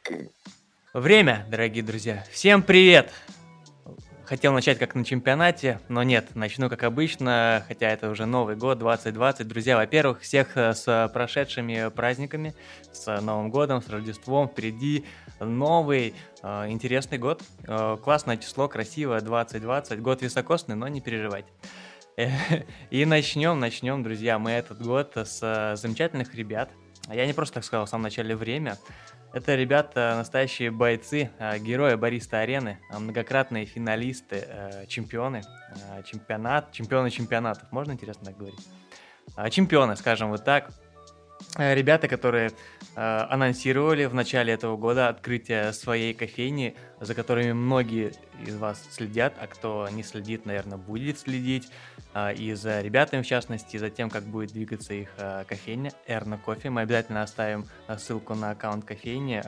Время, дорогие друзья. Всем привет! Хотел начать как на чемпионате, но нет, начну как обычно, хотя это уже Новый год, 2020. Друзья, во-первых, всех с прошедшими праздниками, с Новым годом, с Рождеством. Впереди новый интересный год. Классное число, красивое, 2020. Год високосный, но не переживайте. И начнем, друзья, мы этот год с замечательных ребят. Я не просто так сказал в самом начале время. Это ребята настоящие бойцы, герои Бариста-арены, многократные финалисты, чемпионы, чемпионы чемпионатов. Можно, интересно так говорить? Чемпионы, скажем вот так. Ребята, которые анонсировали в начале этого года открытие своей кофейни, за которыми многие из вас следят, а кто не следит, наверное, будет следить. И за ребятами, в частности, за тем, как будет двигаться их кофейня Эрна Кофе. Мы обязательно оставим ссылку на аккаунт кофейни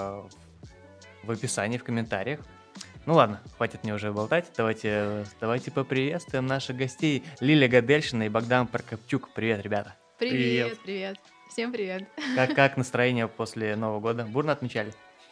в описании, в комментариях. Ну ладно, хватит мне уже болтать. Давайте поприветствуем наших гостей. Лилия Гадельшина и Богдан Прокопчук. Привет, ребята. Привет. Всем привет. Как настроение после Нового года? Бурно отмечали?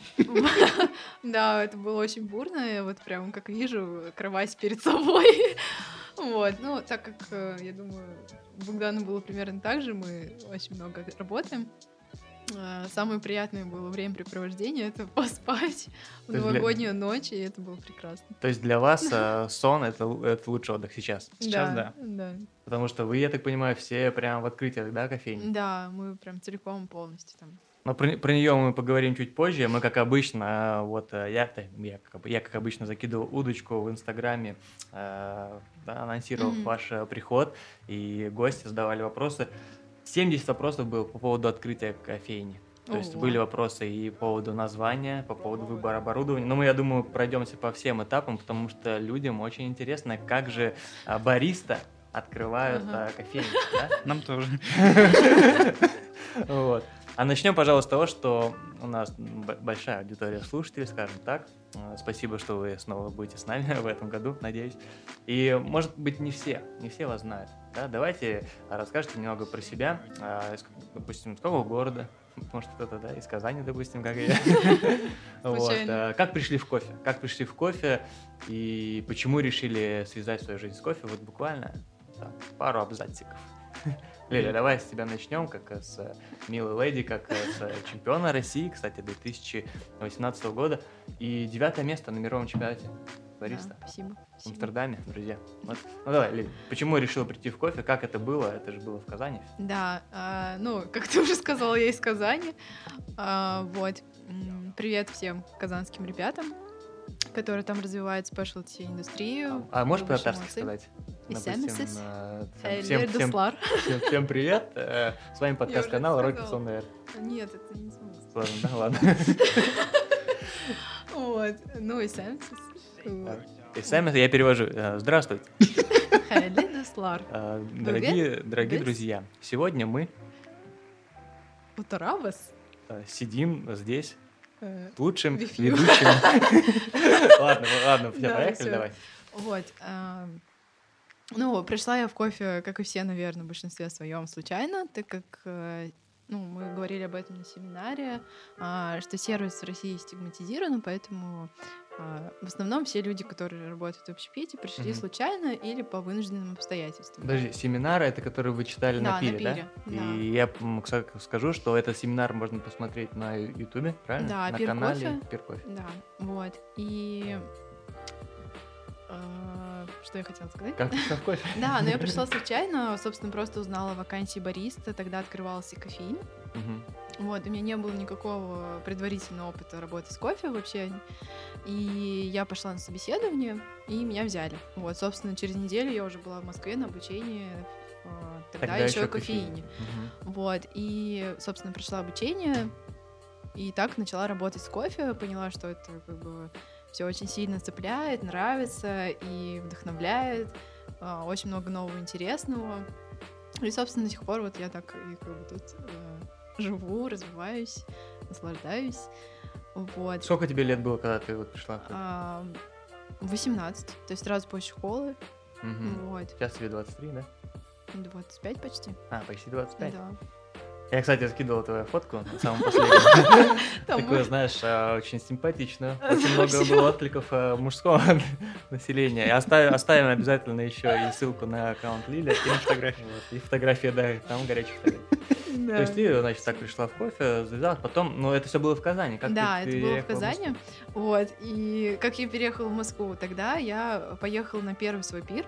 Да, это было очень бурно. Я вот прям как вижу кровать перед собой. Вот, ну, так как, я думаю, у Богдана было примерно так же, мы очень много работаем. Самое приятное было времяпрепровождение — это поспать в новогоднюю ночь, и это было прекрасно. То есть для вас сон — это лучший отдых сейчас? Сейчас, да. Потому что вы, я так понимаю, все прям в открытиях, да, кофейни? Да, мы прям целиком полностью там. Но про нее мы поговорим чуть позже. Мы, как обычно, вот я как обычно закидывал удочку в Инстаграме, анонсировал ваш приход, и гости задавали вопросы. 70 вопросов было по поводу открытия кофейни. То есть были вопросы и по поводу названия, по поводу выбора оборудования. Но мы, я думаю, пройдемся по всем этапам, потому что людям очень интересно, как же бариста открывают кофейни. Да? Нам тоже. Вот. А начнем, пожалуйста, с того, что у нас большая аудитория слушателей, скажем так. Спасибо, что вы снова будете с нами в этом году, надеюсь. И, может быть, не все вас знают. Да? Давайте расскажите немного про себя. Допустим, с какого города? Может, кто-то, да, из Казани, допустим, как и я. Вот. Как пришли в кофе? Как пришли в кофе и почему решили связать свою жизнь с кофе? Вот буквально пару абзациков. Лиля, давай с тебя начнем, как с милой леди, как с чемпиона России, кстати, 2018 года. И 9 место на мировом чемпионате бариста. Да, спасибо. В Амстердаме, друзья. Вот. Ну давай, Лиля, почему решила прийти в кофе? Как это было? Это же было в Казани. Да, ну, как ты уже сказала, я из Казани. Вот. Привет всем казанским ребятам, которые там развивают спешлти-индустрию. А можешь по-татарски сказать? Допустим, всем привет. С вами подкаст-канал Рокет Сон Эйр. Нет, это не смысл. Ладно. Вот. Ну и Сэмсис. Я перевожу. Здравствуйте. Дорогие друзья, сегодня мы сидим здесь лучшим ведущим. Ладно, все, поехали, давай. Вот. Ну, пришла я в кофе, как и все, наверное, в большинстве своем случайно, так как мы говорили об этом на семинаре, что сервис в России стигматизирован, поэтому в основном все люди, которые работают в общепите, пришли случайно или по вынужденным обстоятельствам. Подожди, семинары — это которые вы читали на пире, да? И я скажу, что этот семинар можно посмотреть на Ютубе, правильно? Да, на канале Пир Кофе. Да, вот. И что я хотела сказать? Как пришла в кофе? Да, но я пришла случайно, собственно, просто узнала о вакансии бариста, тогда открывался кофеин. Вот, у меня не было никакого предварительного опыта работы с кофе вообще. И я пошла на собеседование, и меня взяли. Вот, собственно, через неделю я уже была в Москве на обучении, тогда еще и кофеине. Вот, и, собственно, прошла обучение, и так начала работать с кофе, поняла, что это как бы все очень сильно цепляет, нравится и вдохновляет, очень много нового интересного. И, собственно, до сих пор вот я так и как бы тут живу, развиваюсь, наслаждаюсь. Вот. Сколько тебе лет было, когда ты вот пришла? 18, то есть сразу после школы. Вот. Сейчас тебе 23, да? 25 почти. Почти 25? Да. Я, кстати, скидывал твою фотку на самом последнем. Такое, знаешь, очень симпатично. Очень много было откликов мужского населения. Оставим обязательно еще и ссылку на аккаунт Лили, и фотографии. И фотографии, да, там горячих фотографий. То есть ты, значит, так пришла в кофе, завязалась, потом, ну, это все было в Казани. Да, это было в Казани. Вот, и как я переехала в Москву, тогда я поехала на первый свой пир.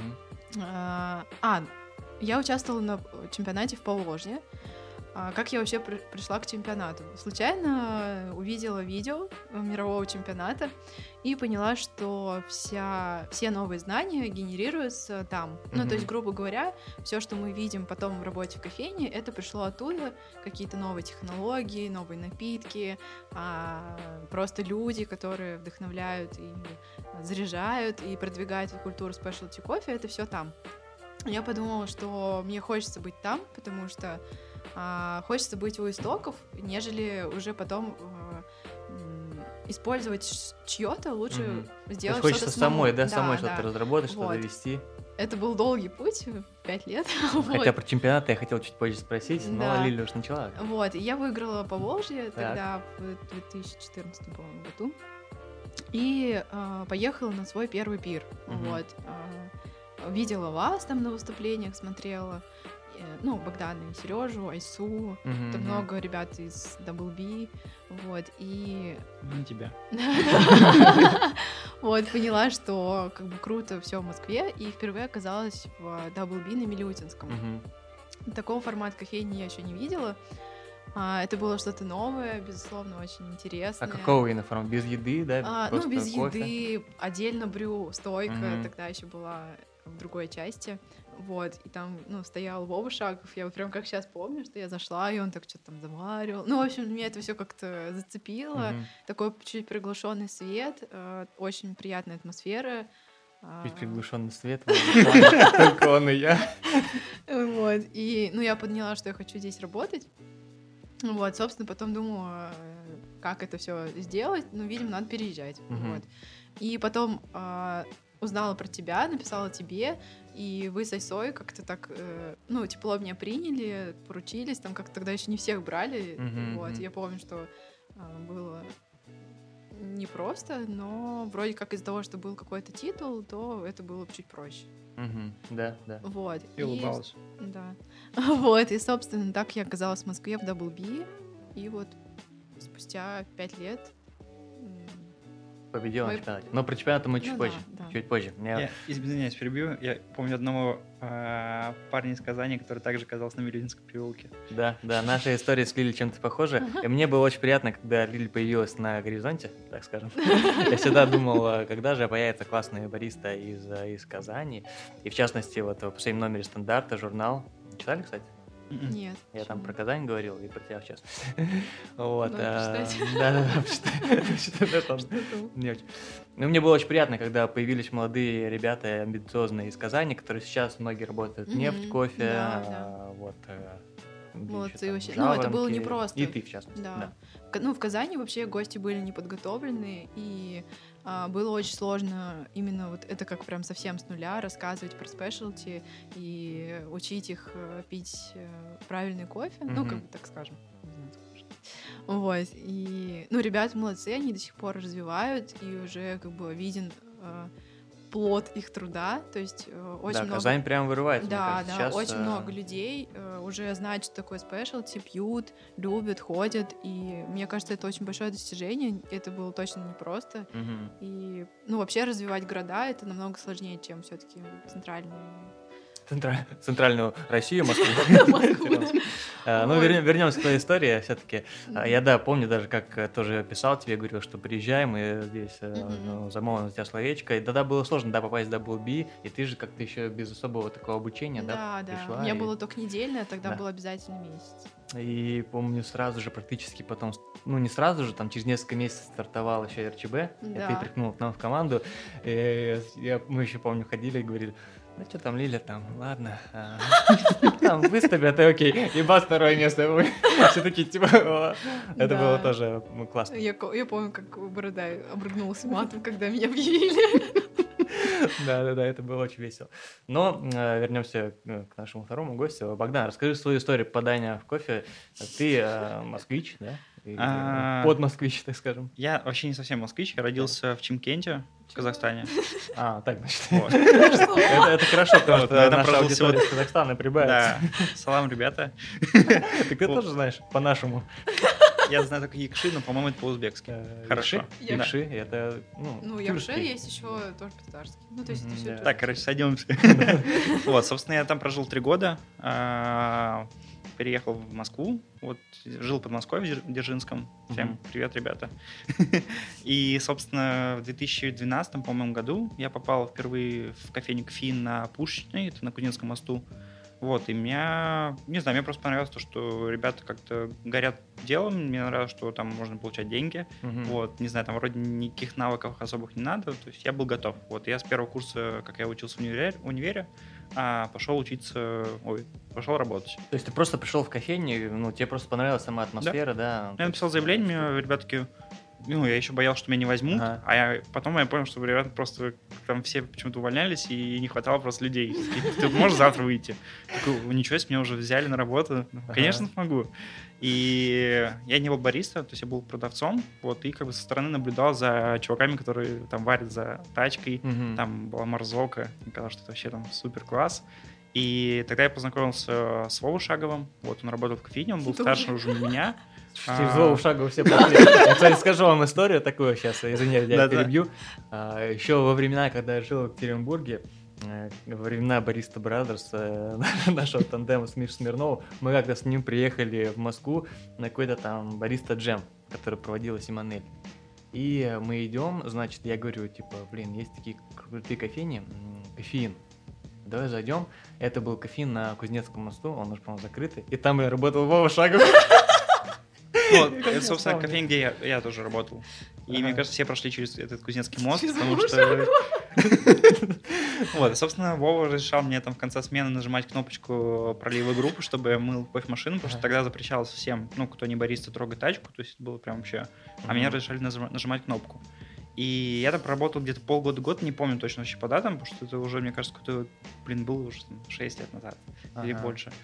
Я участвовала на чемпионате в Поволжье. Как я вообще пришла к чемпионату? Случайно увидела видео мирового чемпионата и поняла, что все новые знания генерируются там. Ну, то есть, грубо говоря, все, что мы видим потом в работе в кофейне, это пришло оттуда. Какие-то новые технологии, новые напитки, просто люди, которые вдохновляют и заряжают и продвигают культуру спешлти кофе, это все там. Я подумала, что мне хочется быть там, потому что хочется быть у истоков, нежели уже потом использовать чьё-то, лучше сделать что-то хочется самой, самой что-то разработать, что-то вести. Это был долгий путь, 5 лет. Хотя про чемпионат я хотел чуть позже спросить, но Лиля уж начала. Вот, и я выиграла Поволжье тогда в 2014, по-моему, году. И поехала на свой первый пир. Вот. Видела вас там на выступлениях, смотрела. Ну, Богдана и Сережу, Айсу, там много ребят из Double B, вот, и... Не тебя. Вот, поняла, что как бы круто все в Москве, и впервые оказалась в Double B на Милютинском. Такого формата кофейни я еще не видела. Это было что-то новое, безусловно, очень интересное. А какого именно формата? Без еды, да? Ну, без еды, отдельно брю, стойка, тогда еще была в другой части. Вот, и там, ну, стоял Вова Шагов, я вот прям как сейчас помню, что я зашла, и он так что-то там заваривал. Ну, в общем, меня это все как-то зацепило. Такой чуть приглушенный свет, очень приятная атмосфера. Чуть приглушенный свет, только он и я. Вот, и, ну, я поняла, что я хочу здесь работать. Вот, собственно, потом думала, как это все сделать. Ну, видимо, надо переезжать. Вот. И потом узнала про тебя, написала тебе, и вы с Айсой как-то так, ну, тепло меня приняли, поручились, там как-то тогда еще не всех брали, вот, я помню, что было непросто, но вроде как из-за того, что был какой-то титул, то это было чуть проще. Да. Вот. И улыбалась. Да. Вот, и, собственно, так я оказалась в Москве в Double B, и вот спустя 5 лет победила на чемпионате. Но про чемпионат мы чуть позже. Чуть позже. Я, извиняюсь, перебью. Я помню одного парня из Казани, который также оказался на Милютинском переулке. Да, наша история с Лилей чем-то похожа. И мне было очень приятно, когда Лиля появилась на горизонте, так скажем. Я всегда думал, когда же появится классный бариста из Казани. И в частности, вот в последнем номере «Стандарта» журнал. Читали, кстати? Нет. Я там про Казань говорил и про тебя в частности. Вот. Да, ну, мне было очень приятно, когда появились молодые ребята, амбициозные из Казани, которые сейчас многие работают в нефть, кофе, вот. Молодцы вообще. Ну, это было непросто. И ты, в частности. Да. Ну, в Казани вообще гости были неподготовлены, и было очень сложно именно вот это как прям совсем с нуля рассказывать про спешлти и учить их пить правильный кофе, ну, как бы так скажем. Вот, и, ну, ребята молодцы, они до сих пор развивают, и уже как бы виден плод их труда, то есть очень много... Казань прям вырывается, да, мне кажется. Сейчас, очень много людей уже знают, что такое спешлти, пьют, любят, ходят, и мне кажется, это очень большое достижение, это было точно непросто, и, ну, вообще развивать города — это намного сложнее, чем все-таки центральную Россию, Москву. Ну, вернемся к твоей истории все-таки. Я, помню даже, как тоже писал тебе, говорил, что приезжай, мы здесь замолвим за тебя словечко. И тогда было сложно, попасть в Double B, и ты же как-то еще без особого такого обучения, пришла. У меня было только недельное, тогда был обязательно месяц. И помню, сразу же практически потом, ну не сразу же, там через несколько месяцев стартовал еще РЧБ, ты прикнул к нам в команду. Мы еще, помню, ходили и говорили: ну что там, Лиля, там, ладно, там выставят, и окей, и бас второе место. Все-таки, типа, это было тоже классно. Я помню, как Бородай обругнулся матом, когда меня объявили. Да, это было очень весело. Но вернемся к нашему второму гостю. Богдан, расскажи свою историю попадания в кофе. Ты москвич, да? Подмосквич, так скажем. Я вообще не совсем москвич, я родился в Чимкенте, в Казахстане. Так, значит. Это хорошо, потому что наша аудитория из Казахстана прибавится. Да, салам, ребята. Ты тоже знаешь по-нашему? Я знаю только якши, но, по-моему, это по-узбекски. Хорошо. Якши, это, якши есть еще тоже по-татарски. Ну, то есть это все. Так, короче, сойдемся. Вот, собственно, я там прожил 3 года. Переехал в Москву, вот, жил в Подмосковье, в Дзержинском. Всем привет, ребята. И, собственно, в 2012, по-моему, году я попал впервые в кофейню «Кофеин» на Пушечной, это на Кузнецком мосту. Вот, и мне просто понравилось то, что ребята как-то горят делом, мне нравилось, что там можно получать деньги, вот, не знаю, там вроде никаких навыков особых не надо, то есть я был готов. Вот, я с первого курса, как я учился в универе, пошел работать. То есть ты просто пришел в кофейню, тебе просто понравилась сама атмосфера, да? Я написал заявление, мне ребята такие... я еще боялся, что меня не возьмут, потом я понял, что ребята просто там все почему-то увольнялись, и не хватало просто людей. Ты можешь завтра выйти? Такой, ничего себе, меня уже взяли на работу. Конечно, смогу. И я не был бариста, то есть я был продавцом, вот, и как бы со стороны наблюдал за чуваками, которые там варят за тачкой, там была Марзока, мне казалось, что это вообще там супер класс. И тогда я познакомился с Вовой Шаговым, вот, он работал в кофейне, он был старше уже меня. В Вову Шагову все пошли. Я, кстати, скажу вам историю такую сейчас, извиняюсь, я перебью. Еще во времена, когда я жил в Екатеринбурге, во времена Бариста Бразерс, нашего тандема с Мишей Смирновым, мы как-то с ним приехали в Москву на какой-то там Бариста Джем, который проводила Симонель. И мы идем, значит, я говорю, есть такие крутые кофейни, кофеин. Давай зайдем. Это был кофеин на Кузнецком мосту, он уже, по-моему, закрытый. И там я работал Вова Шагов. Вот, это, собственно, кофейня, где я тоже работал. И мне кажется, все прошли через этот Кузнецкий мост, потому что... Вот, собственно, Вова разрешал мне там в конце смены нажимать кнопочку пролива группы, чтобы я мыл кофемашину, потому что тогда запрещалось всем, кто не бариста, трогать тачку, то есть это было прям вообще... А меня разрешали нажимать кнопку. И я там проработал где-то полгода-год, не помню точно вообще по датам, потому что это уже, мне кажется, какой-то, было уже 6 лет назад или больше.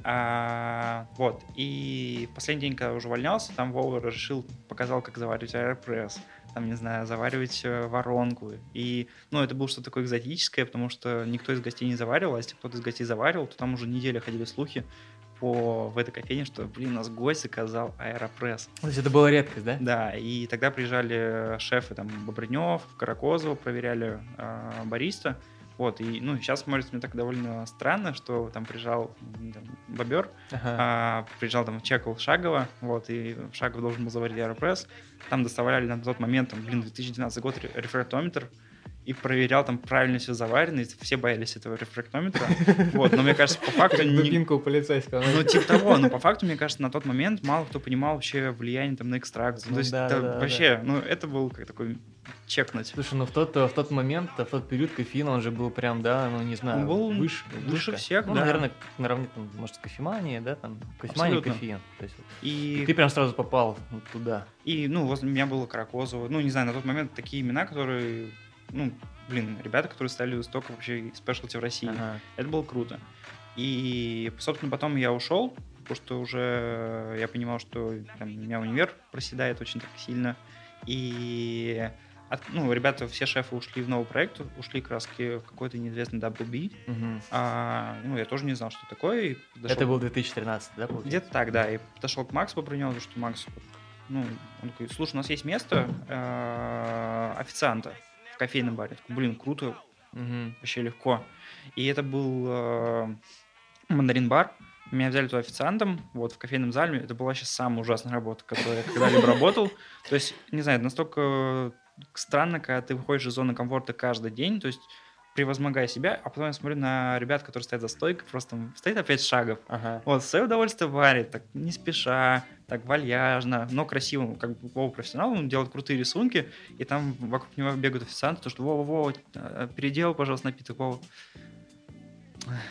Вот, и в последний день, когда уже увольнялся, там Вова показал, как заваривать аэропресс, там, не знаю, заваривать воронку. И, это было что-то такое экзотическое, потому что никто из гостей не заваривал, а если кто-то из гостей заваривал, то там уже неделю ходили слухи в этой кофейне, что, у нас гость заказал аэропресс. То есть это была редкость, да? Да, и тогда приезжали шефы, там, Бобрынев, Каракозова, проверяли бариста. Вот, и, сейчас смотрится мне так довольно странно, что там приезжал Бобер, приезжал там, чекал Шагова, вот, и Шагов должен был заварить аэропресс. Там доставляли на тот момент, 2012 год, рефрактометр, и проверял, там правильно все заварено, и все боялись этого рефрактометра. Вот, но мне кажется, по факту... Дубинка у полицейского. Типа того, но по факту, мне кажется, на тот момент мало кто понимал вообще влияние там на экстракцию. То есть вообще, это был как такой чекнуть. Слушай, в тот момент, в тот период кофеин, он же был прям, не знаю, был выше всех, да. Наверное, наравне, может, с кофеманией, да, там, кофемания, кофеин. То есть, и ты прям сразу попал туда. И, у меня было Каракозово, не знаю, на тот момент такие имена, которые... ребята, которые ставили исток вообще спешлти в России. Это было круто. И, собственно, потом я ушел, потому что уже я понимал, что у меня универ проседает очень так сильно. И, ребята, все шефы ушли в новый проект, ушли как раз в какой-то неизвестный WB. Я тоже не знал, что такое. Это был 2013, да, получается? Где-то так, да. И подошел к Максу, попринял, что Макс, он такой, слушай, у нас есть место официанта в кофейном баре. Такой, круто, вообще легко. И это был мандарин-бар. Меня взяли туда официантом, в кофейном зале. Это была сейчас самая ужасная работа, которую я когда-либо работал. То есть, не знаю, это настолько странно, когда ты выходишь из зоны комфорта каждый день, то есть превозмогая себя, а потом я смотрю на ребят, которые стоят за стойкой, просто стоит опять Шагов. В свое удовольствие варит, так не спеша, так вальяжно, но красиво, как бы Вова профессионал, он делает крутые рисунки, и там вокруг него бегают официанты, то что Вова, переделал, пожалуйста, напиток, Вова.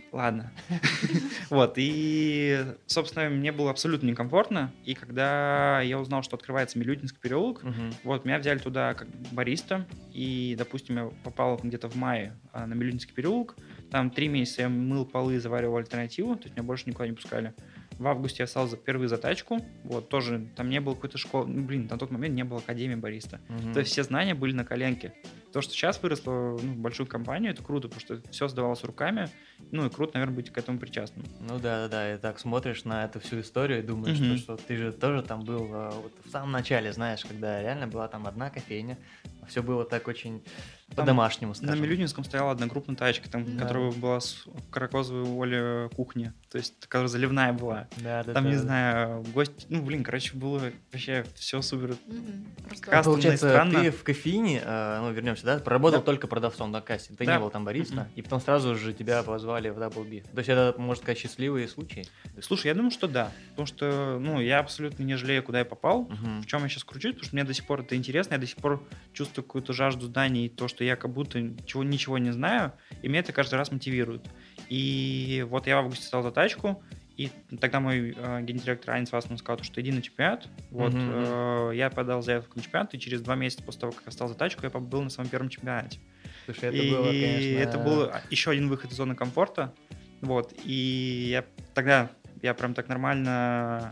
Ладно. Вот, и, собственно, мне было абсолютно некомфортно, и когда я узнал, что открывается Милютинский переулок, вот, меня взяли туда как бариста, и, допустим, я попал где-то в мае на Милютинский переулок, там 3 месяца я мыл полы, заваривал альтернативу, то есть меня больше никуда не пускали. В августе я стал впервые за тачку, вот, тоже, там не было какой-то школы, на тот момент не было академии бариста, то есть все знания были на коленке. То, что сейчас выросло в большую компанию, это круто, потому что все сдавалось руками, ну и круто, наверное, быть к этому причастным. Ну да, и так смотришь на эту всю историю и думаешь, что ты же тоже там был вот в самом начале, знаешь, когда реально была там одна кофейня, все было так очень по-домашнему, скажем. На Милютинском стояла одна крупная тачка, там, которая была с каракозовой Оли кухни, то есть, которая заливная была. Там, не знаю, гость, короче, было вообще все супер кастомно и странно. Ты в кофейне, вернемся, да, проработал только продавцом на кассе, ты не был там бариста, и потом сразу же тебя позвали в Double B. То есть это, можно сказать, счастливые случаи? Слушай, я думаю, что да, потому что, я абсолютно не жалею, куда я попал, в чем я сейчас кручусь, потому что мне до сих пор это интересно, я до сих пор чувствую какую-то жажду знаний, и то, что я как будто ничего не знаю, и меня это каждый раз мотивирует. И вот я в августе стал за тачку, и тогда мой гендиректор Айнс Вассман сказал, что иди на чемпионат. Вот, я подал заявку на чемпионат, и через 2 месяца после того, как я стал за тачку, я был на своем первом чемпионате. Слушай, это было, конечно... это был еще один выход из зоны комфорта. Вот, и я прям так нормально...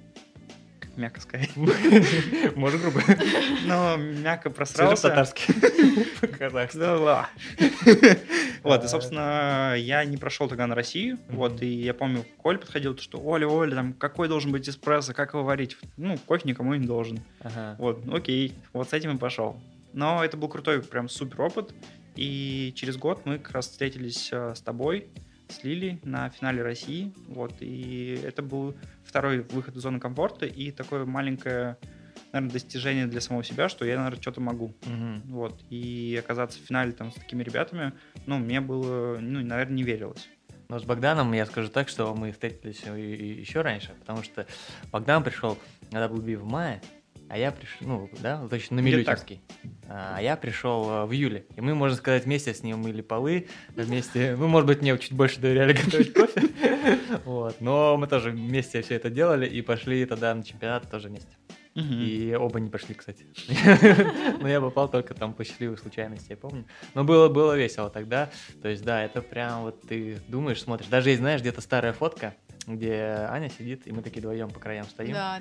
мягко сказать. Может, грубо. Но мягко просрался. По-казахски. Вот, и, собственно, я не прошел тогда на Россию. Вот, и я помню, Коль подходил, что Оля, там, какой должен быть эспрессо, как его варить? Кофе никому не должен. Вот, окей, вот с этим и пошел. Но это был крутой, прям супер опыт. И через год мы как раз встретились с тобой, с Лилей на финале России. Вот, и это был второй выход из зоны комфорта и такое маленькое, наверное, достижение для самого себя, что я, наверное, что-то могу. Вот, и оказаться в финале там с такими ребятами, мне было, наверное, не верилось. Но с Богданом я скажу так, что мы встретились еще раньше, потому что Богдан пришел на WB в мае, а я пришел, точно на Милютинский. А я пришел в июле. И мы, можно сказать, вместе с ним мыли полы, вместе, может быть, мне чуть больше доверяли готовить кофе. Вот. Но мы тоже вместе все это делали и пошли тогда на чемпионат тоже вместе. И оба не пошли, кстати. Но я попал только там по счастливой случайности, я помню. Но было весело тогда. То есть, да, это прям вот ты думаешь, смотришь. Даже есть, знаешь, где-то старая фотка, где Аня сидит, и мы такие вдвоем по краям стоим. Да,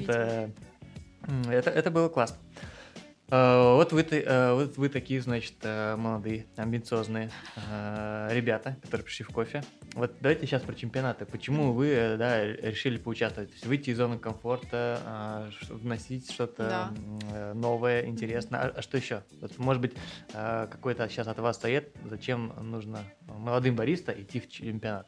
это было классно. Вот вы такие, значит, молодые, амбициозные ребята, которые пришли в кофе. Вот давайте сейчас про чемпионаты. Почему вы решили поучаствовать? То есть выйти из зоны комфорта, вносить что-то новое, интересное. А что еще? Вот, может быть, какой-то сейчас от вас совет, зачем нужно молодым бариста идти в чемпионат?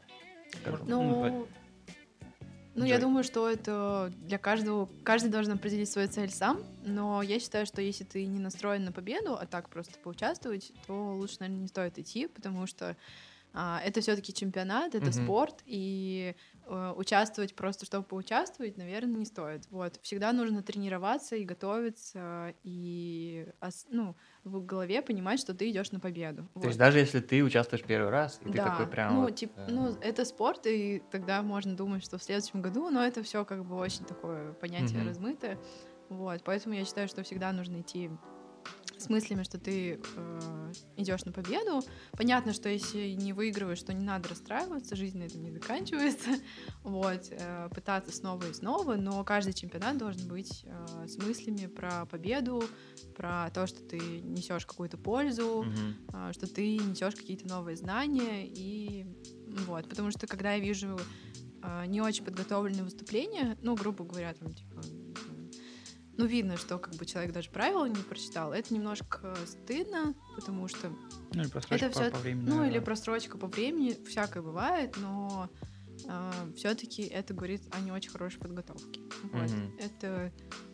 Я думаю, что это для каждого, каждый должен определить свою цель сам, но я считаю, что если ты не настроен на победу, а так просто поучаствовать, то лучше, наверное, не стоит идти, потому что это все-таки чемпионат, это спорт, и участвовать просто, чтобы поучаствовать, наверное, не стоит. Вот. Всегда нужно тренироваться и готовиться, и в голове понимать, что ты идешь на победу. То есть даже если ты участвуешь первый раз, и ты такой прям... это спорт, и тогда можно думать, что в следующем году, но это все как бы очень такое понятие размытое. Вот. Поэтому я считаю, что всегда нужно идти с мыслями, что ты идешь на победу. Понятно, что если не выигрываешь, то не надо расстраиваться, жизнь на этом не заканчивается. Вот, пытаться снова и снова, но каждый чемпионат должен быть с мыслями про победу, про то, что ты несешь какую-то пользу, что ты несешь какие-то новые знания, и вот, потому что когда я вижу не очень подготовленные выступления, грубо говоря, там, типа, видно, что как бы человек даже правила не прочитал. Это немножко стыдно, потому что или просрочка это по времени. Или просрочка по времени, всякое бывает, но все-таки это говорит о не очень хорошей подготовке. Вот. Это...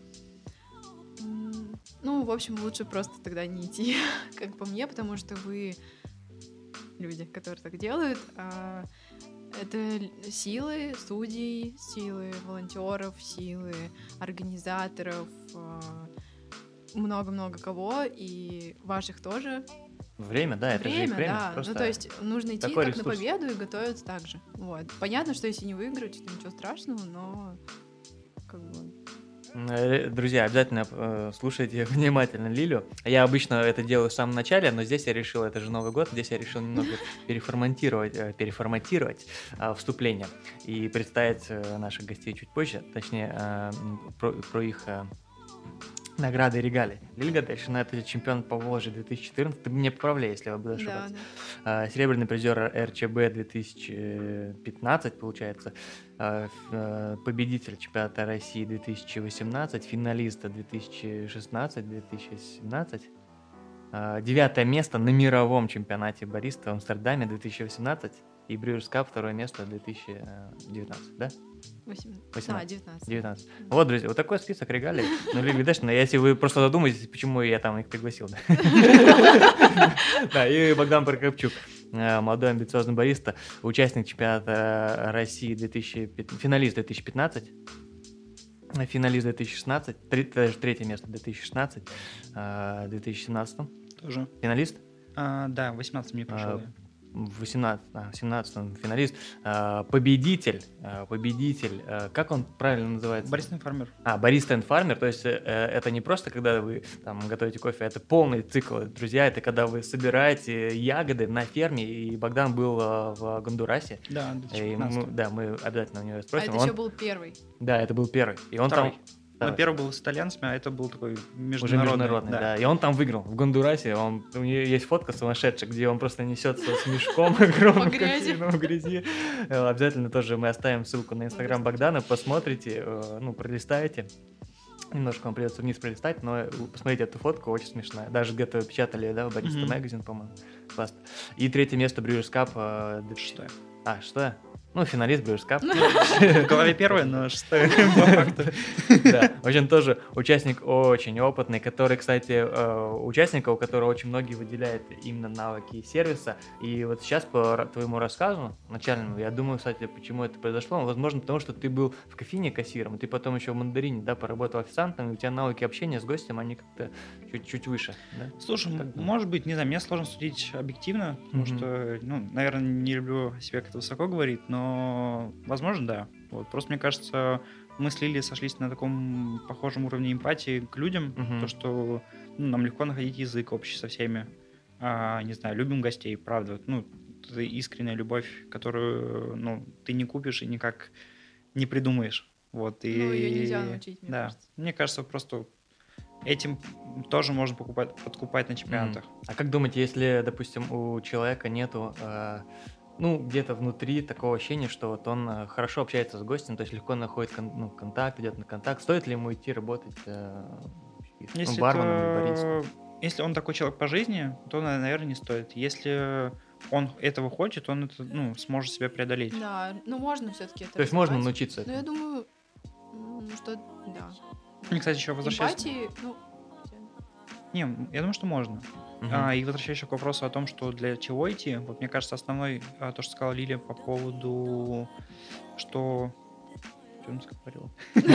в общем, лучше просто тогда не идти, как по мне, потому что вы люди, которые так делают, это силы судей, силы волонтеров, силы организаторов, много-много кого, и ваших тоже. Время, да, это же их время. Да. Просто ну, то есть нужно идти как ресурс. на победу и готовиться так же. Вот. Понятно, что если не выиграть, то ничего страшного, но как бы... Друзья, обязательно слушайте внимательно Лилю. Я обычно это делаю в самом начале, но здесь я решил, это же Новый год, здесь я решил немного переформатировать вступление и представить наших гостей чуть позже, точнее про их награды и регалии. Лилия Гадельшина — это чемпион по Волжье 2014. Ты меня поправляй, если я буду ошибаться. Да. Серебряный призер РЧБ 2015, получается. Победитель чемпионата России 2018, финалиста 2016-2017. 9 место на мировом чемпионате бариста в Амстердаме 2018 и Brewers Cup 2 место 2019, да? 19. Вот, друзья, вот такой список регалий. Ну, Лилия Гадельшина, если вы просто задумаетесь, почему я там их пригласил. Да, и Богдан Прокопчук, молодой амбициозный бариста, участник чемпионата России, финалист 2015, финалист 2016, третье место 2016, 2017 тоже. Финалист? Да, в 18 мне пришел. В 17-м финалист, победитель, как он правильно называется? Бариста и фармер. Бариста и фармер, то есть это не просто, когда вы там готовите кофе, это полный цикл, друзья, это когда вы собираете ягоды на ферме, и Богдан был в Гондурасе. Да, мы обязательно у него спросим. Это еще был первый. Да, это был первый. И он Второй. Там... Но первый был с итальянцами, а это был такой международный. Уже международный, да. И он там выиграл, в Гондурасе. У него есть фотка сумасшедшая, где он просто несется с мешком огромным в грязи. Обязательно тоже мы оставим ссылку на инстаграм Богдана, посмотрите, пролистайте. Немножко вам придется вниз пролистать, но посмотрите эту фотку, очень смешная. Даже где-то печатали, да, в Бариста Magazine, по-моему. Классно. И третье место Brewers Cup. Шестое. Шестое? Финалист Brewers Cup. В голове первое, но шестое по факту. Да, в общем, тоже участник очень опытный, который, кстати, участника, у которого очень многие выделяют именно навыки сервиса. И вот сейчас по твоему рассказу начальному, я думаю, кстати, почему это произошло. Возможно, потому что ты был в кофейне кассиром, и ты потом еще в Мандарине, да, поработал официантом, и у тебя навыки общения с гостем, они как-то чуть выше. Да? Слушай, может быть, не знаю, мне сложно судить объективно, потому что, наверное, не люблю о себе как-то высоко говорить, но возможно, да. Вот. Просто мне кажется, мы с Лилией сошлись на таком похожем уровне эмпатии к людям, то, что нам легко находить язык общий со всеми. Не знаю, любим гостей, правда. Это искренняя любовь, которую ты не купишь и никак не придумаешь. Вот. Ее нельзя научить, мне кажется. Мне кажется, просто этим тоже можно подкупать на чемпионатах. А как думаете, если, допустим, у человека нету где-то внутри такого ощущения, что вот он хорошо общается с гостем, то есть легко находит контакт, идет на контакт. Стоит ли ему идти работать барменом или баристом? Если он такой человек по жизни, то, наверное, не стоит. Если он этого хочет, он это сможет себя преодолеть. Да, можно все-таки это. То есть можно научиться этому? Я думаю, что да. И, кстати, еще возвращаясь... Эмпатии, Не, я думаю, что можно. И возвращаясь к вопросу о том, что для чего идти, вот мне кажется, основной, то, что сказала Лилия по поводу, что... Что он говорил?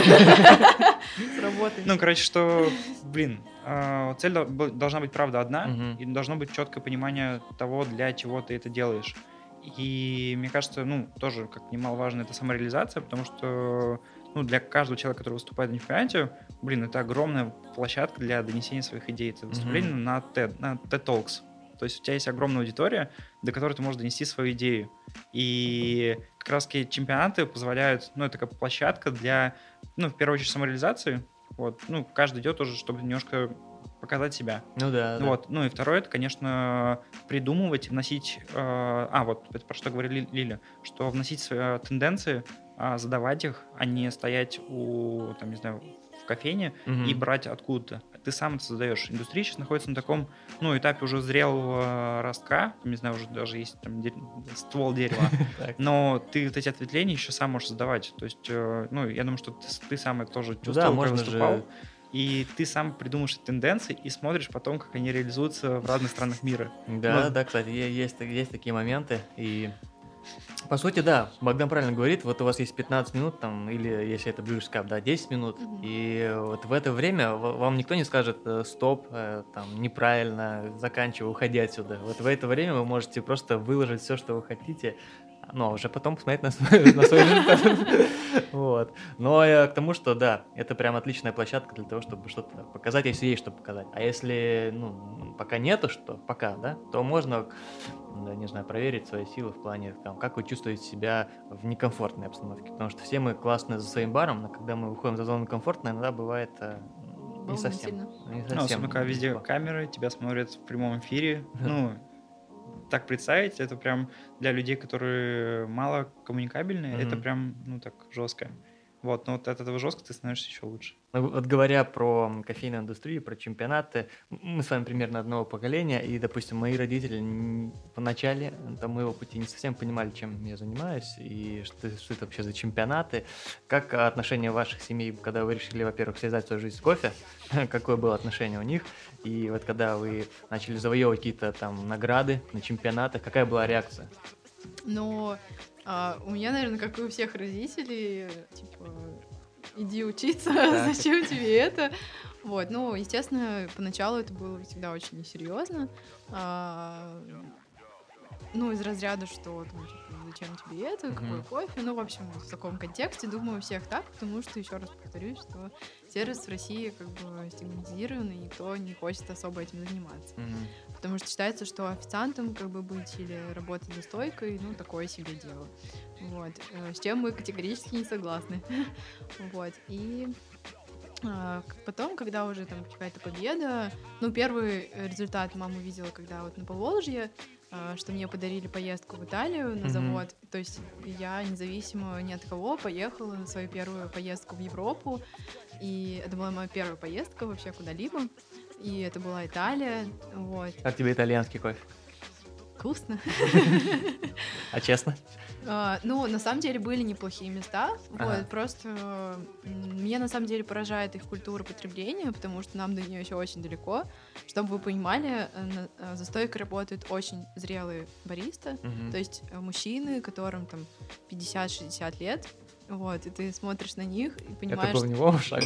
Сработает. Что, цель должна быть, правда, одна, и должно быть четкое понимание того, для чего ты это делаешь. И мне кажется, тоже, как немаловажно, это самореализация, потому что для каждого человека, который выступает на чемпионате, это огромная площадка для донесения своих идей. Это выступление на TED Talks. То есть у тебя есть огромная аудитория, до которой ты можешь донести свою идею. И как раз-таки чемпионаты позволяют, это как площадка для, в первую очередь, самореализации. Вот. Каждый идет уже, чтобы немножко показать себя. Да. Вот. И второе, это, конечно, придумывать, вносить... вот это про что говорила Лиля, что вносить тенденции, задавать их, а не стоять в кофейне и брать откуда-то. Ты сам это создаешь. Индустрия сейчас находится на таком, этапе уже зрелого ростка, не знаю, уже даже есть там ствол дерева, но ты вот эти ответвления еще сам можешь создавать. То есть, я думаю, что ты сам это тоже чувствовал, когда выступал, и ты сам придумаешь тенденции и смотришь потом, как они реализуются в разных странах мира. Да, кстати, есть такие моменты, и По сути, да, Богдан правильно говорит, вот у вас есть 15 минут, там, или если это Brewers Cup, да, 10 минут, и вот в это время вам никто не скажет стоп, там, неправильно, заканчивай, уходи отсюда. Вот в это время вы можете просто выложить все, что вы хотите, ну, а уже потом посмотреть на свой результат. Вот. Но к тому, что, да, это прям отличная площадка для того, чтобы что-то показать, если есть что показать. А если, ну, пока нету что, пока, да, то можно, да, не знаю, проверить свои силы в плане, там, как вы чувствуете себя в некомфортной обстановке. Потому что все мы классные за своим баром, но когда мы выходим за зону комфорта, иногда бывает не совсем. Ну, особенно, когда везде камеры, тебя смотрят в прямом эфире, ну, так представить, это прям для людей, которые мало коммуникабельные, это прям, ну, так, жестко. Вот, но вот от этого жестко ты становишься еще лучше. Вот говоря про кофейную индустрию, про чемпионаты, мы с вами примерно одного поколения, и, допустим, мои родители в начале моего пути не совсем понимали, чем я занимаюсь, и что это вообще за чемпионаты. Как отношение ваших семей, когда вы решили, во-первых, связать свою жизнь с кофе, какое было отношение у них, и вот когда вы начали завоевывать какие-то там награды на чемпионатах, какая была реакция? Ну, у меня, наверное, как и у всех родителей, типа, иди учиться, зачем тебе это? Вот, ну, естественно, поначалу это было всегда очень несерьезно. Ну, из разряда, что там, типа, зачем тебе это, какой кофе, ну, в общем, в таком контексте, думаю, у всех так, потому что, еще раз повторюсь, что сервис в России как бы стигматизирован, и никто не хочет особо этим заниматься. Потому что считается, что официантом как бы быть или работать за стойкой, ну, такое себе дело. Вот. С чем мы категорически не согласны. Вот. И потом, когда уже там какая-то победа, ну, первый результат мама увидела, когда вот на Поволжье, что мне подарили поездку в Италию на завод. То есть я независимо ни от кого поехала на свою первую поездку в Европу. И это была моя первая поездка вообще куда-либо. И это была Италия. Вот. Как тебе итальянский кофе? Вкусно. А честно? Ну, на самом деле были неплохие места. Вот, просто меня на самом деле поражает их культура потребления, потому что нам до нее еще очень далеко. Чтобы вы понимали, за стойкой работают очень зрелые баристы, то есть мужчины, которым там 50-60 лет. Вот, и ты смотришь на них и понимаешь... Это Корневого шага?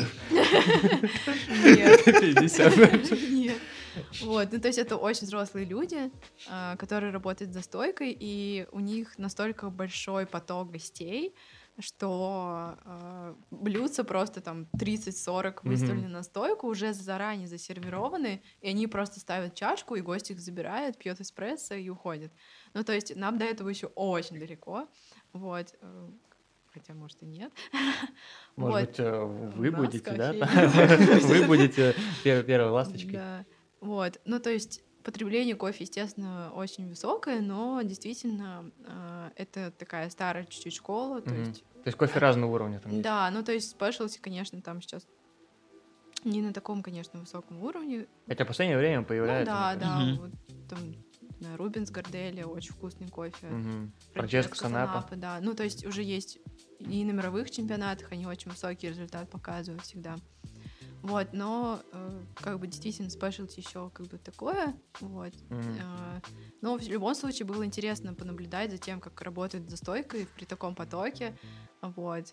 Нет. 50. Нет. Вот, ну то есть это очень взрослые люди, которые работают за стойкой, и у них настолько большой поток гостей, что блюдца просто там 30-40 выставлены на стойку, уже заранее засервированы, и они просто ставят чашку, и гость их забирает, пьет эспрессо и уходит. Ну то есть нам до этого еще очень далеко, вот... Хотя, может, и нет. Может быть, вы будете, да? Вы будете первой ласточкой. Да. Вот. Ну, то есть потребление кофе, естественно, очень высокое, но действительно это такая старая чуть-чуть школа. То есть кофе разного уровня там есть? Да, ну, то есть спешлти, конечно, там сейчас не на таком, конечно, высоком уровне. Хотя в последнее время появляется. Ну, да. Вот там Рубинс Горделия, очень вкусный кофе. Франческо Санапа. Да. Ну, то есть уже есть и на мировых чемпионатах, они очень высокий результат показывают всегда. Вот, но как бы действительно спешлти еще как бы такое, вот. Но в любом случае было интересно понаблюдать за тем, как работает за стойкой при таком потоке, вот.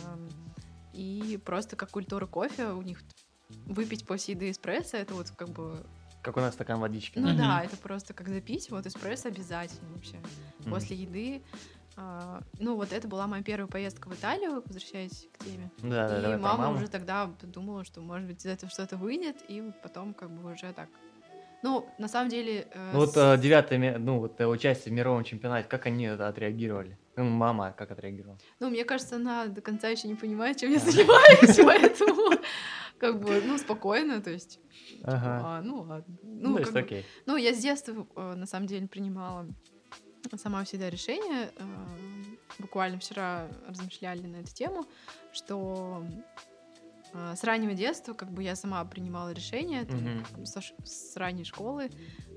И просто как культура кофе у них выпить после еды эспрессо, это вот как бы... Как у нас стакан водички. Ну да, это просто как запить, вот эспрессо обязательно вообще после еды. Ну, вот это была моя первая поездка в Италию, возвращаясь к теме. Да, и мама уже тогда думала, что, может быть, из этого что-то выйдет, и вот потом как бы уже так. Ну, на самом деле... Ну, вот девятое, ну, вот участие в мировом чемпионате, как они отреагировали? Ну, мама как отреагировала? Ну, мне кажется, она до конца еще не понимает, чем я занимаюсь, поэтому как бы, ну, спокойно, то есть... Ну, ладно. Ну, то есть окей. Ну, я с детства, на самом деле, принимала сама всегда решение. Буквально вчера размышляли на эту тему, что с раннего детства как бы я сама принимала решение там, с ранней школы,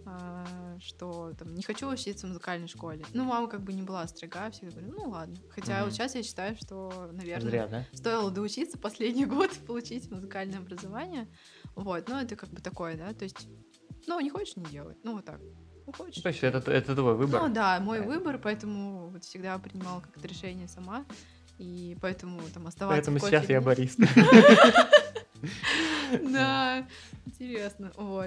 что там, не хочу учиться в музыкальной школе. Ну, мама как бы не была строга, всегда говорю, ну ладно. Хотя вот сейчас я считаю, что, наверное, зря, да? Стоило доучиться последний год получить музыкальное образование. Вот, ну это как бы такое, да, то есть, ну, не хочешь — не делай, ну, вот так. хочешь. То есть это твой выбор? Ну да, мой выбор, поэтому вот всегда принимала как-то решение сама, и поэтому там оставаться Поэтому в кофе... сейчас я бариста. Да, интересно, вот.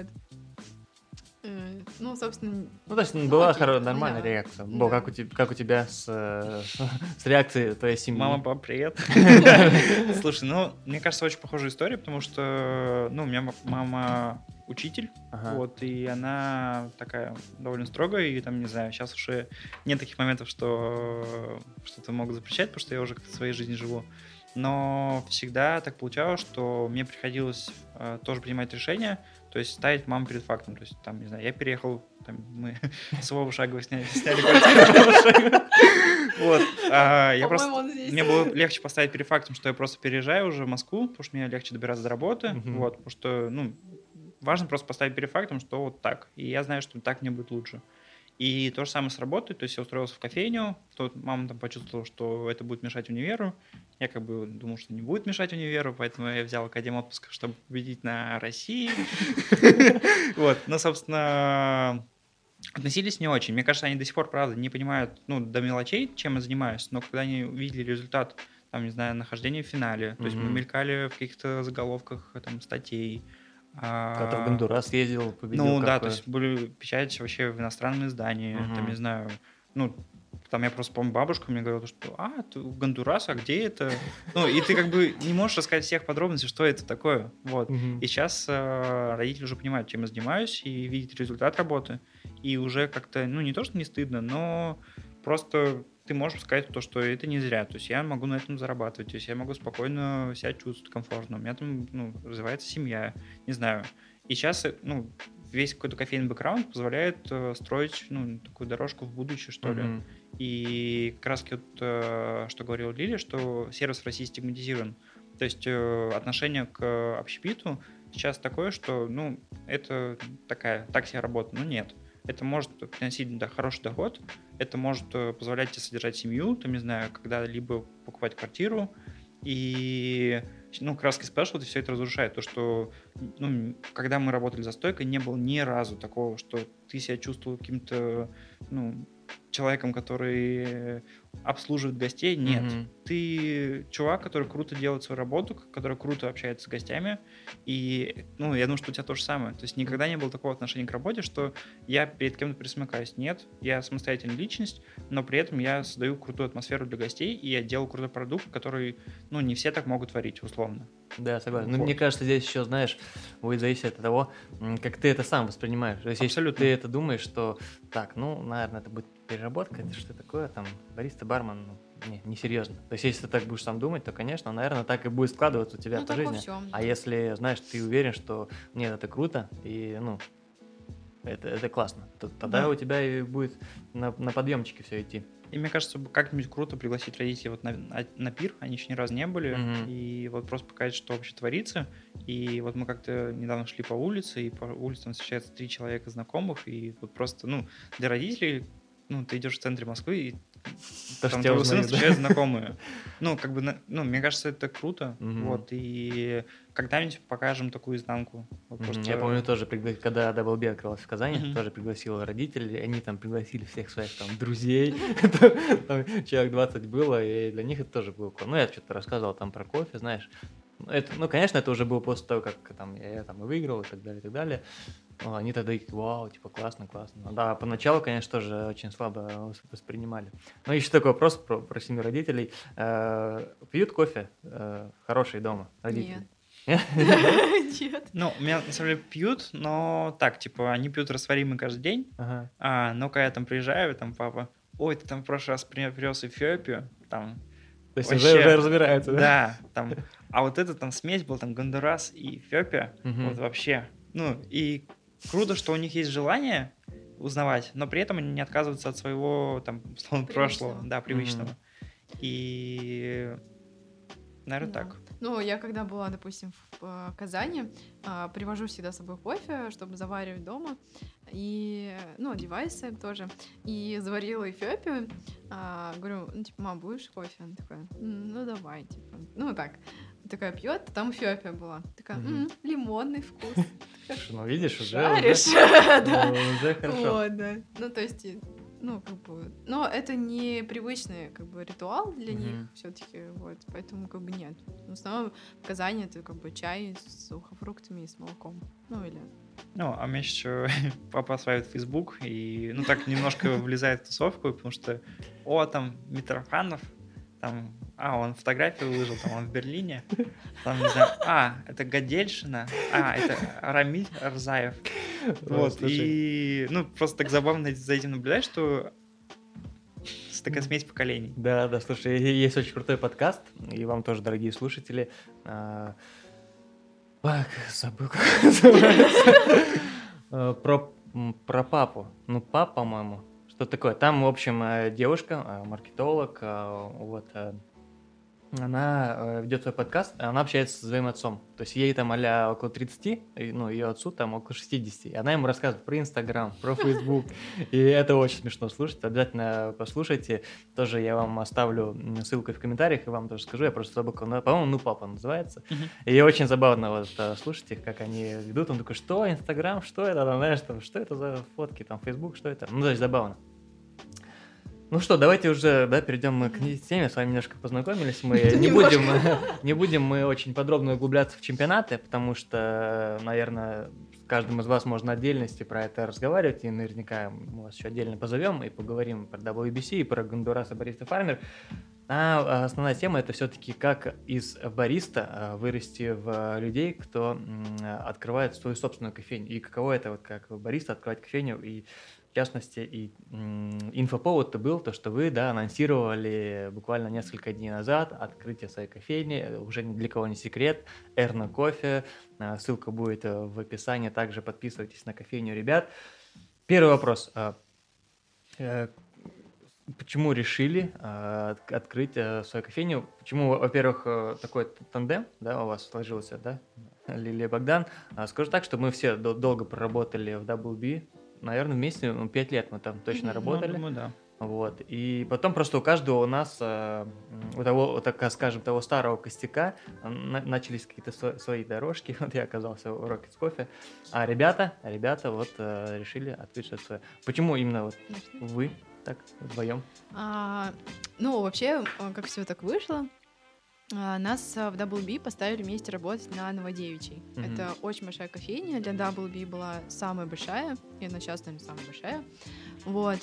Ну, собственно... Ну, то есть была окей, нормальная да. реакция. Да. Как у тебя с реакцией твоей семьи? Мама, папа, привет. Слушай, ну, мне кажется, очень похожая история, потому что, ну, у меня мама учитель, вот, и она такая довольно строгая, и там, не знаю, сейчас уже нет таких моментов, что что-то могут запрещать, потому что я уже как-то в своей жизни живу. Но всегда так получалось, что мне приходилось тоже принимать решения, то есть ставить маму перед фактом. То есть, там, не знаю, я переехал, там, мы с Вовой Шаговой сняли квартиру. Вот. Мне было легче поставить перед фактом, что я просто переезжаю уже в Москву, потому что мне легче добираться до работы. Вот, потому что, ну, важно просто поставить перед фактом, что вот так. И я знаю, что так мне будет лучше. И то же самое с работой, то есть я устроился в кофейню, тут мама там почувствовала, что это будет мешать универу, я как бы думал, что не будет мешать универу, поэтому я взял академ-отпуск, чтобы победить на России. Вот, но, собственно, относились не очень. Мне кажется, они до сих пор, правда, не понимают, ну, до мелочей, чем я занимаюсь, но когда они увидели результат, там, не знаю, нахождения в финале, то есть мы мелькали в каких-то заголовках там статей, Когда в Гондурас ездил, победил. Ну да, то есть были печать вообще в иностранном издании, там, не знаю, ну, там я просто помню, бабушка мне говорила, что ты Гондурас, а где это? Ну, и ты как бы не можешь рассказать всех подробностей, что это такое, вот. И сейчас родители уже понимают, чем я занимаюсь, и видят результат работы, и уже как-то, ну, не то, что не стыдно, но просто ты можешь сказать то, что это не зря, то есть я могу на этом зарабатывать, то есть я могу спокойно себя чувствовать комфортно, у меня там, ну, развивается семья, не знаю. И сейчас, ну, весь какой-то кофейный бэкграунд позволяет строить, ну, такую дорожку в будущее, что ли. И как раз вот, что говорила Лиля, что сервис в России стигматизирован. То есть отношение к общепиту сейчас такое, что, ну, это так себе работа. Ну, нет. Это может приносить хороший доход, это может позволять тебе содержать семью, там, не знаю, когда-либо покупать квартиру. И, ну, как раз Specialty все это разрушает. То, что, ну, когда мы работали за стойкой, не было ни разу такого, что ты себя чувствовал каким-то, ну, человеком, который обслуживает гостей. Нет. Ты чувак, который круто делает свою работу, который круто общается с гостями. И, ну, я думаю, что у тебя то же самое. То есть никогда не было такого отношения к работе, что я перед кем-то присмыкаюсь. Нет, я самостоятельная личность, но при этом я создаю крутую атмосферу для гостей, и я делаю крутой продукт, который, ну, не все так могут творить, условно. Да, согласен. Вот. Ну, мне кажется, здесь еще, знаешь, будет зависеть от того, как ты это сам воспринимаешь. То есть, абсолютно. Если ты это думаешь, что так, ну, наверное, это будет переработка, это что такое, там, бариста, бармен, ну, не серьезно. То есть, если ты так будешь сам думать, то, конечно, наверное, так и будет складываться у тебя по жизни. А если, знаешь, ты уверен, что нет, это круто, и, ну, это классно, то тогда у тебя и будет на подъемчике все идти. И мне кажется, как-нибудь круто пригласить родителей вот на пир, они еще ни разу не были, и вот просто показать, что вообще творится. И вот мы как-то недавно шли по улице, и по улицам встречаются 3 человека знакомых, и вот просто, ну, для родителей, ну, ты идешь в центре Москвы, и там твоего сына встречают знакомые. Ну, как бы, ну, мне кажется, это круто. Вот, и когда-нибудь покажем такую изнанку. Вот просто... Я помню тоже, когда Double B открылась в Казани, тоже пригласил родителей, они там пригласили всех своих там друзей, человек 20 было, и для них это тоже было классно. Ну, я что-то рассказывал там про кофе, знаешь. Ну, конечно, это уже было после того, как там, я там и выиграл, и так далее, и так далее. Они тогда говорят, вау, типа, классно. Да, поначалу, конечно, тоже очень слабо воспринимали. Но еще такой вопрос про семью родителей. Пьют кофе хороший дома родители? Нет. Ну, у меня, на самом деле, пьют, но так, типа, они пьют растворимый каждый день. Но когда я там приезжаю, там папа, ой, ты там в прошлый раз привез Эфиопию, там... То есть уже разбираются, да? Да, там... А вот это там смесь была, там Гондурас и Эфиопия, вот вообще. Ну, и круто, что у них есть желание узнавать, но при этом они не отказываются от своего, там, условно, прошлого, да, привычного. И Наверное, так. Ну, я когда была, допустим, в Казани, привожу всегда с собой кофе, чтобы заваривать дома, и, девайсы тоже, и заварила эфиопию, говорю, мам, будешь кофе? Она такая, давай, так. Такая пьет, там эфиопия была. Такая, лимонный вкус. Видишь, уже. Шаришь. Уже хорошо. Вот, да. То есть... но это не привычный, ритуал для них все-таки, вот, поэтому, нет. В основном в Казани это, чай с сухофруктами и с молоком, или... А у меня еще папа осваивает Facebook, и, так немножко влезает в тусовку, потому что, там Митрофанов, там, он фотографию выложил, там, он в Берлине, там, не знаю, это Гадельшина, это Рамиль Арзаев. Вот, и, просто так забавно за этим наблюдать, что такая смесь поколений. Да, слушай, есть очень крутой подкаст, и вам тоже, дорогие слушатели, забыл, как называется, про папу, пап, по-моему, что такое. Там, в общем, девушка, маркетолог, она ведет свой подкаст, она общается со своим отцом. То есть ей там а-ля около 30, ее отцу там около 60. И она ему рассказывает про Инстаграм, про Фейсбук. И это очень смешно слушать. Обязательно послушайте. Тоже я вам оставлю ссылку в комментариях, и вам тоже скажу. Я просто забыл, по-моему, папа называется. И очень забавно слушать их, как они ведут. Он такой, что Инстаграм, что это, знаешь, там, что это за фотки, там, Фейсбук, что это? То есть забавно. Ну что, давайте уже, перейдем к теме. С вами немножко познакомились. Мы не будем мы очень подробно углубляться в чемпионаты, потому что, наверное, с каждым из вас можно отдельности про это разговаривать, и наверняка мы вас еще отдельно позовем и поговорим про WBC и про Гондурас и Бариста Фармер. А основная тема — это все-таки как из бариста вырасти в людей, кто открывает свою собственную кофейню. И каково это, как бариста, открывать кофейню. И в частности, и инфоповод-то был то, что вы, анонсировали буквально несколько дней назад открытие своей кофейни, уже ни для кого не секрет, Эрна Кофе, ссылка будет в описании, также подписывайтесь на кофейню, ребят. Первый вопрос. Почему решили открыть свою кофейню? Почему, во-первых, такой тандем, у вас сложился, Лилия, Богдан? Скажу так, что мы все долго проработали в WB, наверное, вместе 5 лет мы там точно работали. Думаю, да. Вот. И потом просто у каждого у нас, у того, так скажем, того старого костяка начались какие-то свои дорожки. Вот я оказался в Rockets Coffee. А ребята решили открыть что-то свое. Почему именно вы так вдвоем? Вообще, как все так вышло, нас в WB поставили вместе работать на Новодевичьей. Это очень большая кофейня, для WB была самая большая, и она сейчас, наверное, самая большая. Вот.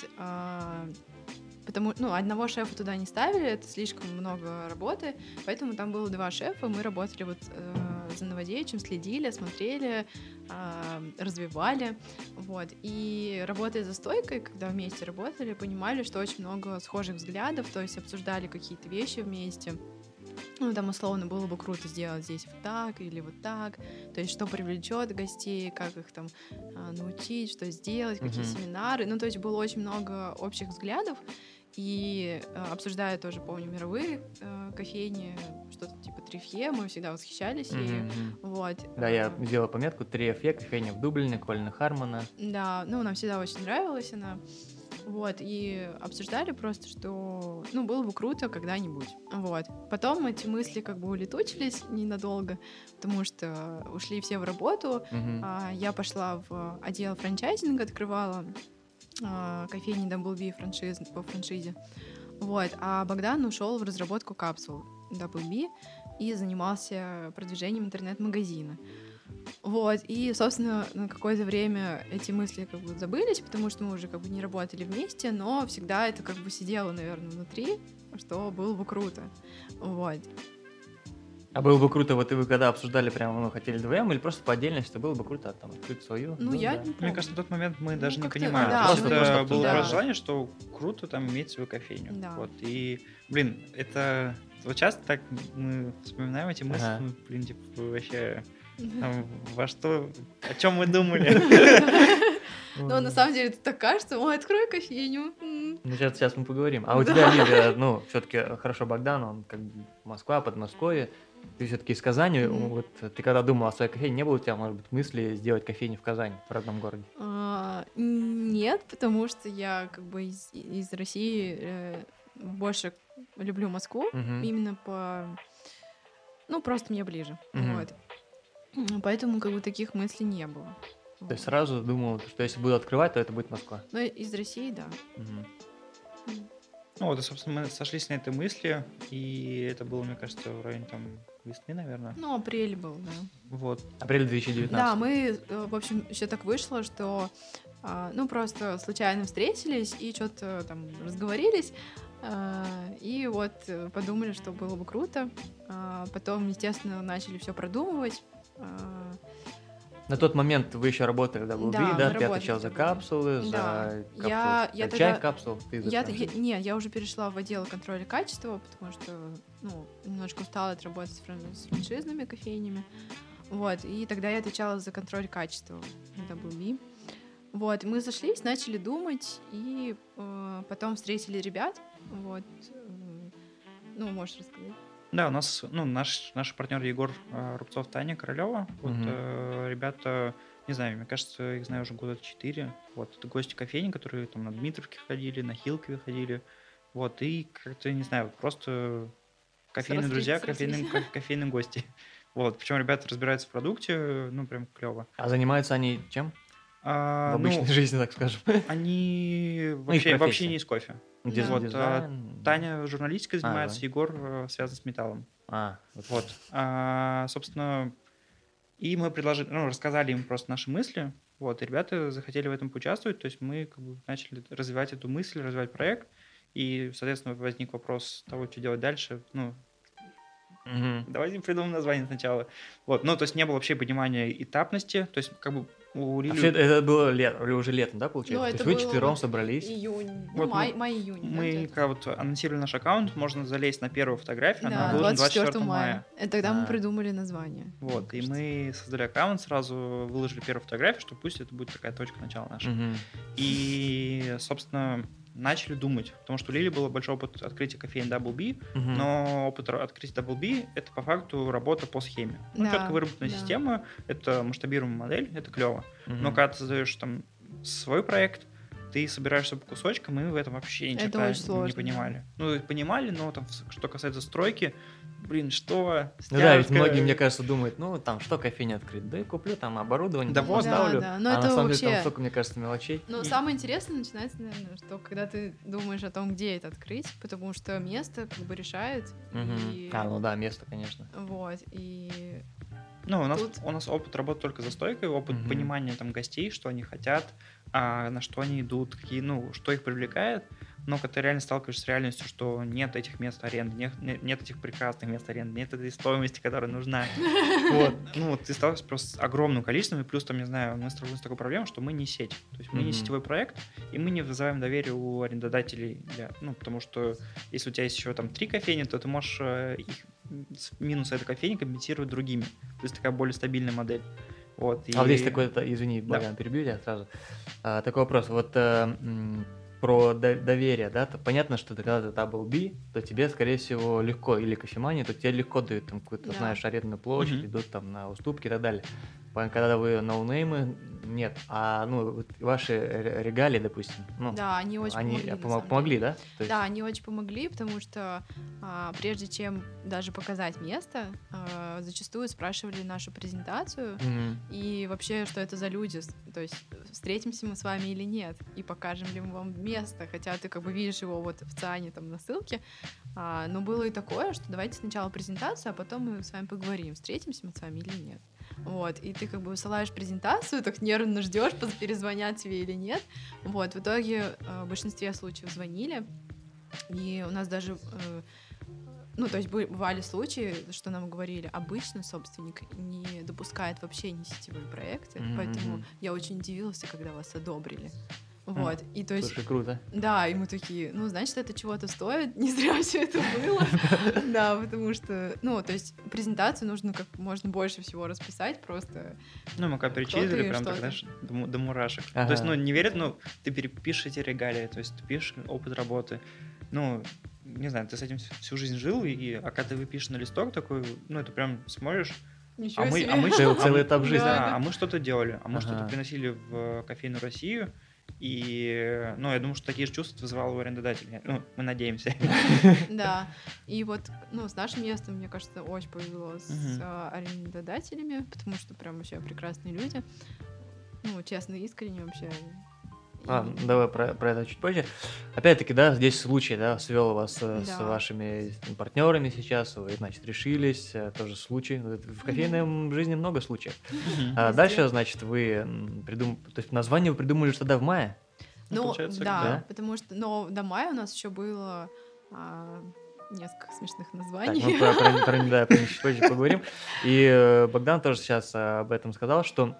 Потому, одного шефа туда не ставили, это слишком много работы, поэтому там было 2 шефа, мы работали за Новодевичьим, следили, смотрели, развивали, вот. И работая за стойкой, когда вместе работали, понимали, что очень много схожих взглядов, то есть обсуждали какие-то вещи вместе. Там условно было бы круто сделать здесь вот так или вот так, то есть что привлечет гостей, как их там научить, что сделать, какие семинары, то есть было очень много общих взглядов, и обсуждая тоже, помню, мировые кофейни, что-то типа Трифье, мы всегда восхищались, и вот. Да, я сделала пометку Трифье, кофейня в Дублине, Колина Хармона. Да, нам всегда очень нравилась она. Вот, и обсуждали просто, что, было бы круто когда-нибудь, вот. Потом эти мысли улетучились ненадолго, потому что ушли все в работу, я пошла в отдел франчайзинга, открывала кофейни WB по франшизе, вот, а Богдан ушел в разработку капсул WB и занимался продвижением интернет-магазина. Вот, и, собственно, на какое-то время эти мысли забылись, потому что мы уже не работали вместе, но всегда это сидело, наверное, внутри, что было бы круто, вот. А было бы круто, и вы когда обсуждали, прямо, хотели вдвоем, или просто по отдельности, было бы круто там открыть свою? Я не помню. Мне кажется, на тот момент мы даже не понимали. Да, просто было желание, что круто там иметь свою кофейню. Да. Вот, и, это... Вот часто так мы вспоминаем эти мысли, вообще... Во что, о чем мы думали? Но на самом деле это так кажется, открой кофейню, Ну, сейчас мы поговорим. А у тебя, Лилия, ну, все-таки хорошо, Богдан, он как бы Москва, Подмосковье. Ты все-таки из Казани. Вот ты когда думала о своей кофейне, не было у тебя, может быть, мысли сделать кофейню в Казани, в родном городе? Нет, потому что я как бы из России больше люблю Москву, именно по... Ну, просто мне ближе. Вот. Поэтому как бы таких мыслей не было. То есть сразу думал, что если буду открывать, то это будет Москва? Ну, из России, да. Ну вот, и, собственно, мы сошлись на этой мысли, и это было, мне кажется, в районе там весны, наверное. Ну, апрель был, да. Вот. Апрель 2019. Да, мы, в общем, еще так вышло, что, ну, просто случайно встретились и что-то там разговорились, и вот подумали, что было бы круто. Потом, естественно, начали все продумывать. На тот момент вы еще работали в WB, да? Ты отвечал за капсулы, да. за капсулы, за чай в капсул. Нет, я уже перешла в отдел контроля качества, потому что, ну, немножко устала от работы с франшизными кофейнями. Вот, и тогда я отвечала за контроль качества в WB. Вот, мы сошлись, начали думать, и потом встретили ребят. Вот, ну, можешь рассказать. Да, у нас, ну, наш партнер Егор Рубцов, Таня Королева. Вот ребята, не знаю, мне кажется, их знаю уже года 4. Вот, это гости кофейни, которые там на Дмитровке ходили, на Хилкове ходили. Вот, и как-то, не знаю, просто кофейные друзья, кофейные гости. Вот, причем ребята разбираются в продукте, ну, прям клево. А занимаются они чем? В обычной жизни, так скажем. Они вообще не из кофе. Вот, Таня журналистикой занимается, да. Егор связан с металлом. Вот. Собственно, и мы рассказали им просто наши мысли, вот, и ребята захотели в этом поучаствовать, то есть мы как бы начали развивать эту мысль, развивать проект, и, соответственно, возник вопрос того, что делать дальше, ну, давайте придумаем название сначала. Вот, ну, то есть не было вообще понимания этапности, то есть как бы у Лили... Вообще это было уже летом, да, получается? Ну, то есть вы четвером собрались? Июнь, вот май-июнь. Мы когда вот анонсировали наш аккаунт, можно залезть на первую фотографию, да, она выложена 24 мая. Это тогда мы придумали название. Вот, и мы создали аккаунт, сразу выложили первую фотографию, что пусть это будет такая точка начала наша. И, собственно, начали думать, потому что у Лили был большой опыт открытия кофеин Double B, но опыт открытия Double B — это по факту работа по схеме. Ну, четко выработанная система, это масштабируемая модель, это клево. Но когда ты создаешь там свой проект, ты собираешься по кусочкам, и мы в этом вообще ничего не понимали. Ну, понимали, но там, что касается стройки, что? Ну да, ведь многие, мне кажется, думают, ну, там, что кофейня открыть? Да и куплю там оборудование, да, поставлю. Да. Но это на самом деле там столько, мне кажется, мелочей. Ну, самое интересное начинается, наверное, что когда ты думаешь о том, где это открыть, потому что место как бы решает. Ну да, место, конечно. Вот, и... Ну, у нас опыт работы только за стойкой, опыт понимания там гостей, что они хотят, на что они идут, что их привлекает. Но когда ты реально сталкиваешься с реальностью, что нет этих мест аренды, нет этих прекрасных мест аренды, нет этой стоимости, которая нужна. Вот. Ну, ты сталкиваешься просто с огромным количеством, и плюс, там, не знаю, мы столкнулись с такой проблемой, что мы не сеть. То есть мы не сетевой проект, и мы не вызываем доверие у арендодателей. Потому что если у тебя есть еще там 3 кофейни, то ты можешь их минусы этой кофейни компенсировать другими. То есть такая более стабильная модель. Вот, вот здесь такой, извини, Богдан, перебью тебя сразу. Такой вопрос. Вот про доверие, да, то понятно, что когда ты Double B, то тебе, скорее всего, легко, или кофемания, то тебе легко дают там какую-то, знаешь, арендную площадь, идут там на уступки и так далее. Когда вы ноунеймы, нет. Вот ваши регалии, допустим, да, они очень помогли, да? Да, они очень помогли, потому что прежде чем даже показать место, зачастую спрашивали нашу презентацию и вообще, что это за люди, то есть встретимся мы с вами или нет, и покажем ли мы вам место, хотя ты как бы видишь его вот в ЦАНе, там на ссылке, но было и такое, что давайте сначала презентацию, а потом мы с вами поговорим, встретимся мы с вами или нет. Вот, и ты как бы высылаешь презентацию, так нервно ждешь, перезвонят тебе или нет. Вот, в итоге в большинстве случаев звонили, и у нас даже, то есть бывали случаи, что нам говорили, обычно собственник не допускает вообще не сетевые проекты, поэтому я очень удивилась, когда вас одобрили. Вот, и то есть... Слушай, круто. Да, и мы такие, ну, значит, это чего-то стоит, не зря все это было. Да, потому что, ну, то есть презентацию нужно как можно больше всего расписать, просто... Ну, мы когда перечислили, прям так, знаешь, до мурашек. То есть, ну, не верят, ну, ты пишешь эти регалии, то есть ты пишешь опыт работы. Ну, не знаю, ты с этим всю жизнь жил, а когда ты выпишешь на листок такой, ну, это прям смотришь, Ничего себе. мы целый этап жизни. Да, а мы что-то делали, мы что-то приносили в кофейную Россию, и, ну, я думаю, что такие же чувства вызывал у арендодателя. Ну, мы надеемся. Да, и вот, ну, с нашим местом, мне кажется, очень повезло с арендодателями, потому что прям вообще прекрасные люди. Ну, честно, искренне вообще. Давай про это чуть позже. Опять-таки, да, здесь случай, да, свел вас с вашими партнерами сейчас, вы, значит, решились, тоже случай. В кофейной жизни много случаев. Дальше, значит, вы то есть название вы придумали что тогда в мае? Ну, да, потому что, но до мая у нас еще было несколько смешных названий. Так, мы про них чуть позже поговорим. И Богдан тоже сейчас об этом сказал, что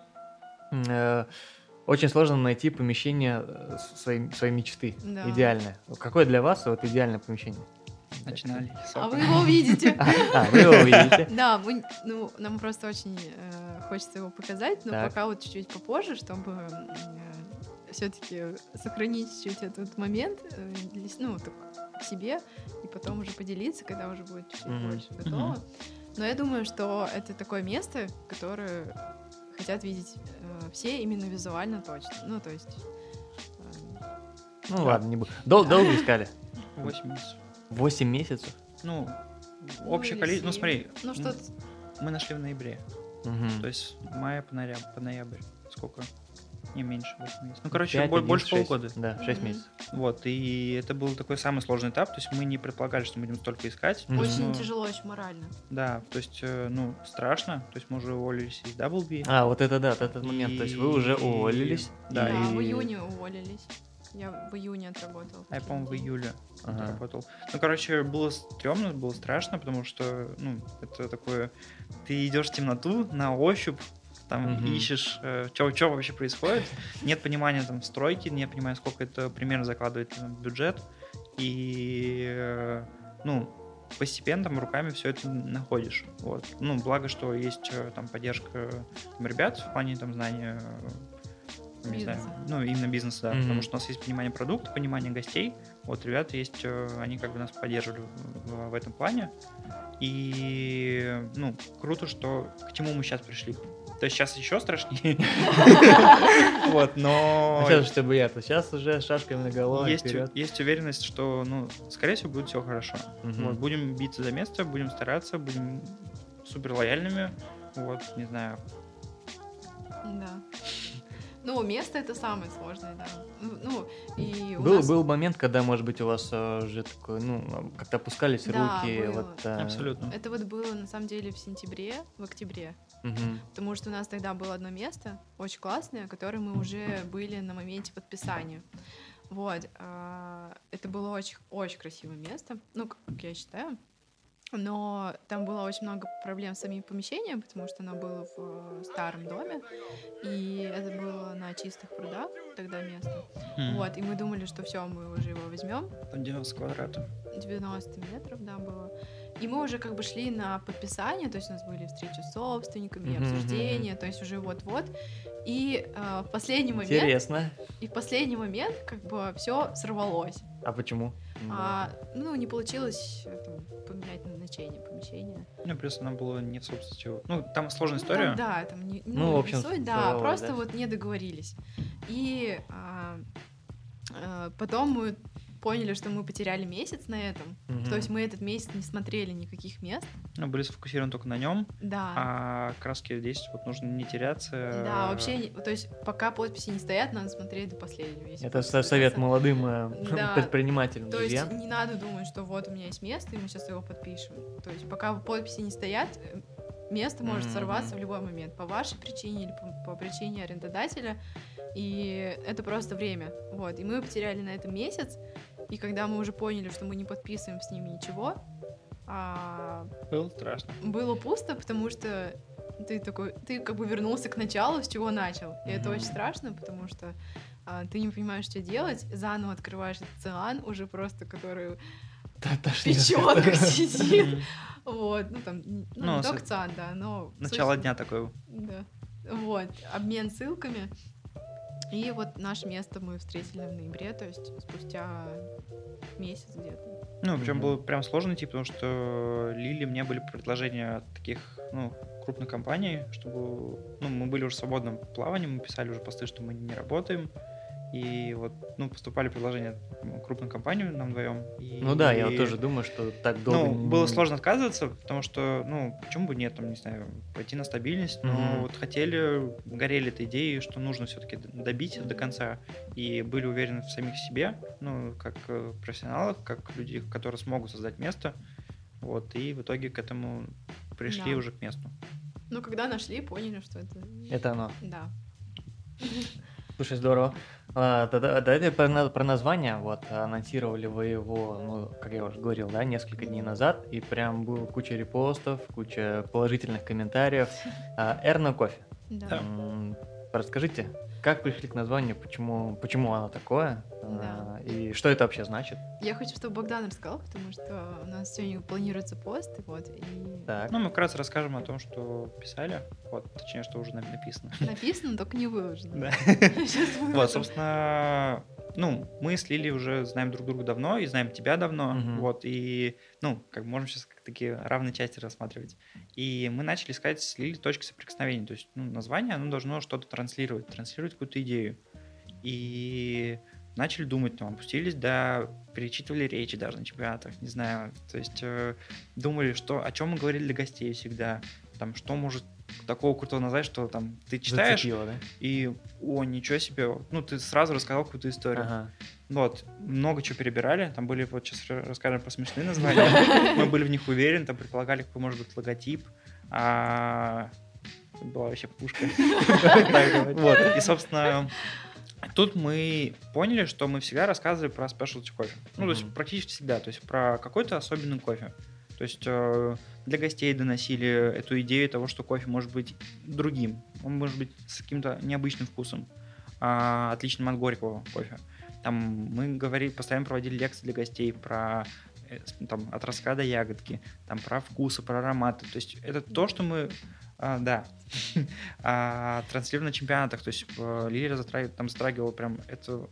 очень сложно найти помещение своей мечты, идеальное. Какое для вас вот идеальное помещение? Начинали. А вы его увидите. Вы его увидите. Да, нам просто очень хочется его показать, но пока вот чуть-чуть попозже, чтобы все-таки сохранить чуть-чуть этот момент, ну, так к себе, и потом уже поделиться, когда уже будет чуть-чуть больше готово. Но я думаю, что это такое место, которое хотят видеть все именно визуально точно. Ну, то есть... Ну, ладно, не буду. Долго искали? 8 месяцев. 8 месяцев? Ну, общее количество... Ну, смотри, что мы нашли в ноябре. То есть мая по ноябрь. Сколько? Не меньше 8 месяцев. Ну, короче, 5, больше 6, полгода. Да, 6 месяцев. Вот, и это был такой самый сложный этап, то есть мы не предполагали, что мы будем столько искать. Очень тяжело, очень морально. Да, то есть, ну, страшно, то есть мы уже уволились из WB. Вот это да, этот момент, то есть вы уже уволились. Да, в июне уволились. Я в июне отработал. Я, по-моему, в июле отработал. Ну, короче, было стрёмно, было страшно, потому что, ну, это такое... Ты идешь в темноту на ощупь, там ищешь, что вообще происходит, нет понимания там стройки, нет понимания, сколько это примерно закладывает в бюджет, и, ну, постепенно там руками все это находишь. Вот. Ну, благо, что есть там поддержка там, ребят в плане там знания, не знаю, ну, именно бизнеса, да, потому что у нас есть понимание продукта, понимание гостей, вот, ребята есть, они как бы нас поддерживали в этом плане, и, ну, круто, что к чему мы сейчас пришли. То есть сейчас еще страшнее. Вот, но... Сейчас что бы сейчас уже шашками на голову. Есть уверенность, что, ну, скорее всего, будет все хорошо. Будем биться за место, будем стараться, будем супер лояльными. Вот, не знаю. Да. Ну, место — это самое сложное, да. Ну, и был момент, когда, может быть, у вас уже такой, ну, как-то опускались руки. Вот, абсолютно. Это вот было, на самом деле, в октябре. Потому что у нас тогда было одно место, очень классное, которое мы уже были на моменте подписания. Вот. Это было очень, очень красивое место, ну, как я считаю. Но там было очень много проблем с самим помещением, потому что оно было в старом доме, и это было на Чистых прудах тогда место. Вот, и мы думали, что все, мы уже его возьмем. Там 90 квадратов. 90 метров, да, было. И мы уже как бы шли на подписание, то есть у нас были встречи с собственниками, обсуждения, то есть уже вот-вот. И в последний момент... Интересно. И в последний момент как бы все сорвалось. А почему? Ну, не получилось поменять назначение помещения. Ну, плюс оно было не в собственности. Ну, там сложная история. Ну, да, там не, в общем, суть, да, просто вот не договорились. И потом мы поняли, что мы потеряли месяц на этом. То есть мы этот месяц не смотрели никаких мест. Ну, были сфокусированы только на нем. Да. А краски здесь вот нужно не теряться. Да, вообще, то есть пока подписи не стоят, надо смотреть до последнего. Это совет молодым предпринимателям. То есть не надо думать, что вот у меня есть место, и мы сейчас его подпишем. То есть пока подписи не стоят, место может сорваться в любой момент. По вашей причине или по причине арендодателя. И это просто время. Вот. И мы потеряли на этом месяц. И когда мы уже поняли, что мы не подписываем с ними ничего, было страшно. Было пусто, потому что ты как бы вернулся к началу, с чего начал. И это очень страшно, потому что ты не понимаешь, что делать, заново открываешь этот циан, уже просто который в Тошнит. печёнках сидит. Вот, ну там, не только циан, да, но... Начало дня такое. Да. Вот, обмен ссылками. И вот наше место мы встретили в ноябре, то есть спустя месяц где-то. Ну, причем было прям сложно найти, потому что Лили, мне были предложения от таких, крупных компаний, чтобы, мы были уже в свободном плавании, мы писали уже посты, что мы не работаем, и вот, поступали предложения крупным компаниям нам вдвоем. Ну да, я вот тоже думаю, что так долго... было сложно отказываться, потому что, почему бы нет, там, не знаю, пойти на стабильность, но вот горели этой идеей, что нужно все-таки добить до конца, и были уверены в самих себе, как профессионалах, как люди, которые смогут создать место, вот, и в итоге к этому пришли уже к месту. Ну, когда нашли, поняли, что это... Это оно. Да. Слушай, здорово. Давайте про название. Вот, анонсировали вы его, как я уже говорил, да, несколько дней назад, и прям было куча репостов, куча положительных комментариев. Эрна кофе. Да. Расскажите, как пришли к названию, почему оно такое, Да. и что это вообще значит? Я хочу, чтобы Богдан рассказал, потому что у нас сегодня планируется пост, и... Так. Мы как раз расскажем о том, что писали, точнее, что уже написано. Написано, только не выложено. Да. Сейчас выложим. Вот, собственно, мы с Лилей уже знаем друг друга давно и знаем тебя давно, и, можем сейчас как такие равные части рассматривать. И мы начали искать с Лилей точки соприкосновения, то есть, название, оно должно что-то транслировать какую-то идею. И начали думать, опустились, перечитывали речи даже на чемпионатах, не знаю, то есть думали, о чем мы говорили для гостей всегда, что может такого крутого назвать, что ты читаешь, зацепило, да? и, ничего себе, ты сразу рассказал какую-то историю. Ага. Вот, много чего перебирали, там были, сейчас расскажем про смешные названия, мы были в них уверены, там предполагали, какой может быть логотип, была вообще пушка. Вот, и, собственно, тут мы поняли, что мы всегда рассказывали про спешлти кофе. То есть практически всегда, то есть про какой-то особенный кофе. То есть для гостей доносили эту идею того, что кофе может быть другим. Он может быть с каким-то необычным вкусом, отличным от горького кофе. Мы постоянно проводили лекции для гостей про от ростка до ягодки, про вкусы, про ароматы. То есть это то, что мы транслировали на чемпионатах. То есть Лилия затрагивала прям эту...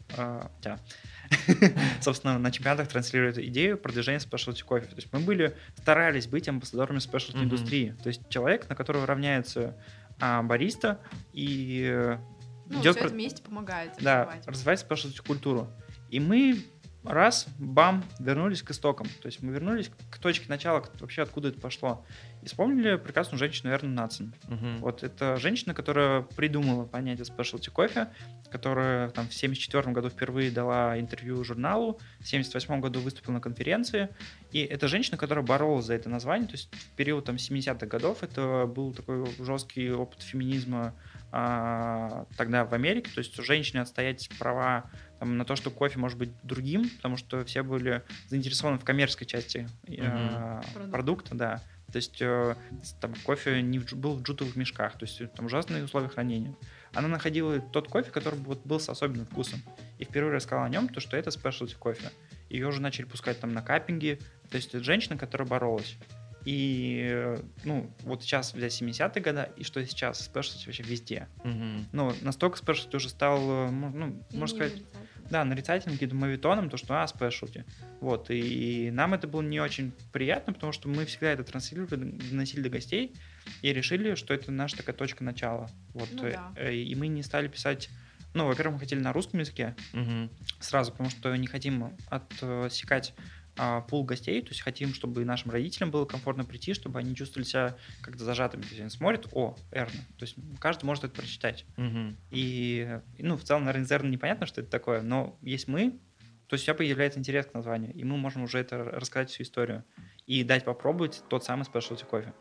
Собственно, на чемпионатах транслирует идею продвижения спешлти кофе. То есть мы старались быть амбассадорами спешлти индустрии. То есть человек, на которого равняется бариста и... все это вместе помогает развивать спешлти культуру. И мы вернулись к истокам. То есть мы вернулись к точке начала, вообще откуда это пошло. И вспомнили прекрасную женщину Эрну Натсон. Вот это женщина, которая придумала понятие спешлти кофе, которая в 1974 году впервые дала интервью журналу, в 1978 году выступила на конференции. И это женщина, которая боролась за это название. То есть в период 70-х годов это был такой жесткий опыт феминизма тогда в Америке. То есть женщине отстоять права на то, что кофе может быть другим, потому что все были заинтересованы в коммерческой части продукта, да. То есть кофе был в джутовых мешках, то есть ужасные условия хранения. Она находила тот кофе, который был с особенным вкусом. И впервые рассказала о нем, что это спешлти кофе. Ее уже начали пускать на каппинги. То есть это женщина, которая боролась. И, вот сейчас взять 70-е годы, и что сейчас, спешлти вообще везде. Настолько спешлти уже стал, можно сказать, нарицательным каким-то мовитоном, то, что спешлти. Вот, и нам это было не очень приятно, потому что мы всегда это транслировали, доносили до гостей, и решили, что это наша такая точка начала. Вот, и мы не стали писать... во-первых, мы хотели на русском языке сразу, потому что не хотим отсекать пул гостей, то есть хотим, чтобы нашим родителям было комфортно прийти, чтобы они чувствовали себя как-то зажатыми. То есть они смотрят, Эрна. То есть каждый может это прочитать. И, в целом, наверное, из Эрна непонятно, что это такое, но есть мы, то есть у тебя появляется интерес к названию, и мы можем уже это рассказать всю историю и дать попробовать тот самый спешлти кофе.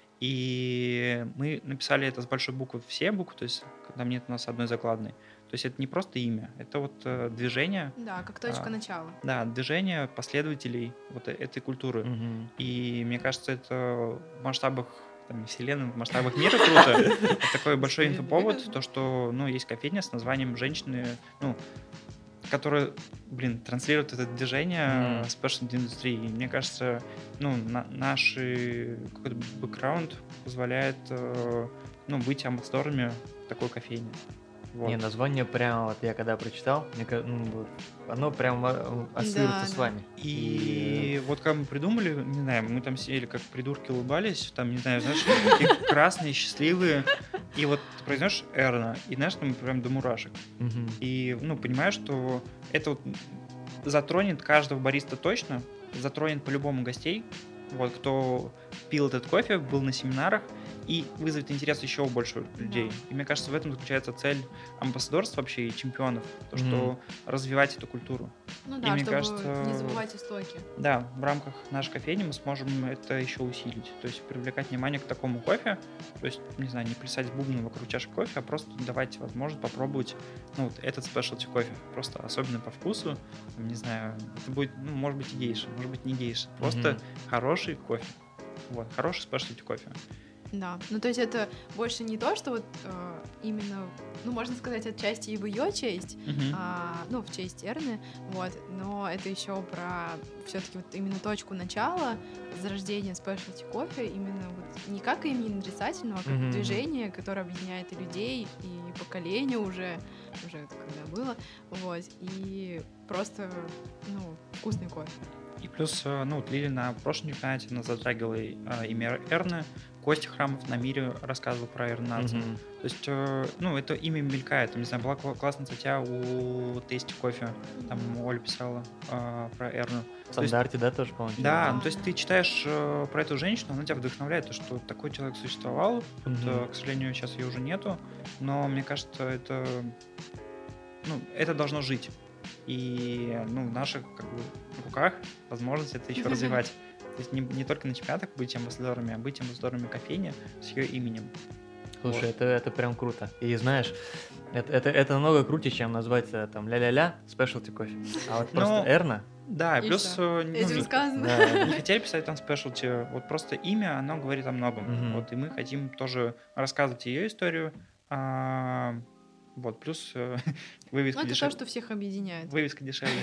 И мы написали это с большой буквы, все буквы, то есть там нет у нас одной закладной. То есть это не просто имя, это вот движение. Да, как точка начала. Да, движение последователей вот этой культуры. И мне кажется, это в масштабах там, вселенной, в масштабах мира круто. Это такой большой инфоповод, то, что, ну, есть кофейня с названием «Женщины», ну, которые, транслируют это движение specialty индустрии. И мне кажется, ну, наш какой-то бэкграунд позволяет, ну, быть амбассадорами такой кофейни. Вот. Не, название прям, вот я когда прочитал, оно прям ассоциируется с вами. И вот как мы придумали, не знаю, мы там сидели как придурки, улыбались, там, не знаю, знаешь, такие красные, счастливые, и вот ты произнешь «Эрна», и, знаешь, там прям до мурашек. И, ну, понимаешь, что это вот затронет каждого бариста точно, затронет по-любому гостей, вот, кто пил этот кофе, был на семинарах, и вызовет интерес еще у больше людей. И мне кажется, в этом заключается цель амбассадорства вообще и чемпионов, то, что развивать эту культуру. Ну и да, мне чтобы кажется, не забывать истоки. Да, в рамках нашей кофейни мы сможем это еще усилить. То есть привлекать внимание к такому кофе, то есть, не знаю, не плясать с бубном вокруг чашки кофе, а просто давать возможность попробовать, ну, вот этот спешлти кофе. Просто особенно по вкусу, не знаю, это будет, ну, может быть и гейша, может быть не гейша. Просто хороший кофе. Вот, хороший спешлти кофе. Да, ну то есть это больше не то, что вот именно, ну можно сказать, отчасти и в ее честь, ну в честь Эрны, вот, но это еще про все-таки вот именно точку начала, зарождения specialty кофе, именно вот не как именно нарицательного, а как движение, которое объединяет и людей, и поколение уже это когда было, вот, и просто, ну, вкусный кофе. И плюс, ну, вот Лили на прошлом чемпионате она затрагивала имя Эрны, Костя Храмов на мире рассказывал про Эрну Надсон. То есть, ну, это имя мелькает. Там, не знаю, была классная статья у Тести Кофе, там Оля писала про Эрну. В стандарте, да, тоже, по-моему? Да, ну, то есть ты читаешь про эту женщину, она тебя вдохновляет, то, что такой человек существовал. Вот, к сожалению, сейчас ее уже нету, но мне кажется, это, ну, это должно жить. И, ну, в наших как бы руках возможность это еще развивать. То есть не только на чемпионатах быть амбассадорами, а быть амбассадорами кофейни с ее именем. Слушай, вот. это прям круто. И знаешь, это намного круче, чем назвать там ля-ля-ля спешлти кофе. А вот просто Эрна. Да, и плюс этим сказано. Да, не хотели писать там спешлти, вот просто имя, оно говорит о многом. Вот, и мы хотим тоже рассказывать ее историю. Вот, плюс вывеска дешевле. Это то, что всех объединяет. Вывеска дешевле.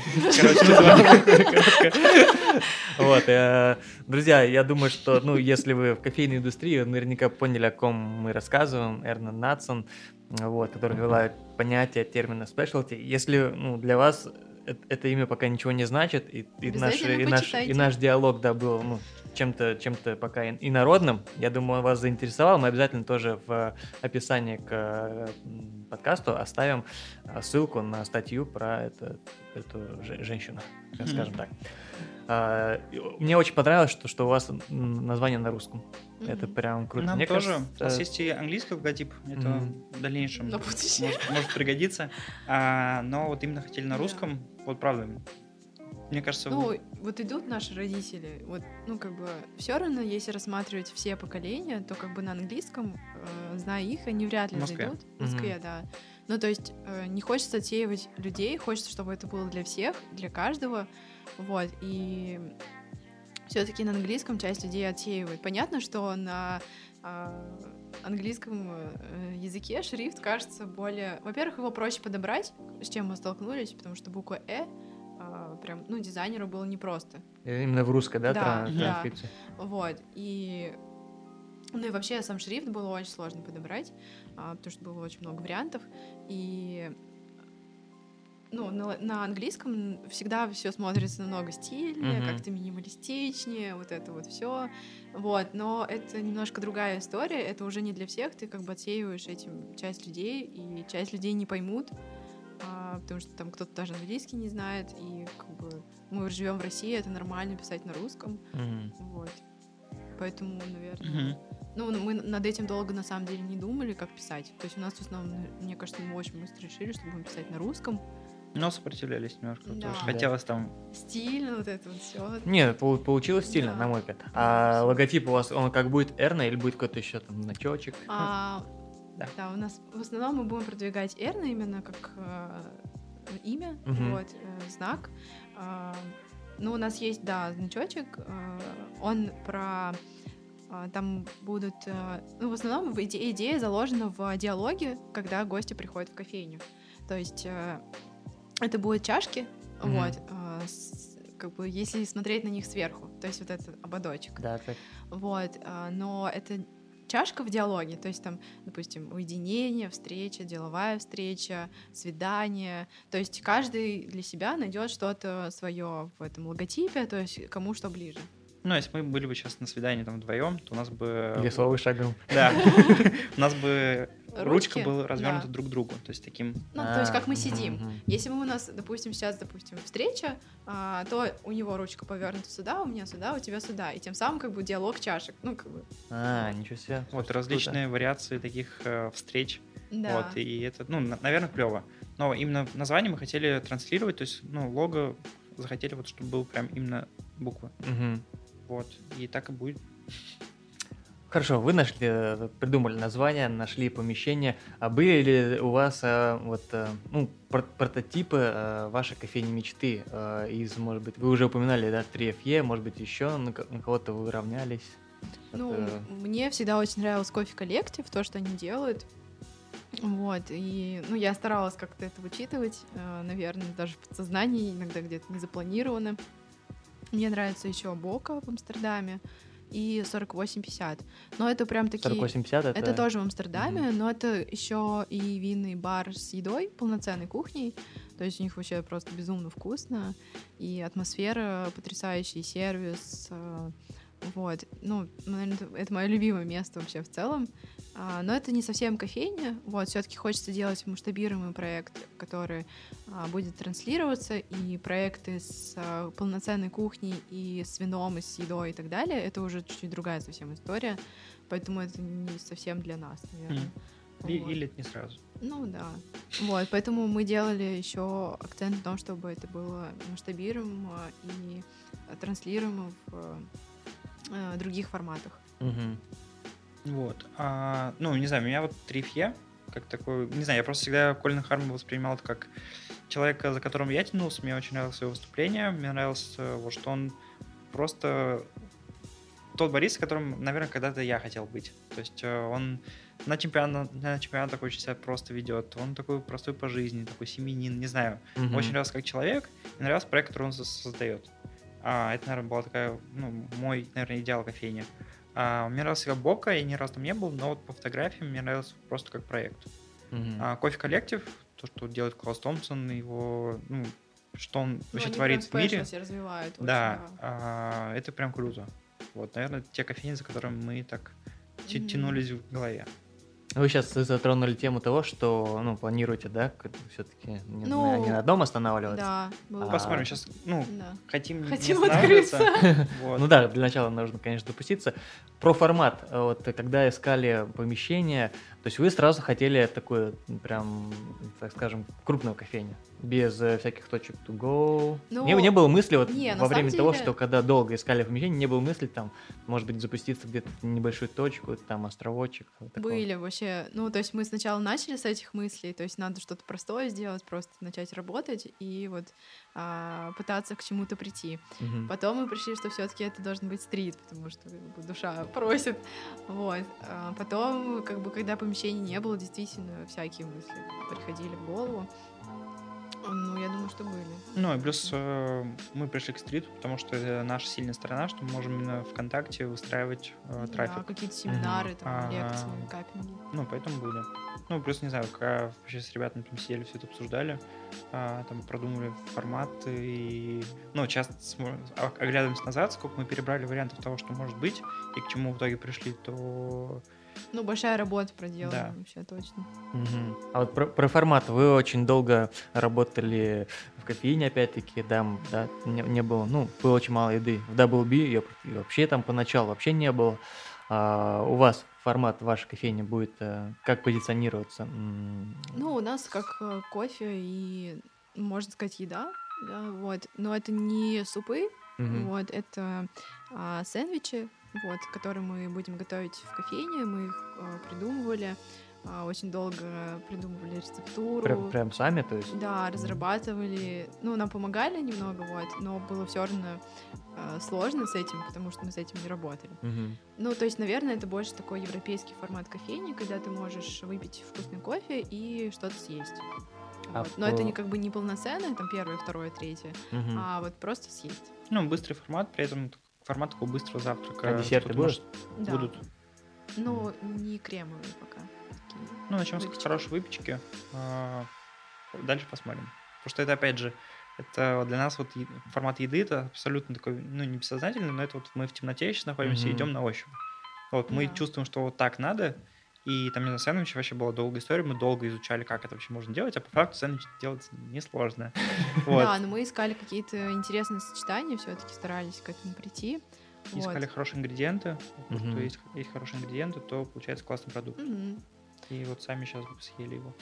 Вот, друзья, я думаю, что, ну, если вы в кофейной индустрии, вы наверняка поняли, о ком мы рассказываем. Эрна Надсон, вот, который ввела понятие термина specialty. Если, ну, для вас это имя пока ничего не значит, и наш диалог, да, был, ну, чем-то пока инородным, я думаю, он вас заинтересовал. Мы обязательно тоже в описании к подкасту оставим ссылку на статью про эту женщину, скажем так. Мне очень понравилось, что у вас название на русском. Это прям круто. Нам мне тоже. кажется, у нас есть и английский логотип. Это в дальнейшем может пригодиться. Но вот именно хотели на русском. Вот правда. Мне кажется... Ну, вот идут наши родители, вот, ну, как бы, все равно, если рассматривать все поколения, то, как бы, на английском, зная их, они вряд ли зайдут. В Москве, да. Ну, то есть, не хочется отсеивать людей, хочется, чтобы это было для всех, для каждого, вот, и все-таки на английском часть людей отсеивает. Понятно, что на английском языке шрифт кажется более... Во-первых, его проще подобрать, с чем мы столкнулись, потому что буква «э» прям, ну, дизайнеру было непросто. Именно в русской, да, транскрипции? Да, вот, и... Ну и вообще сам шрифт было очень сложно подобрать, потому что было очень много вариантов, и... Ну, на английском всегда все смотрится намного стильнее, как-то минималистичнее, вот это вот все. Вот, но это немножко другая история, это уже не для всех, ты как бы отсеиваешь этим часть людей, и часть людей не поймут, потому что там кто-то даже английский не знает, и как бы мы живем в России, это нормально писать на русском. Вот. Поэтому, наверное... Ну, мы над этим долго, на самом деле, не думали, как писать. То есть у нас в основном, мне кажется, мы очень быстро решили, что будем писать на русском. Но сопротивлялись немножко, да. потому что хотелось там... Стильно, вот это вот все. Нет, получилось стильно, да. На мой взгляд. А логотип у вас, он как будет Эрна или будет какой-то еще там значочек? Да, у нас в основном мы будем продвигать Эрна именно как имя, вот, знак. Ну, у нас есть, да, значочек, он про там будут... Ну, в основном идея заложена в диалоге, когда гости приходят в кофейню. То есть это будут чашки, вот, как бы если смотреть на них сверху, то есть вот этот ободочек. Да, так. Вот, но это чашка в диалоге, то есть там, допустим, уединение, встреча, деловая встреча, свидание, то есть каждый для себя найдет что-то свое в этом логотипе, то есть кому что ближе. Ну, если мы были бы сейчас на свидании там вдвоем, то у нас бы... Весовый шагом. Да. У нас бы ручка Ручки? была развернута Да. друг к другу, то есть таким... Ну, то есть как мы сидим. Если мы у нас, допустим, сейчас, встреча, то у него ручка повернута сюда, у меня сюда, у тебя сюда. И тем самым как бы диалог чашек. Ну, как бы. Ничего себе. Вот различные вариации таких встреч. Да. Вот, и это, ну, наверное, клево. Но именно название мы хотели транслировать, то есть, ну, лого захотели вот, чтобы был прям именно буквы. Вот, и так и будет. Хорошо, вы придумали название, нашли помещение. А были ли у вас прототипы вашей кофейни мечты? Из, может быть, вы уже упоминали, да, 3FE, может быть, еще на кого-то вы равнялись? Ну, мне всегда очень нравилось Coffee Collective, то, что они делают. Вот, и, ну, я старалась как-то это учитывать, наверное, даже в подсознании, иногда где-то не запланировано. Мне нравится еще Бока в Амстердаме и 4850. Но это прям такие... 4850 это тоже в Амстердаме, но это еще и винный бар с едой, полноценной кухней. То есть у них вообще просто безумно вкусно. И атмосфера потрясающий, сервис. Вот. Ну, наверное, это мое любимое место вообще в целом. Но это не совсем кофейня. Вот, все-таки хочется делать масштабируемый проект, который будет транслироваться, и проекты с полноценной кухней, и с вином, и с едой, и так далее. Это уже чуть-чуть другая совсем история, поэтому это не совсем для нас, наверное. Вот. Или это не сразу. Ну да. Вот, поэтому мы делали еще акцент на том, чтобы это было масштабируемо и транслируемо в других форматах. Вот. Ну, не знаю, меня вот 3FE, как такой... Не знаю, я просто всегда Колина Харма воспринимал это как человека, за которым я тянулся. Мне очень нравилось его выступление. Мне нравилось, вот, что он просто тот бариста, которым, наверное, когда-то я хотел быть. То есть он на чемпионатах очень себя просто ведет. Он такой простой по жизни, такой семьянин, не знаю. Очень нравился как человек, и нравился проект, который он создает. Это, наверное, была такая, ну, мой, наверное, идеал кофейни. Мне нравился как Бока, я ни разу там не был, но вот по фотографиям мне нравился просто как проект. Coffee Collective, то, что делает Клаус Томпсон, его, ну, что он вообще творит в мире. Развивают. Да, очень, это прям круто. Вот, наверное, те кофейни, за которыми мы так тянулись в голове. Вы сейчас затронули тему того, что, ну, планируете, да, все-таки не на одном останавливаться? Да. Посмотрим, сейчас, ну, хотим не открыться. Вот. Ну да, для начала нужно, конечно, допуститься. Про формат. Вот когда искали помещение, то есть вы сразу хотели такую, прям, так скажем, крупную кофейню, без всяких точек to go. Не было мысли вот во время того, что когда долго искали помещение, не было мысли там, может быть, запуститься где-то в небольшую точку, там островочек. Были вообще, ну, то есть мы сначала начали с этих мыслей, то есть надо что-то простое сделать, просто начать работать и вот пытаться к чему-то прийти. Потом мы пришли, что все-таки это должен быть стрит, потому что душа просит. Вот. Потом, как бы, когда помещений не было, действительно, всякие мысли приходили в голову. Ну, я думаю, что были. Ну, и плюс мы пришли к стриту, потому что это наша сильная сторона, что мы можем именно ВКонтакте выстраивать трафик. Да, какие-то семинары, там, лекции, каппинги. Ну, поэтому были. Ну, плюс, не знаю, когда вообще с ребятами там сидели, все это обсуждали, там продумывали формат, и, ну, часто оглядываемся назад, сколько мы перебрали вариантов того, что может быть, и к чему в итоге пришли, то... Ну, большая работа проделана, да. Вообще, точно. А вот про формат. Вы очень долго работали в кофейне, опять-таки, да, не было, ну, было очень мало еды. В WB ее вообще там поначалу вообще не было. У вас формат вашей кофейни будет как позиционироваться? Ну, у нас как кофе и, можно сказать, еда, да, вот. Но это не супы, вот, это сэндвичи, вот, которые мы будем готовить в кофейне. Мы их придумывали, очень долго придумывали рецептуру. Прям сами, то есть? Да, разрабатывали. Ну, нам помогали немного, вот, но было все равно сложно с этим, потому что мы с этим не работали. Ну, то есть, наверное, это больше такой европейский формат кофейни, когда ты можешь выпить вкусный кофе и что-то съесть. Вот. Но это как бы не полноценное, там первое, второе, третье, а вот просто съесть. Ну, быстрый формат, при этом формат такого быстрого завтрака. А десерты будут? Да. Будут. Ну, не кремовые пока. Ну, начнем с хорошей выпечки. Дальше посмотрим. Потому что это, опять же, это для нас вот формат еды, это абсолютно такой, ну, не бессознательный, но это вот мы в темноте сейчас находимся и идем на ощупь. Вот мы чувствуем, что вот так надо, и там, не знаю, сэндвич вообще была долгая история, мы долго изучали, как это вообще можно делать, а по факту сэндвич делать несложно. Да, но мы искали какие-то интересные сочетания, все-таки старались к этому прийти. Искали хорошие ингредиенты, то есть хорошие ингредиенты, то получается классный продукт. И вот сами сейчас съели его.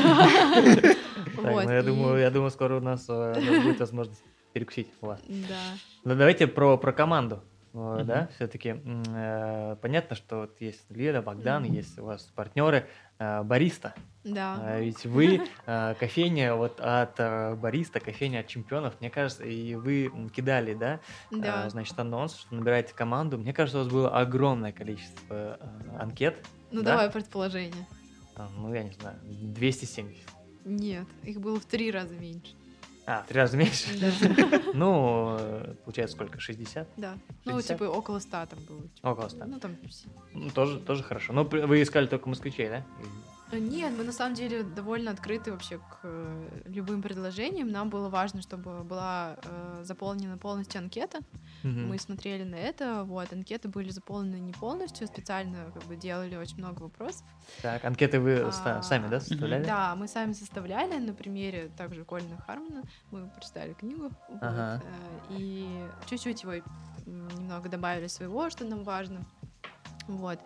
Я думаю, скоро у нас будет возможность перекусить у вас. Да. Ну, давайте про команду. Да, все-таки понятно, что вот есть Лера, Богдан, есть у вас партнеры, бариста. Да. Ведь вы кофейня вот от бариста, кофейня от чемпионов, мне кажется, и вы кидали, да, значит, анонс, что набираете команду. Мне кажется, у вас было огромное количество анкет. Ну, давай предположение. Ну, я не знаю, 270. Нет, их было в 3 раза меньше. В 3 раза меньше? Да. Ну, получается сколько, 60? Да. 60? Ну, типа около 100 там было. Около 100. Ну, там... Тоже хорошо. Но вы искали только москвичей, да? Нет, мы на самом деле довольно открыты вообще к любым предложениям. Нам было важно, чтобы была заполнена полностью анкета. Мы смотрели на это. Вот, анкеты были заполнены не полностью, специально как бы делали очень много вопросов. Так, анкеты вы сами, да, составляли? Да, мы сами составляли на примере также Колина Хармона. Мы прочитали книгу. Вот, и чуть-чуть его немного добавили своего, что нам важно. Вот.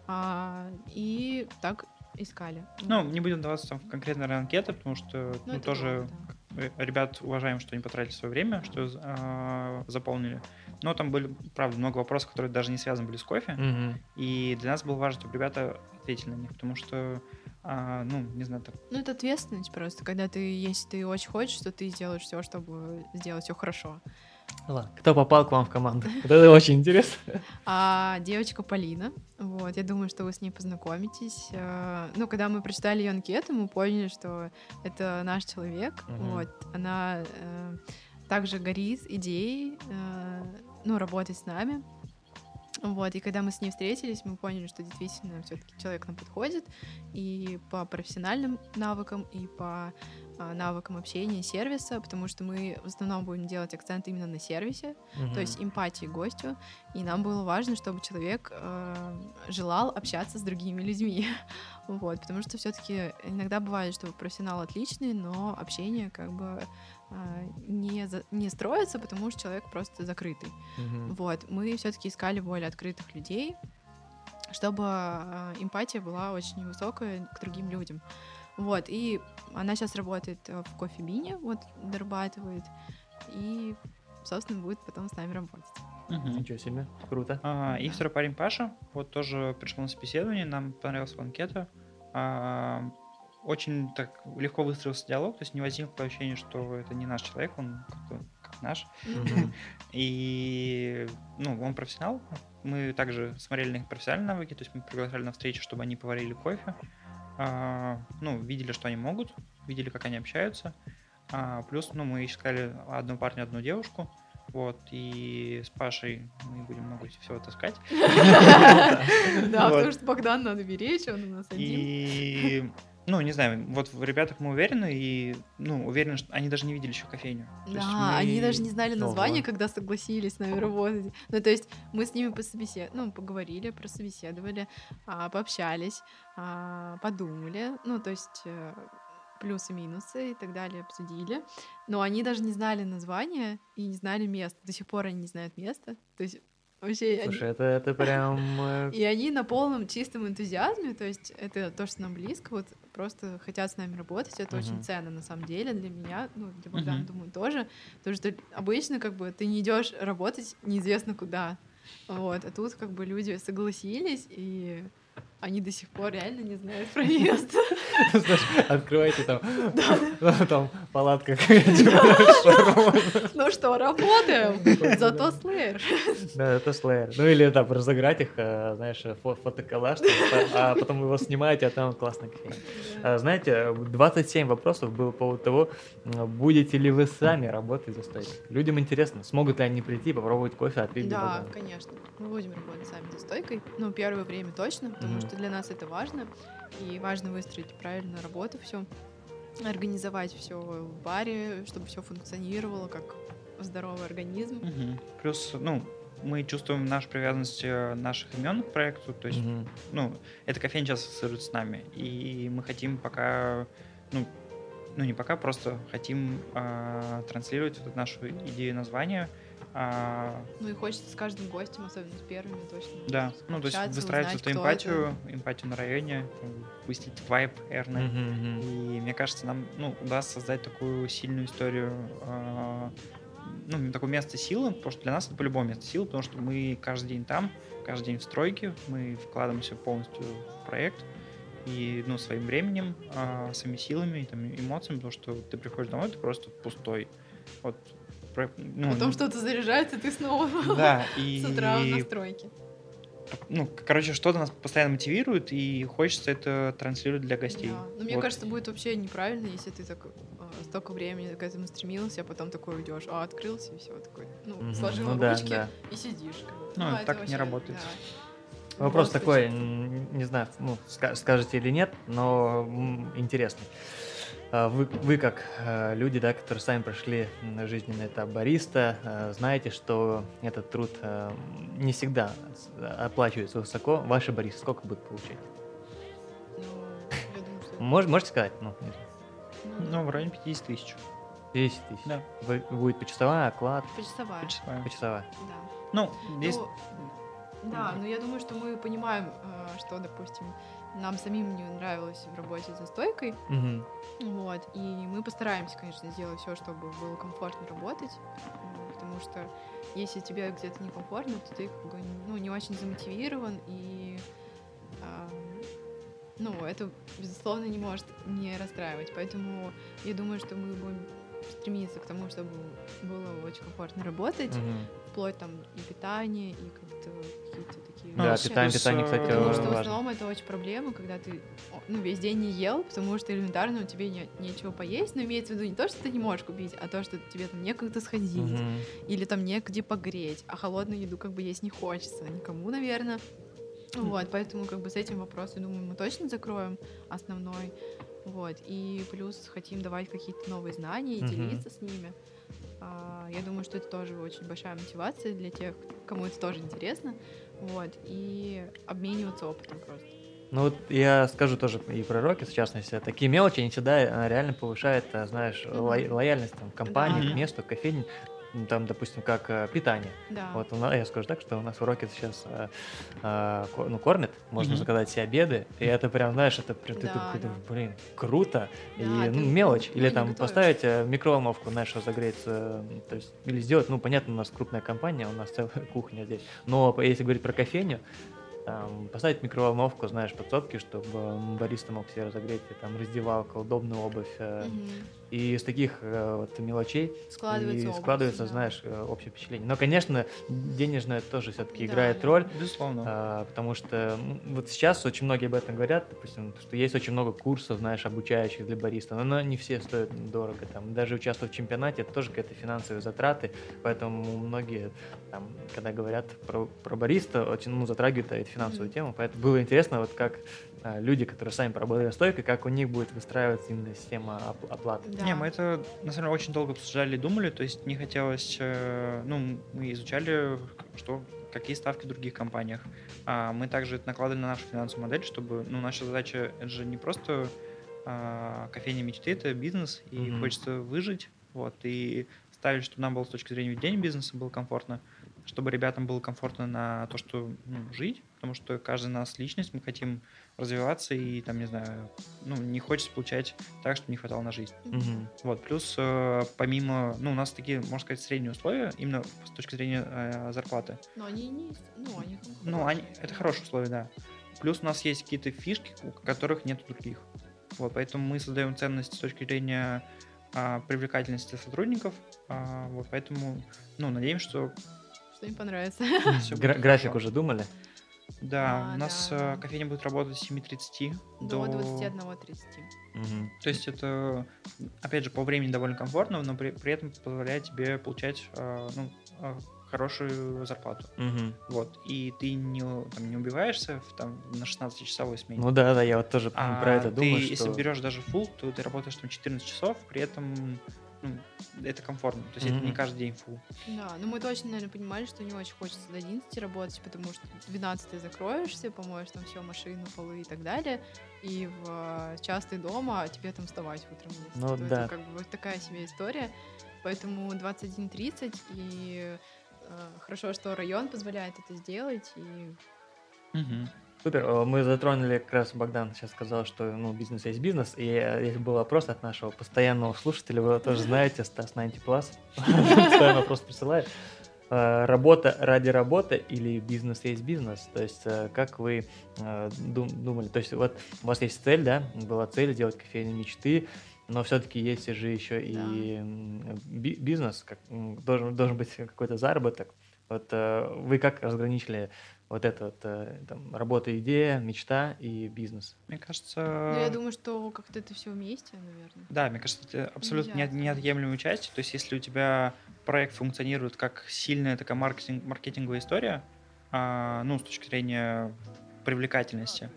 И так искали. Ну, не будем даваться там в конкретные анкеты, потому что тоже ребят уважаем, что они потратили свое время, что заполнили. Но там были, правда, много вопросов, которые даже не связаны были с кофе. И для нас было важно, чтобы ребята ответили на них, потому что, ну, не знаю, так. Ну, это ответственность просто, когда если ты очень хочешь, то ты сделаешь все, чтобы сделать все хорошо. Ладно, кто попал к вам в команду? Вот это очень интересно. Девочка Полина, вот, я думаю, что вы с ней познакомитесь. Ну, когда мы прочитали ее анкету, мы поняли, что это наш человек, вот, она также горит идеей, ну, работать с нами. Вот, и когда мы с ней встретились, мы поняли, что действительно все-таки человек нам подходит и по профессиональным навыкам, и по навыкам общения, сервиса, потому что мы в основном будем делать акцент именно на сервисе, то есть эмпатии гостю, и нам было важно, чтобы человек желал общаться с другими людьми, вот, потому что все-таки иногда бывает, что профессионал отличный, но общение как бы не строится, потому что человек просто закрытый. Вот, мы все-таки искали более открытых людей, чтобы эмпатия была очень высокая к другим людям. Вот, и она сейчас работает в кофе-бине, вот, дорабатывает, и, собственно, будет потом с нами работать. Ничего себе, круто. И второй парень Паша, вот тоже пришел на собеседование, нам понравилась анкета. Очень так легко выстроился диалог, то есть не возникло ощущения, что это не наш человек, он как наш. И, ну, он профессионал. Мы также смотрели на их профессиональные навыки, то есть мы приглашали на встречу, чтобы они поварили кофе. Ну, видели, что они могут, видели, как они общаются. Плюс, ну, мы искали одну парня, одну девушку. Вот, и с Пашей мы будем много всего таскать. Да, потому что Богдан надо беречь, он у нас один. И, ну, не знаю, вот в ребятах мы уверены, и, ну, уверены, что они даже не видели еще кофейню. Да, они даже не знали название, когда согласились с нами работать. Ну, то есть мы с ними поговорили, прособеседовали, пообщались, подумали, ну, то есть плюсы-минусы и так далее обсудили, но они даже не знали названия и не знали места. До сих пор они не знают места. То есть вообще... Слушай, это прям... И они на полном чистом энтузиазме, то есть это то, что нам близко, вот просто хотят с нами работать, это очень ценно на самом деле для меня, ну, для Богдана, думаю, тоже, потому что обычно как бы ты не идешь работать неизвестно куда, вот, а тут как бы люди согласились, и Они до сих пор реально не знают про место. Открывайте там палатка. Ну что, работаем, зато Slayer. Да, это Slayer. Ну или там разыграть их, знаешь, фотоколлаж, а потом его снимаете, а там классный кофейня. Знаете, 27 вопросов было по поводу того, будете ли вы сами работать за стойкой. Людям интересно, смогут ли они прийти, попробовать кофе, отпить. Да, конечно. Мы будем работать сами за стойкой. Ну, первое время точно, потому что для нас это важно. И важно выстроить правильную работу, все, организовать все в баре, чтобы все функционировало как здоровый организм. Плюс, мы чувствуем нашу привязанность наших имен к проекту, то есть, эта кофейня сейчас ассоциируется с нами, и мы хотим пока, не пока, просто хотим транслировать вот нашу идею названия. Ну и хочется с каждым гостем, особенно с первыми, точно. Да, то есть выстраивать эту эмпатию на районе, пустить вайб эрный. И мне кажется, нам удастся создать такую сильную историю, такое место силы, потому что для нас это по-любому место силы, потому что мы каждый день там, каждый день в стройке, мы вкладываемся полностью в проект и своим временем, своими силами, там, эмоциями, потому что ты приходишь домой, ты просто пустой. Вот. Потом что-то заряжается, ты снова с утра на стройке. Что-то нас постоянно мотивирует, и хочется это транслировать для гостей. Да. Но мне кажется, будет вообще неправильно, если ты так столько времени к этому стремился, а потом такой уйдешь, открылся, и все, такой, сложил ручки и сидишь. Так вообще не работает. Да. Вопрос такой, не знаю, скажете или нет, но интересный. Вы как люди, да, которые сами прошли жизненный этап бариста, знаете, что этот труд не всегда оплачивается высоко. Ваши баристы сколько будут получать? Я думаю, что... Можете сказать? В районе 50 тысяч. 50 тысяч? Да. Будет почасовая, оклад? Почасовая. Да. Здесь... Да, но я думаю, что мы понимаем, что, допустим, нам самим не нравилось в работе за стойкой, вот, и мы постараемся, конечно, сделать все, чтобы было комфортно работать, потому что если тебе где-то некомфортно, то ты не очень замотивирован, и это, безусловно, не может не расстраивать, поэтому я думаю, что мы будем стремиться к тому, чтобы было очень комфортно работать, вплоть там и питание, и как-то какие-то такие вещи. Да, питание, кстати, потому что важно. в основном это очень проблема, когда ты весь день не ел, потому что элементарно тебе нечего поесть, но имеется в виду не то, что ты не можешь купить, а то, что тебе там некогда сходить, или там негде погреть, а холодную еду как бы есть не хочется никому, наверное. Вот, поэтому как бы с этим вопросом, думаю, мы точно закроем основной. Вот, и плюс хотим давать какие-то новые знания и делиться с ними. Я думаю, что это тоже очень большая мотивация для тех, кому это тоже интересно. Вот, и обмениваться опытом просто. Я скажу тоже и про Rocket, в частности, такие мелочи, они всегда реально повышают, знаешь, лояльность там, компании, к месту, к кофейне. Там, допустим, как питание. Да. Вот я скажу так, что у нас в Rocket сейчас кормят, можно заказать себе обеды, и это прям, знаешь, это прям ты такой, круто, да, и мелочь, или там поставить микроволновку, знаешь, разогреться, то есть, или сделать, понятно, у нас крупная компания, у нас целая кухня здесь, но если говорить про кофейню, там, поставить микроволновку, знаешь, подсобки, чтобы бариста мог себе разогреть, и, раздевалка, удобная обувь. И из таких мелочей складывается, да. Знаешь, общее впечатление. Но, конечно, денежное тоже все-таки играет роль. Безусловно. Потому что вот сейчас очень многие об этом говорят, допустим, что есть очень много курсов, знаешь, обучающих для бариста, но не все стоят дорого. Там, даже участвовать в чемпионате, это тоже какие-то финансовые затраты, поэтому многие, там, когда говорят про бариста, очень затрагивают эту финансовую тему. Поэтому было интересно, вот как люди, которые сами поработали стойкой, как у них будет выстраиваться именно система оплаты. Да. Мы это, на самом деле, очень долго обсуждали и думали, то есть не хотелось, мы изучали, какие ставки в других компаниях. Мы также это накладывали на нашу финансовую модель, чтобы, наша задача, это же не просто кофейня мечты, это бизнес, и хочется выжить, вот, и ставили, чтобы нам было с точки зрения ведения бизнеса было комфортно, чтобы ребятам было комфортно на то, что жить, потому что каждый из нас личность, мы хотим развиваться и, там, не знаю, не хочется получать так, чтобы не хватало на жизнь. Вот, плюс помимо, у нас такие, можно сказать, средние условия, именно с точки зрения зарплаты. Но они не, это хорошие условия, да. плюс у нас есть какие-то фишки, у которых нет у других. Вот, поэтому мы создаем ценность с точки зрения привлекательности сотрудников. Вот, поэтому, надеемся, что им понравится. График уже думали? Да, у нас кофейня будет работать с 7:30 до 21:30. То есть это, опять же, по времени довольно комфортно, но при этом позволяет тебе получать хорошую зарплату. Вот. И ты не убиваешься на 16-часовой смене. Ну да, я вот тоже про это думаю. Если берешь даже full, то ты работаешь там 14 часов, при этом это комфортно. То есть это не каждый день full. Да, но мы точно, наверное, понимали, что не очень хочется до 11 работать, потому что в 12 ты закроешься, помоешь там все, машину, полы и так далее, и в час ты дома, а тебе там вставать утром. Это как бы вот такая себе история. Поэтому 21:30, и хорошо, что район позволяет это сделать. Супер. Мы затронули, как раз Богдан сейчас сказал, что бизнес есть бизнес, и если был вопрос от нашего постоянного слушателя, вы тоже знаете, Стас 90+, постоянно вопрос присылает. Работа ради работы или бизнес есть бизнес? То есть как вы думали? То есть вот у вас есть цель, да? Была цель сделать кофейню мечты, но все-таки есть же еще и бизнес, должен быть какой-то заработок. Вот вы как разграничили вот это вот, работа, идея, мечта и бизнес? Мне кажется... я думаю, что как-то это все вместе, наверное. Да, мне кажется, это абсолютно неотъемлемая часть. То есть если у тебя проект функционирует как сильная такая маркетинговая история, с точки зрения привлекательности,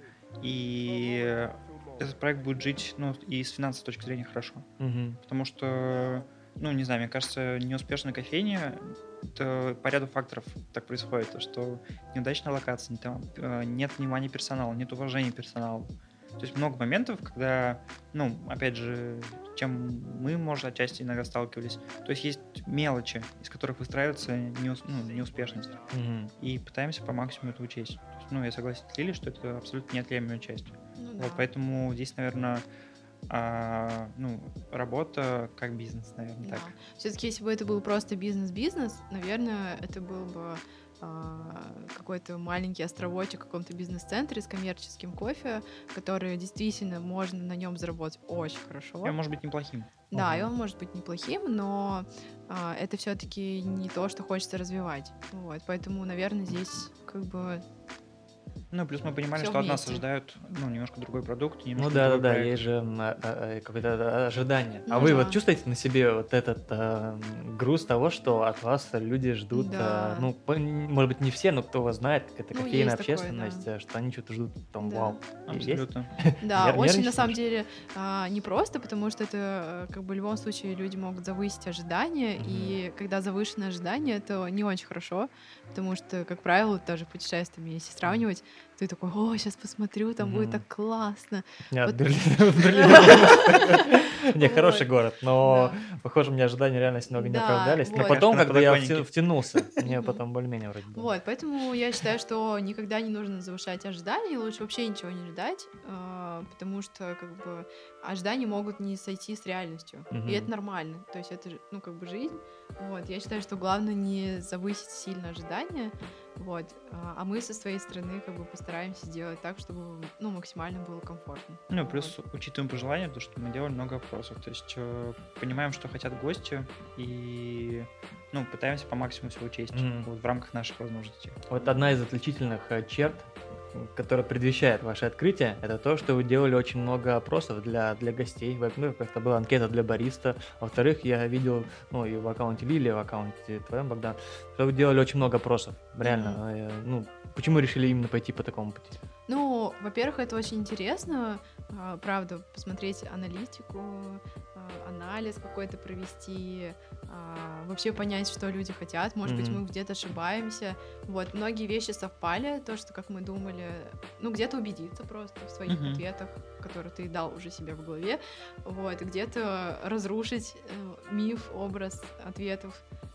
и этот проект будет жить, и с финансовой точки зрения хорошо. Потому что, не знаю, мне кажется, неуспешная кофейня, это по ряду факторов так происходит, что неудачная локация, нет внимания персонала, нет уважения персонала. То есть много моментов, когда, опять же, чем мы, может, отчасти иногда сталкивались, то есть мелочи, из которых выстраивается неуспешность. И пытаемся по максимуму это учесть. То есть, я согласен с Лилей, что это абсолютно неотъемлемая часть. Вот, поэтому здесь, наверное, работа как бизнес, наверное, так. Все-таки, если бы это был просто бизнес-бизнес, наверное, это был бы какой-то маленький островочек в каком-то бизнес-центре с коммерческим кофе, который действительно можно на нем заработать очень хорошо. И он может быть неплохим. Да, и он может быть неплохим, но это все-таки не то, что хочется развивать. Вот, поэтому, наверное, здесь как бы... плюс мы понимали, что от нас ожидают немножко другой продукт. Есть же какое-то ожидание. А вы вот чувствуете на себе вот этот груз того, что от вас люди ждут, может быть, не все, но кто вас знает, какая-то кофейная общественность, что они что-то ждут, вау. Абсолютно. Да, очень на самом деле непросто, потому что это как бы в любом случае люди могут завысить ожидания, и когда завышенное ожидание, это не очень хорошо, потому что, как правило, даже путешествиями, если сравнивать, ты такой, сейчас посмотрю, там будет так классно. Нет, Берлин не хороший город, но, похоже, у меня ожидания реально немного не оправдались. Но потом, когда я втянулся, мне потом более-менее вроде было. Вот, поэтому я считаю, что никогда не нужно завышать ожидания, лучше вообще ничего не ждать, потому что, как бы, ожидания могут не сойти с реальностью, и это нормально, то есть это, как бы, жизнь. Вот, я считаю, что главное не завысить сильно ожидания, вот, а мы со своей стороны, как бы, постараемся сделать так, чтобы, максимально было комфортно. Плюс учитываем пожелания, потому что мы делали много опросов, то есть понимаем, что хотят гости, и пытаемся по максимуму все учесть в рамках наших возможностей. Вот одна из отличительных черт, которая предвещает ваше открытие, это то, что вы делали очень много опросов для гостей. Как-то была анкета для бариста. Во-вторых, я видел, и в аккаунте Лили, и в аккаунте твоем, Богдан, что вы делали очень много опросов. Реально. Почему решили именно пойти по такому пути? Во-первых, это очень интересно, правда, посмотреть аналитику, анализ какой-то провести, вообще понять, что люди хотят. Может быть, мы где-то ошибаемся. Вот, многие вещи совпали, то, что, как мы думали, где-то убедиться просто в своих ответах, которые ты дал уже себе в голове, вот, и где-то разрушить миф, образ ответов.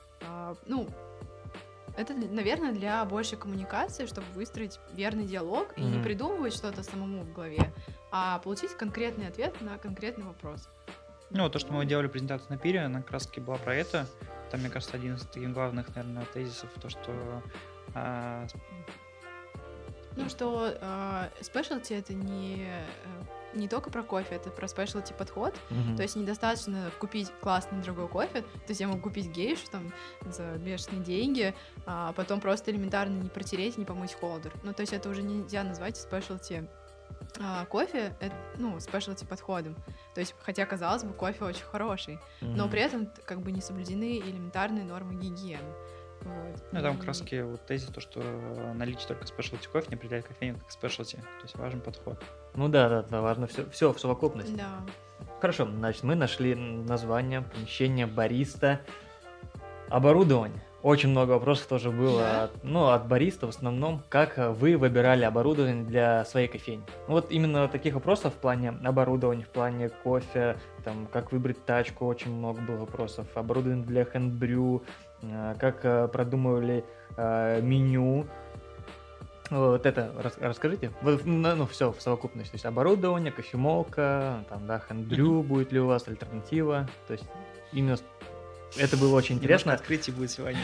Это, наверное, для большей коммуникации, чтобы выстроить верный диалог и не придумывать что-то самому в голове, а получить конкретный ответ на конкретный вопрос. То, что мы делали презентацию на пире, она как раз таки была про это. Там, мне кажется, один из таких главных, наверное, тезисов, то, что Ну, что спешлти это не только про кофе, это про спешлти подход. То есть недостаточно купить классный дорогой кофе, то есть я могу купить гейшу там за бешеные деньги, а потом просто элементарно не протереть, не помыть холдер. Ну, то есть это уже нельзя назвать спешлти кофе, спешлти подходом. То есть, хотя, казалось бы, кофе очень хороший, но при этом как бы не соблюдены элементарные нормы гигиены. Вот. Ну, там как раз таки вот тезис, то, что наличие только спешлти кофе не определяет кофейню как спешлти, то есть важен подход. Ну да, важно все в совокупности. Да. Хорошо, значит, мы нашли название, помещение, бариста, оборудование. Очень много вопросов тоже было от бариста в основном, как вы выбирали оборудование для своей кофейни. Вот именно таких вопросов в плане оборудования, в плане кофе, там, как выбрать тачку, очень много было вопросов. Оборудование для хендбрю, как продумывали меню. Вот это расскажите. Все в совокупности. То есть оборудование, кофемолка, там, да, хендбрю, будет ли у вас альтернатива. То есть именно это было очень интересно. Открытие будет сегодня.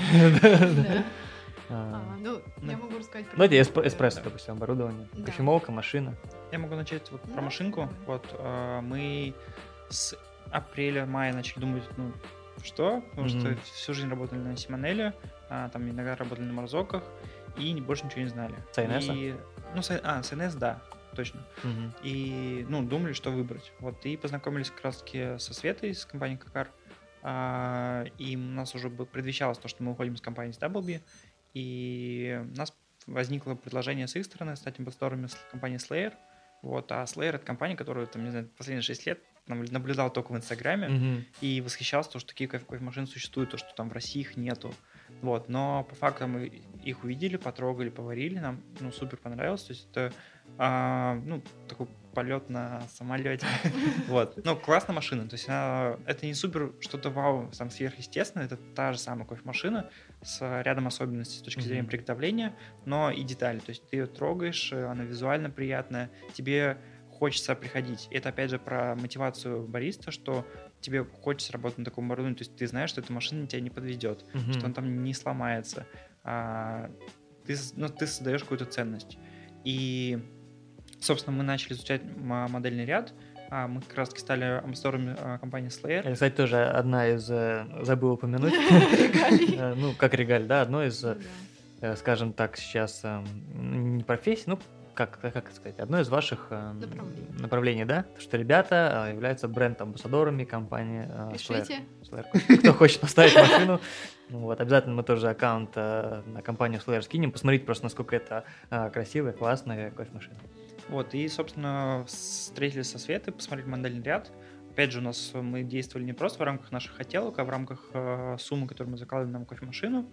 Я могу рассказать про... Давайте эспрессо, допустим, оборудование. Кофемолка, машина. Я могу начать про машинку. Вот мы с апреля-мая начали думать, что, потому что всю жизнь работали на Симонеле, там иногда работали на Марзоках, и больше ничего не знали. СНС? СНС, да, точно. И, думали, что выбрать. Вот, и познакомились как раз-таки со Светой, с компанией Какар. И у нас уже предвещалось то, что мы уходим из компании с Doublebee, и у нас возникло предложение с их стороны стать амбассадорами с компанией Slayer. Вот, а Slayer — это компания, которую, там, не знаю, последние 6 лет наблюдал только в Инстаграме и восхищался, что такие кофемашины существуют, то, что там в России их нету. Вот, но по факту мы их увидели, потрогали, поварили, нам супер понравилось. То есть это такой полет на самолете. Вот. Классная машина. То есть это не супер что-то вау, там сверхъестественное, это та же самая кофемашина с рядом особенностей с точки зрения приготовления, но и детали. То есть ты ее трогаешь, она визуально приятная, тебе хочется приходить. Это опять же про мотивацию бариста, что тебе хочется работать на таком оборудовании, то есть ты знаешь, что эта машина тебя не подведет, что она там не сломается. Ты создаешь какую-то ценность. И, собственно, мы начали изучать модельный ряд. Мы как раз-таки стали амбассадорами компании Slayer. Это, кстати, тоже одна из, забыл упомянуть, как регаль, да, одно из, скажем так, сейчас не профессий, как сказать, одно из ваших направлений, да? Что ребята являются бренд-амбассадорами компании Slayer. Кто хочет поставить машину, обязательно мы тоже аккаунт на компанию Slayer скинем, посмотрите просто, насколько это красивая, классная кофемашина. Вот, и, собственно, встретились со Светой, посмотрели модельный ряд. Опять же, мы действовали не просто в рамках наших хотелок, а в рамках суммы, которую мы закладывали на кофемашину.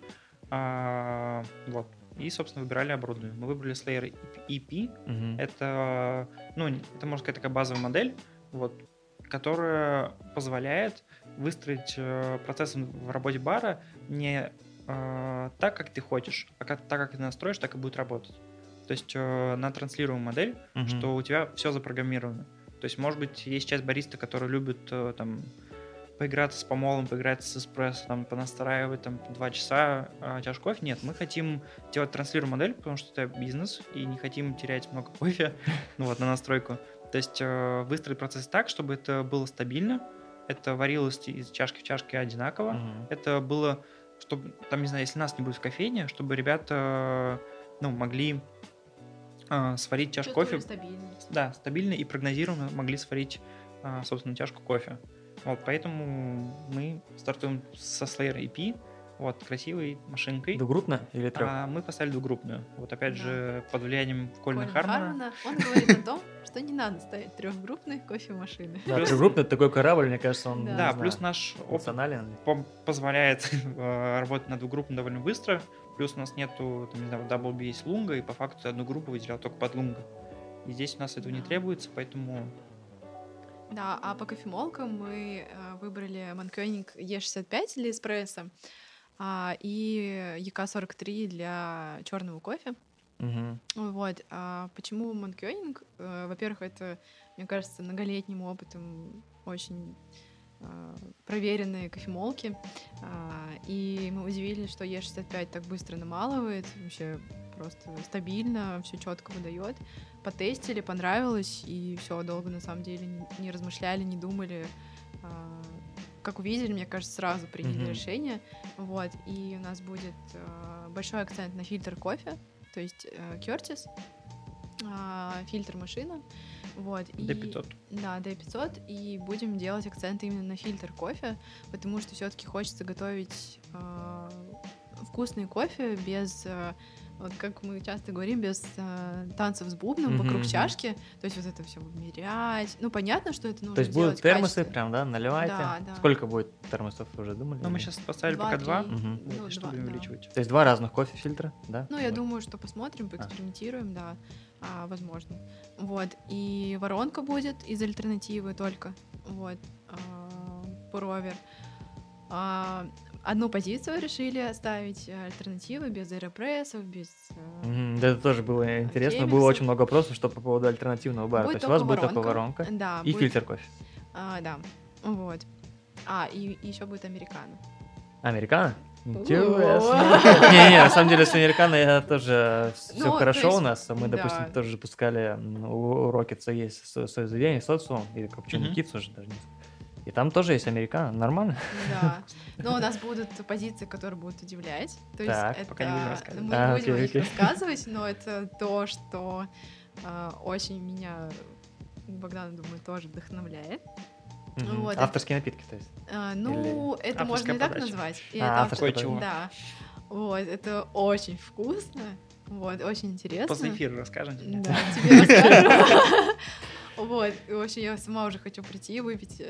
Вот. И, собственно, выбирали оборудование. Мы выбрали Slayer EP. Это, это, можно сказать, такая базовая модель, вот, которая позволяет выстроить процесс в работе бара не так, как ты хочешь, а так, как ты настроишь, так и будет работать. То есть на транслируемую модель, что у тебя все запрограммировано. То есть, может быть, есть часть бариста, которые любят там поиграться с помолом, поиграться с эспрессо, там, понастраивать там 2 часа чашку кофе. Нет, мы хотим делать транслируемую модель, потому что это бизнес, и не хотим терять много кофе на настройку. То есть выстроить процесс так, чтобы это было стабильно, это варилось из чашки в чашке одинаково, это было, чтобы, там, не знаю, если нас не будет в кофейне, чтобы ребята могли сварить чашку кофе. Да, стабильно и прогнозируемо могли сварить, собственно, чашку кофе. Вот, поэтому мы стартуем со Slayer EP, вот, красивой машинкой. Двугруппная или трех? Мы поставили двугруппную. Вот, опять же, под влиянием Колина Хармона. Он говорит о том, что не надо ставить трехгруппные кофемашины. Да, трехгруппный — это такой корабль, мне кажется, он, да, плюс наш опыт позволяет работать на двугруппном довольно быстро. Плюс у нас нету, там, не знаю, Doublebee есть лунга, и по факту одну группу выделял только под лунга. И здесь у нас этого не требуется, поэтому... Да, а по кофемолкам мы выбрали Манкёнинг E65 для эспрессо и ЕК-43 для черного кофе. Вот. Почему Манкёнинг? Во-первых, это, мне кажется, многолетним опытом очень проверенные кофемолки, и мы удивились, что Е65 так быстро намалывает, вообще просто стабильно, все четко выдает. Потестили, понравилось, и все, долго на самом деле не размышляли, не думали. Как увидели, мне кажется, сразу приняли решение. Вот, и у нас будет большой акцент на фильтр кофе, то есть Curtis, фильтр машина. Вот, D500. Да, D500, и будем делать акцент именно на фильтр кофе, потому что все-таки хочется готовить вкусный кофе без, вот как мы часто говорим, без танцев с бубном вокруг чашки, то есть вот это все вымерять. Ну, понятно, что это нужно делать. То есть будут термосы прям, да, наливайте? Да. Сколько будет термосов, уже думали? Ну, мы сейчас поставили пока 2, ну, чтобы увеличивать. То есть 2 разных кофе-фильтра, да? Ну, я думаю, что посмотрим, поэкспериментируем, да. Возможно. Вот. И воронка будет из альтернативы только. Вот. Пуровер. Одну позицию решили оставить альтернативы, без аэропрессов, без... Это тоже было интересно. Было очень много вопросов, что по поводу альтернативного бара. То есть у вас будет только воронка, да, и фильтр кофе. Да. Вот. И еще будет американо. Американо? Интересно. Не, на самом деле с американо я тоже все хорошо у нас. Мы, допустим, тоже запускали у Рокетса есть свое заведение, социум, или Капучино Кидс уже даже не знаю. И там тоже есть американо, нормально? Да. Но у нас будут позиции, которые будут удивлять. То есть так, это... пока не будем рассказывать. Мы не будем о них рассказывать, но это то, что очень меня, Богдан, думаю, тоже вдохновляет. Вот, авторские напитки, то есть? Это можно и так назвать. Авторское чего? Да. Вот, это очень вкусно, вот, очень интересно. После эфира расскажем тебе. Да, тебе расскажем. Вот, и вообще я сама уже хочу прийти и выпить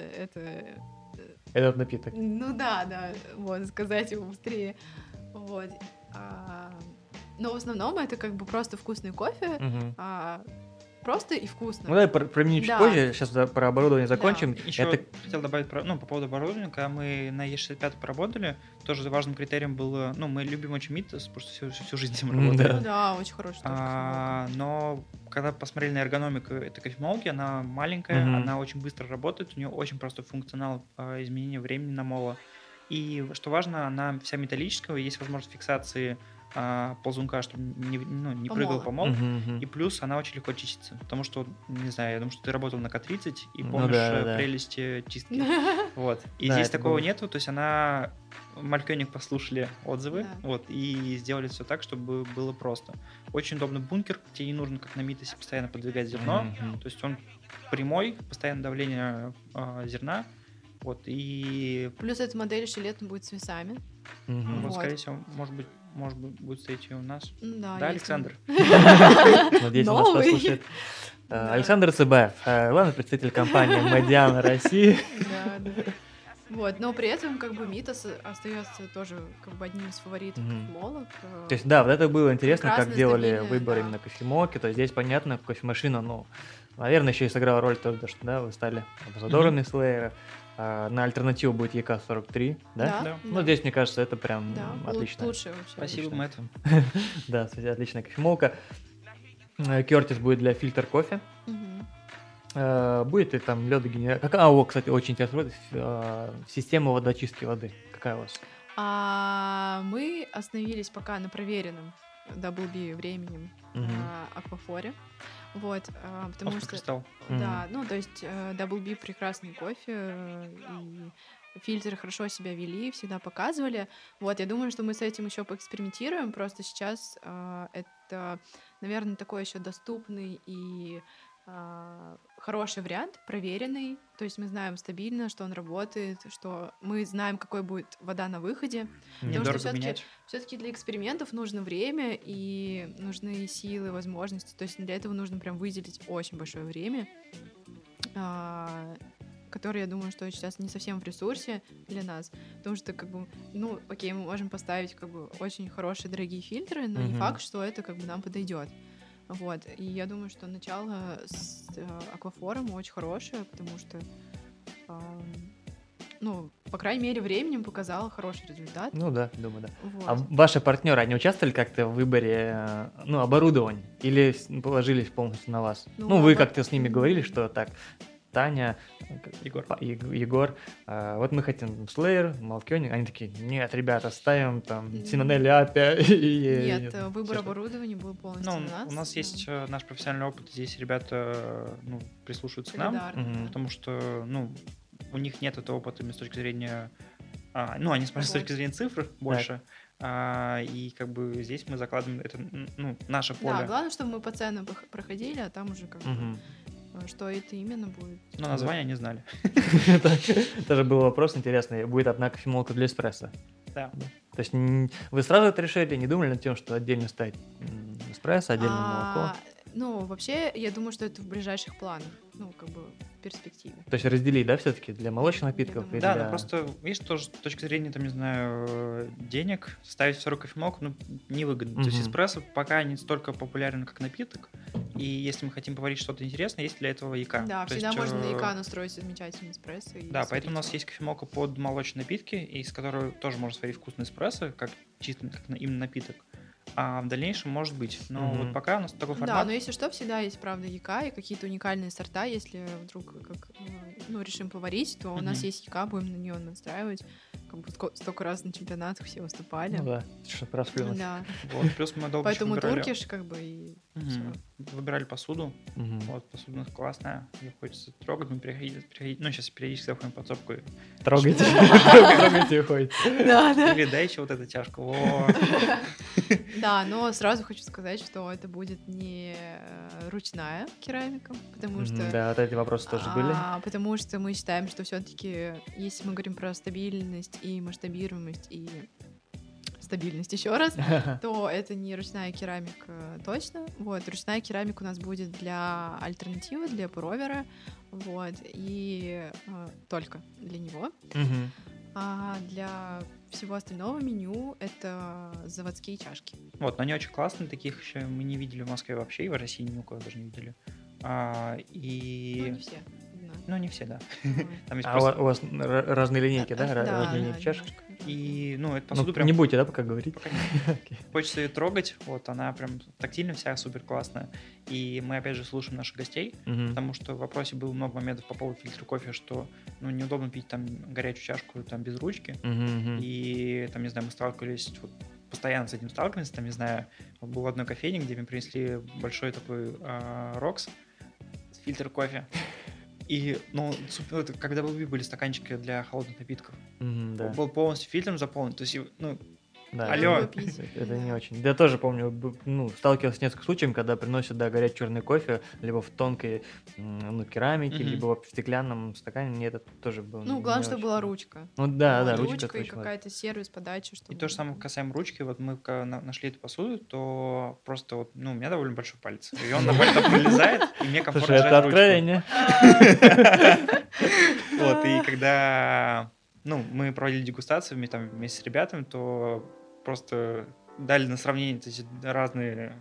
этот напиток. Ну да, вот, сказать его быстрее. Вот. Но в основном это как бы просто вкусный кофе, просто и вкусно. Ну, давай про меню чуть позже, сейчас про оборудование закончим. Да. Еще хотел добавить по поводу оборудования, когда мы на Е65 поработали, тоже важным критерием было, мы любим очень Митас, потому что всю жизнь с ним работали. Да, очень хороший. Но когда посмотрели на эргономику этой кофемолки, она маленькая, она очень быстро работает, у нее очень простой функционал изменения времени намола. И что важно, она вся металлическая, есть возможность фиксации ползунка, чтобы не прыгал помол. И плюс она очень легко чистится. Потому что, не знаю, я думаю, что ты работал на К30 и помнишь прелести чистки. Вот. И здесь такого нету, то есть она... Малькёник послушали отзывы, и сделали все так, чтобы было просто. Очень удобный бункер, тебе не нужно, как на Митасе, постоянно подвигать зерно. То есть он прямой, постоянное давление зерна. Вот, и... Плюс эта модель еще летом будет с весами. Вот, скорее всего, может быть, будет стоять и у нас. Да, Александр? Надеюсь, он нас послушает. Александр Цыбаев, главный представитель компании Медиана России. Да. Вот, но при этом как бы Митас остается тоже как бы одним из фаворитов кофемолок. То есть, да, вот это было интересно, как делали выбор именно кофемолки. То есть здесь, понятно, кофемашина, наверное, еще и сыграла роль то, что, да, вы стали амбассадорами Слеера. На альтернативу будет ЕК-43, да? Да. Ну, здесь, мне кажется, это прям отлично. Лучше вообще. Спасибо, Мэтт. Да, кстати, отличная кофемолка. Curtis будет для фильтр кофе. Будет ли там лёдогенератор? Кстати, очень интересно, система водоочистки воды. Какая у вас? Мы остановились пока на проверенном Double B временем аквафоре. Вот, потому что... Кристалл. Да, то есть Double B прекрасный кофе, и фильтры хорошо себя вели, всегда показывали. Вот, я думаю, что мы с этим еще поэкспериментируем, просто сейчас это, наверное, такой еще доступный и хороший вариант, проверенный, то есть мы знаем стабильно, что он работает, что мы знаем, какой будет вода на выходе, потому что все-таки для экспериментов нужно время и нужны силы, возможности, то есть для этого нужно прям выделить очень большое время, которое, я думаю, что сейчас не совсем в ресурсе для нас, потому что, как бы, окей, мы можем поставить, как бы, очень хорошие, дорогие фильтры, но не факт, что это, как бы, нам подойдет. Вот, и я думаю, что начало с аквафором очень хорошее, потому что, по крайней мере, временем показало хороший результат. Ну да, думаю, да. Вот. А ваши партнеры, они участвовали как-то в выборе, оборудования? Или положились полностью на вас? Вы как-то с ними говорили, что так, Таня, Егор. Вот мы хотим Slayer, Малкёнинг. Они такие, нет, ребята, ставим там Симонелли Апия. Нет, выбор оборудования был полностью у нас. У нас есть наш профессиональный опыт, здесь ребята прислушиваются к нам, потому что у них нет этого опыта именно с точки зрения... они смотрят с точки зрения цифр больше. И как бы здесь мы закладываем это, наше поле. Да, главное, чтобы мы по ценам проходили, а там уже как бы что это именно будет. Но название не знали. Тоже был вопрос интересный. Будет одна кофемолка для эспрессо. Да. То есть вы сразу это решили, не думали над тем, что отдельно ставить эспрессо, отдельно молоко? Вообще, я думаю, что это в ближайших планах, как бы в перспективе. То есть разделить, да, все-таки для молочных напитков? Да, просто, видишь, тоже с точки зрения, там, не знаю, денег, ставить второй кофемолку, невыгодно. То есть эспрессо пока не столько популярен, как напиток, и если мы хотим поварить что-то интересное, есть для этого ЯК. Да, всегда можно на ЯК настроить замечательный эспрессо. Да, поэтому у нас есть кофемолка под молочные напитки, из которой тоже можно сварить вкусный эспрессо, как чисто как именно напиток. А в дальнейшем может быть. Но вот пока у нас такой формат. Да, но если что, всегда есть, правда, ЯК и какие-то уникальные сорта. Если вдруг решим поварить, то у нас есть ЯК, будем на нее настраивать. Как бы столько раз на чемпионатах все выступали. Ну да, что-то расплюнуть. Да. Вот, плюс мы долго Поэтому выбирали... туркиш, как бы, и выбирали посуду. Вот, посуда у нас классная. Ее хочется трогать, мы переходили. Сейчас периодически заходим в подсобку. Трогайте и уходите. Да. Или дай еще вот эту чашку. Да, но сразу хочу сказать, что это будет не ручная керамика, потому что... Да, вот эти вопросы тоже были. Потому что мы считаем, что все-таки, если мы говорим про стабильность и масштабируемость и стабильность еще раз, то это не ручная керамика точно. Вот, ручная керамика у нас будет для альтернативы, для пуровера, вот, и только для него. А для всего остального меню это заводские чашки. Вот, но они очень классные, таких еще мы не видели в Москве вообще, и в России ни у кого даже не видели. Не все. Не все, да. Там есть просто... у вас разные линейки, да? Разные линейки чашек? И, эту посуду прям... Не будете, да, пока говорить? Пока не. Хочется ее трогать, вот, она прям тактильно вся супер классная. И мы, опять же, слушаем наших гостей, потому что в вопросе было много моментов по поводу фильтра кофе, что, неудобно пить там горячую чашку там без ручки. И, там, не знаю, мы сталкивались... постоянно с этим сталкиваемся, там, не знаю, был в одной кофейне, где мне принесли большой такой Рокс, фильтр кофе. И, когда были стаканчики для холодных напитков, был полностью фильтром заполнен, то есть, да, алло. Это не очень. Я тоже помню, сталкивался с несколькими случаями, когда приносят, горячий черный кофе, либо в тонкой керамике, либо в стеклянном стакане. Мне это тоже было. Главное, чтобы была ручка. Ручка и какая-то сервис подачи. И то же самое касаемо ручки. Вот мы нашли эту посуду, то просто у меня довольно большой палец. И он на палец пролезает, и мне комфортно держать ручку. Это откровение. Вот, и когда мы проводили дегустацию вместе с ребятами, то просто дали на сравнение эти разные...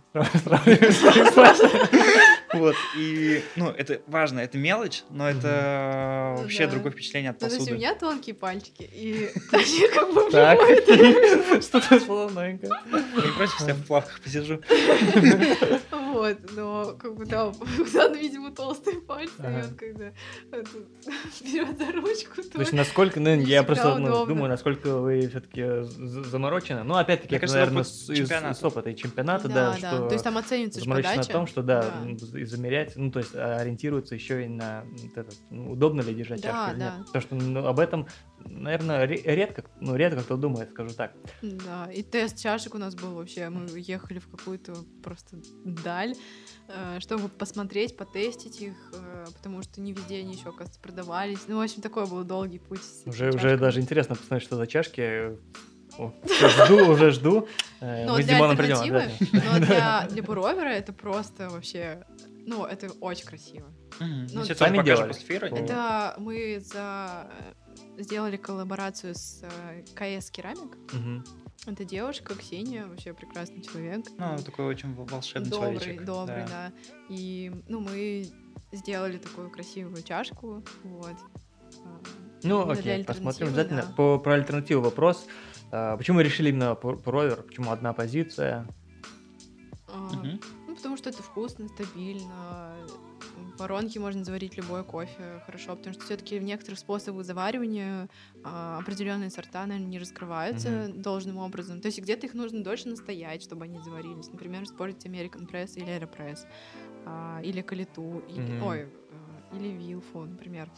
Вот, и, это важно, это мелочь, но это вообще другое впечатление от посуды. У меня тонкие пальчики, и они как бы так, что-то слоненькое. Не против, я в плавках посижу. Вот, но как бы, да, видимо, толстые пальцы, и он когда берет за ручку, то есть, насколько, я просто думаю, насколько вы все-таки заморочены. Опять-таки, это, наверное, с опыта и чемпионата, да, что... То есть там оценивается заморочено в том, что, и замерять, то есть ориентируется еще и на удобно ли держать чашку или нет. Потому что об этом, наверное, редко кто думает, скажу так. Да, и тест чашек у нас был вообще, мы ехали в какую-то просто даль, чтобы посмотреть, потестить их, потому что не везде они еще, оказывается, продавались. В общем, такой был долгий путь. Уже даже интересно посмотреть, что за чашки. Уже жду. Мы с Димоном придем. Но для пуровера это просто вообще... это очень красиво. Сами делали? Это мы сделали коллаборацию с КС Керамик. Это девушка Ксения, вообще прекрасный человек. Такой очень волшебный человечек. Добрый, да. И, мы сделали такую красивую чашку, вот. Окей, посмотрим обязательно. Про альтернативу вопрос. Почему мы решили именно пуровер? Почему одна позиция? Потому что это вкусно, стабильно, В воронке можно заварить любой кофе хорошо, потому что все-таки в некоторых способах заваривания определенные сорта, наверное, не раскрываются должным образом. То есть где-то их нужно дольше настоять, чтобы они заварились. Например, использовать American Press или AeroPress, или Калиту, или Вилфу, например.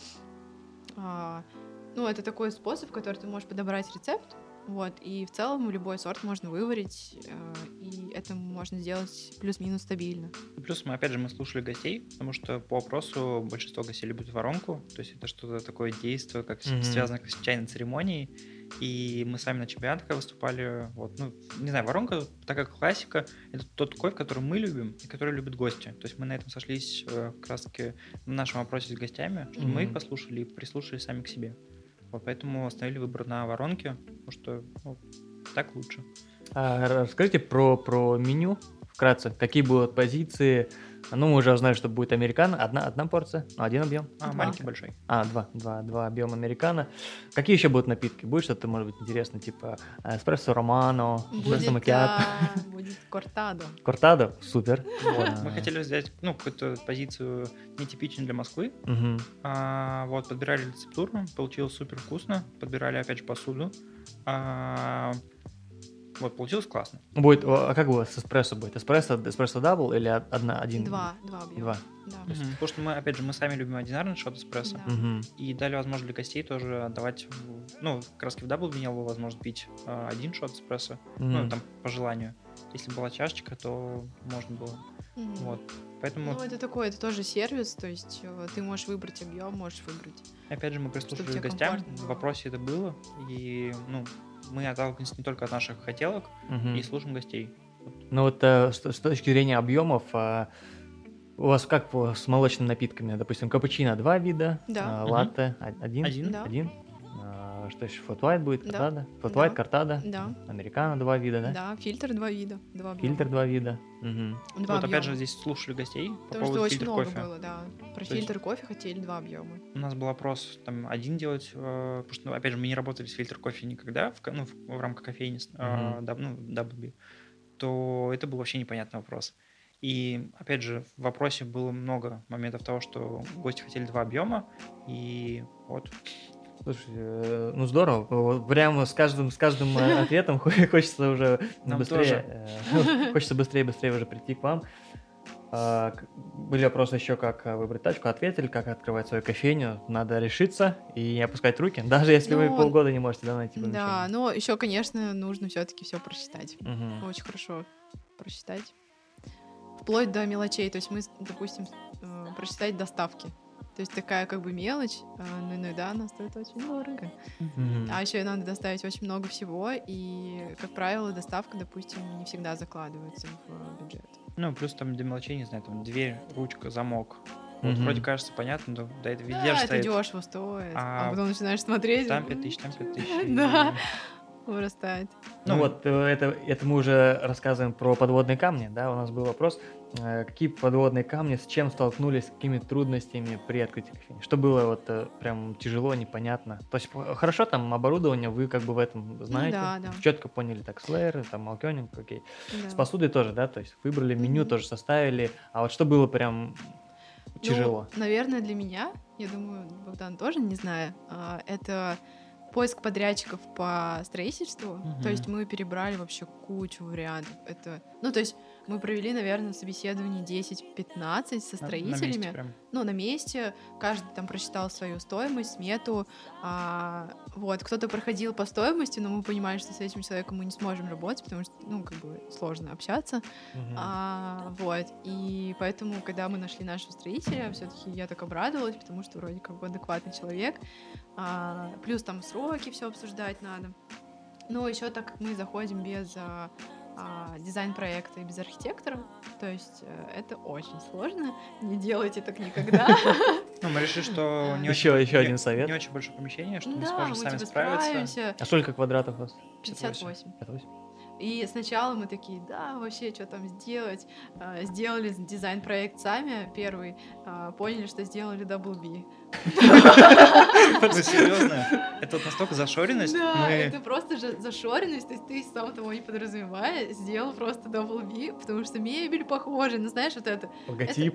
Это такой способ, в который ты можешь подобрать рецепт, и в целом любой сорт можно выварить, и это можно сделать плюс-минус стабильно. Плюс мы слушали гостей, потому что по опросу большинство гостей любят воронку, то есть это что-то такое действие, как связано с чайной церемонией, и мы сами на чемпионатах выступали, не знаю, воронка, такая классика, это тот кофе, который мы любим и который любят гости, то есть мы на этом сошлись как раз-таки на нашем опросе с гостями, что мы их послушали и прислушались сами к себе. Поэтому остановили выбор на воронке, потому что так лучше. Расскажите про меню вкратце. Какие будут позиции? Мы уже узнали, что будет американо. Одна порция, один объем. Маленький, большой. Два объема американо. Какие еще будут напитки? Будет что-то, может быть, интересное, типа эспрессо романо, эспрессо макиато? Будет кортадо. Кортадо? Супер. Мы хотели взять какую-то позицию нетипичную для Москвы. Подбирали рецептуру, получилось супер вкусно. Подбирали, опять же, посуду. Получилось классно. Будет, как у вас с эспрессо будет? Эспрессо дабл или один? Два объема. Да. Потому что мы сами любим одинарный шот эспрессо. И дали возможность для гостей тоже отдавать, как раз в дабл винил было возможность пить один шот эспрессо, там по желанию. Если была чашечка, то можно было. Поэтому... это тоже сервис, то есть ты можешь выбрать объем, можешь выбрать. Опять же, мы прислушались к гостям, в вопросе это было, и, мы отталкиваемся не только от наших хотелок и слушаем гостей. С точки зрения объемов, у вас как с молочными напитками? Допустим, капучино 2 вида, латте 1. Что еще? Flat white будет, кортадо? Flat white, кортадо? Да. Американо 2 вида, да? Да, фильтр 2 вида. Фильтр 2 вида. Опять же, здесь слушали гостей по поводу фильтра кофе. Потому что очень много было, да. Про фильтр кофе хотели 2 объема. У нас был опрос там один делать, потому что, опять же, мы не работали с фильтр кофе никогда в рамках кофейни, WB, то это был вообще непонятный вопрос. И, опять же, в вопросе было много моментов того, что гости хотели 2 объема, и Слушай, здорово. Прямо с каждым ответом хочется уже быстрее. Хочется быстрее уже прийти к вам. Были вопросы еще, как выбрать тачку, ответили, как открывать свою кофейню. Надо решиться и не опускать руки, даже если вы полгода не можете найти помещение. Да, но еще, конечно, нужно все-таки все просчитать. Очень хорошо просчитать. Вплоть до мелочей. То есть мы, допустим, просчитать доставки. То есть такая мелочь, но иногда она стоит очень дорого. А еще надо доставить очень много всего, и, как правило, доставка, допустим, не всегда закладывается в бюджет. Плюс там для мелочей, не знаю, там дверь, ручка, замок. Вроде кажется понятно, но это везде же стоит. Это дешево стоит. А потом начинаешь смотреть. Там 5000. Да. Вырастает. Это мы уже рассказываем про подводные камни, да, у нас был вопрос, какие подводные камни, с чем столкнулись, с какими трудностями при открытии кофейни, что было прям тяжело, непонятно, то есть хорошо там оборудование, вы в этом знаете, четко поняли, так, слэйры, там, малкёнинг, окей, с посудой тоже, да, то есть выбрали меню, тоже составили, а что было прям тяжело? Наверное, для меня, я думаю, Богдан тоже, не знаю, это... поиск подрядчиков по строительству, то есть мы перебрали вообще кучу вариантов. То есть мы провели, наверное, собеседование 10-15 со строителями. На месте. Каждый там просчитал свою стоимость, смету. Кто-то проходил по стоимости, но мы понимали, что с этим человеком мы не сможем работать, потому что, сложно общаться. И поэтому, когда мы нашли нашего строителя, все-таки я так обрадовалась, потому что вроде адекватный человек. Плюс там сроки все обсуждать надо. Но еще так как мы заходим без дизайн-проекта и без архитектора, то есть это очень сложно, не делайте так никогда. Мы решили, что еще один совет. Не очень большое помещение, что мы сможем сами справиться. А сколько квадратов у вас? 58. И сначала мы такие, да, вообще, что там сделать? Сделали дизайн-проект сами первый, поняли, что сделали Double-B. Ну, серьезно, это вот настолько зашоренность. Да, это просто же зашоренность, то есть ты сам того не подразумевая, сделал просто Double-B, потому что мебель похожа, ну знаешь, вот это... Логотип.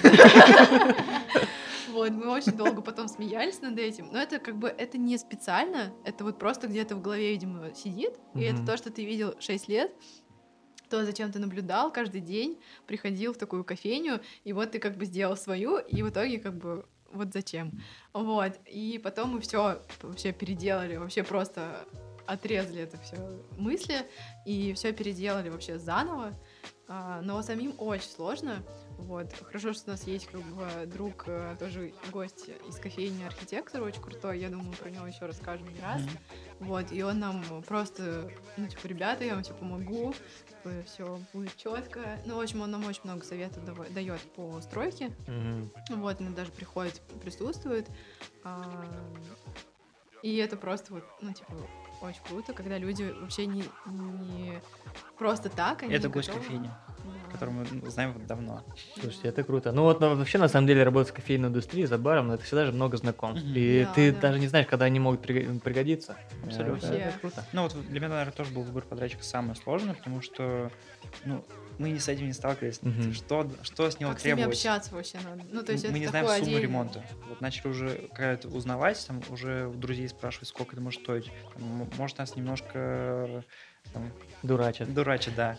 Вот, мы очень долго потом смеялись над этим, но это как бы, это не специально, это вот просто где-то в голове, видимо, сидит, и это то, что ты видел 6 лет, то, зачем ты наблюдал каждый день, приходил в такую кофейню, и вот ты как бы сделал свою, и в итоге как бы вот зачем. Вот, и потом мы все вообще переделали, вообще просто отрезали это все мысли, и все переделали вообще заново, но самим очень сложно. Вот. Хорошо, что у нас есть как бы друг, тоже гость из кофейни, архитектор очень крутой, я думаю, про него еще расскажем не раз. Вот, и он нам просто, ну, типа, ребята, я вам все помогу, все будет четко. Ну, в общем, он нам очень много советов дает по стройке. Вот, он даже приходит, присутствует. И это просто вот, ну, типа, очень круто, когда люди вообще не просто так, они это не гость готовы. кофейни, которую мы знаем вот давно. Слушайте, это круто. Ну вот вообще, на самом деле, работать в кофейной индустрии за баром, это всегда же много знакомств. И Да, ты да. даже не знаешь, когда они могут пригодиться. Абсолютно. Это круто. Ну вот для меня, наверное, тоже был выбор подрядчика самый сложный, потому что, ну, мы с этим не сталкивались. Что с него Как с ними требовать? общаться вообще надо? Ну, то есть Мы это не знаем такое сумму отдельное. ремонта. Вот начали уже как-то узнавать, там уже у друзей спрашивать, сколько это может стоить. Там, может, нас немножко там, Дурачат. дурачат, да.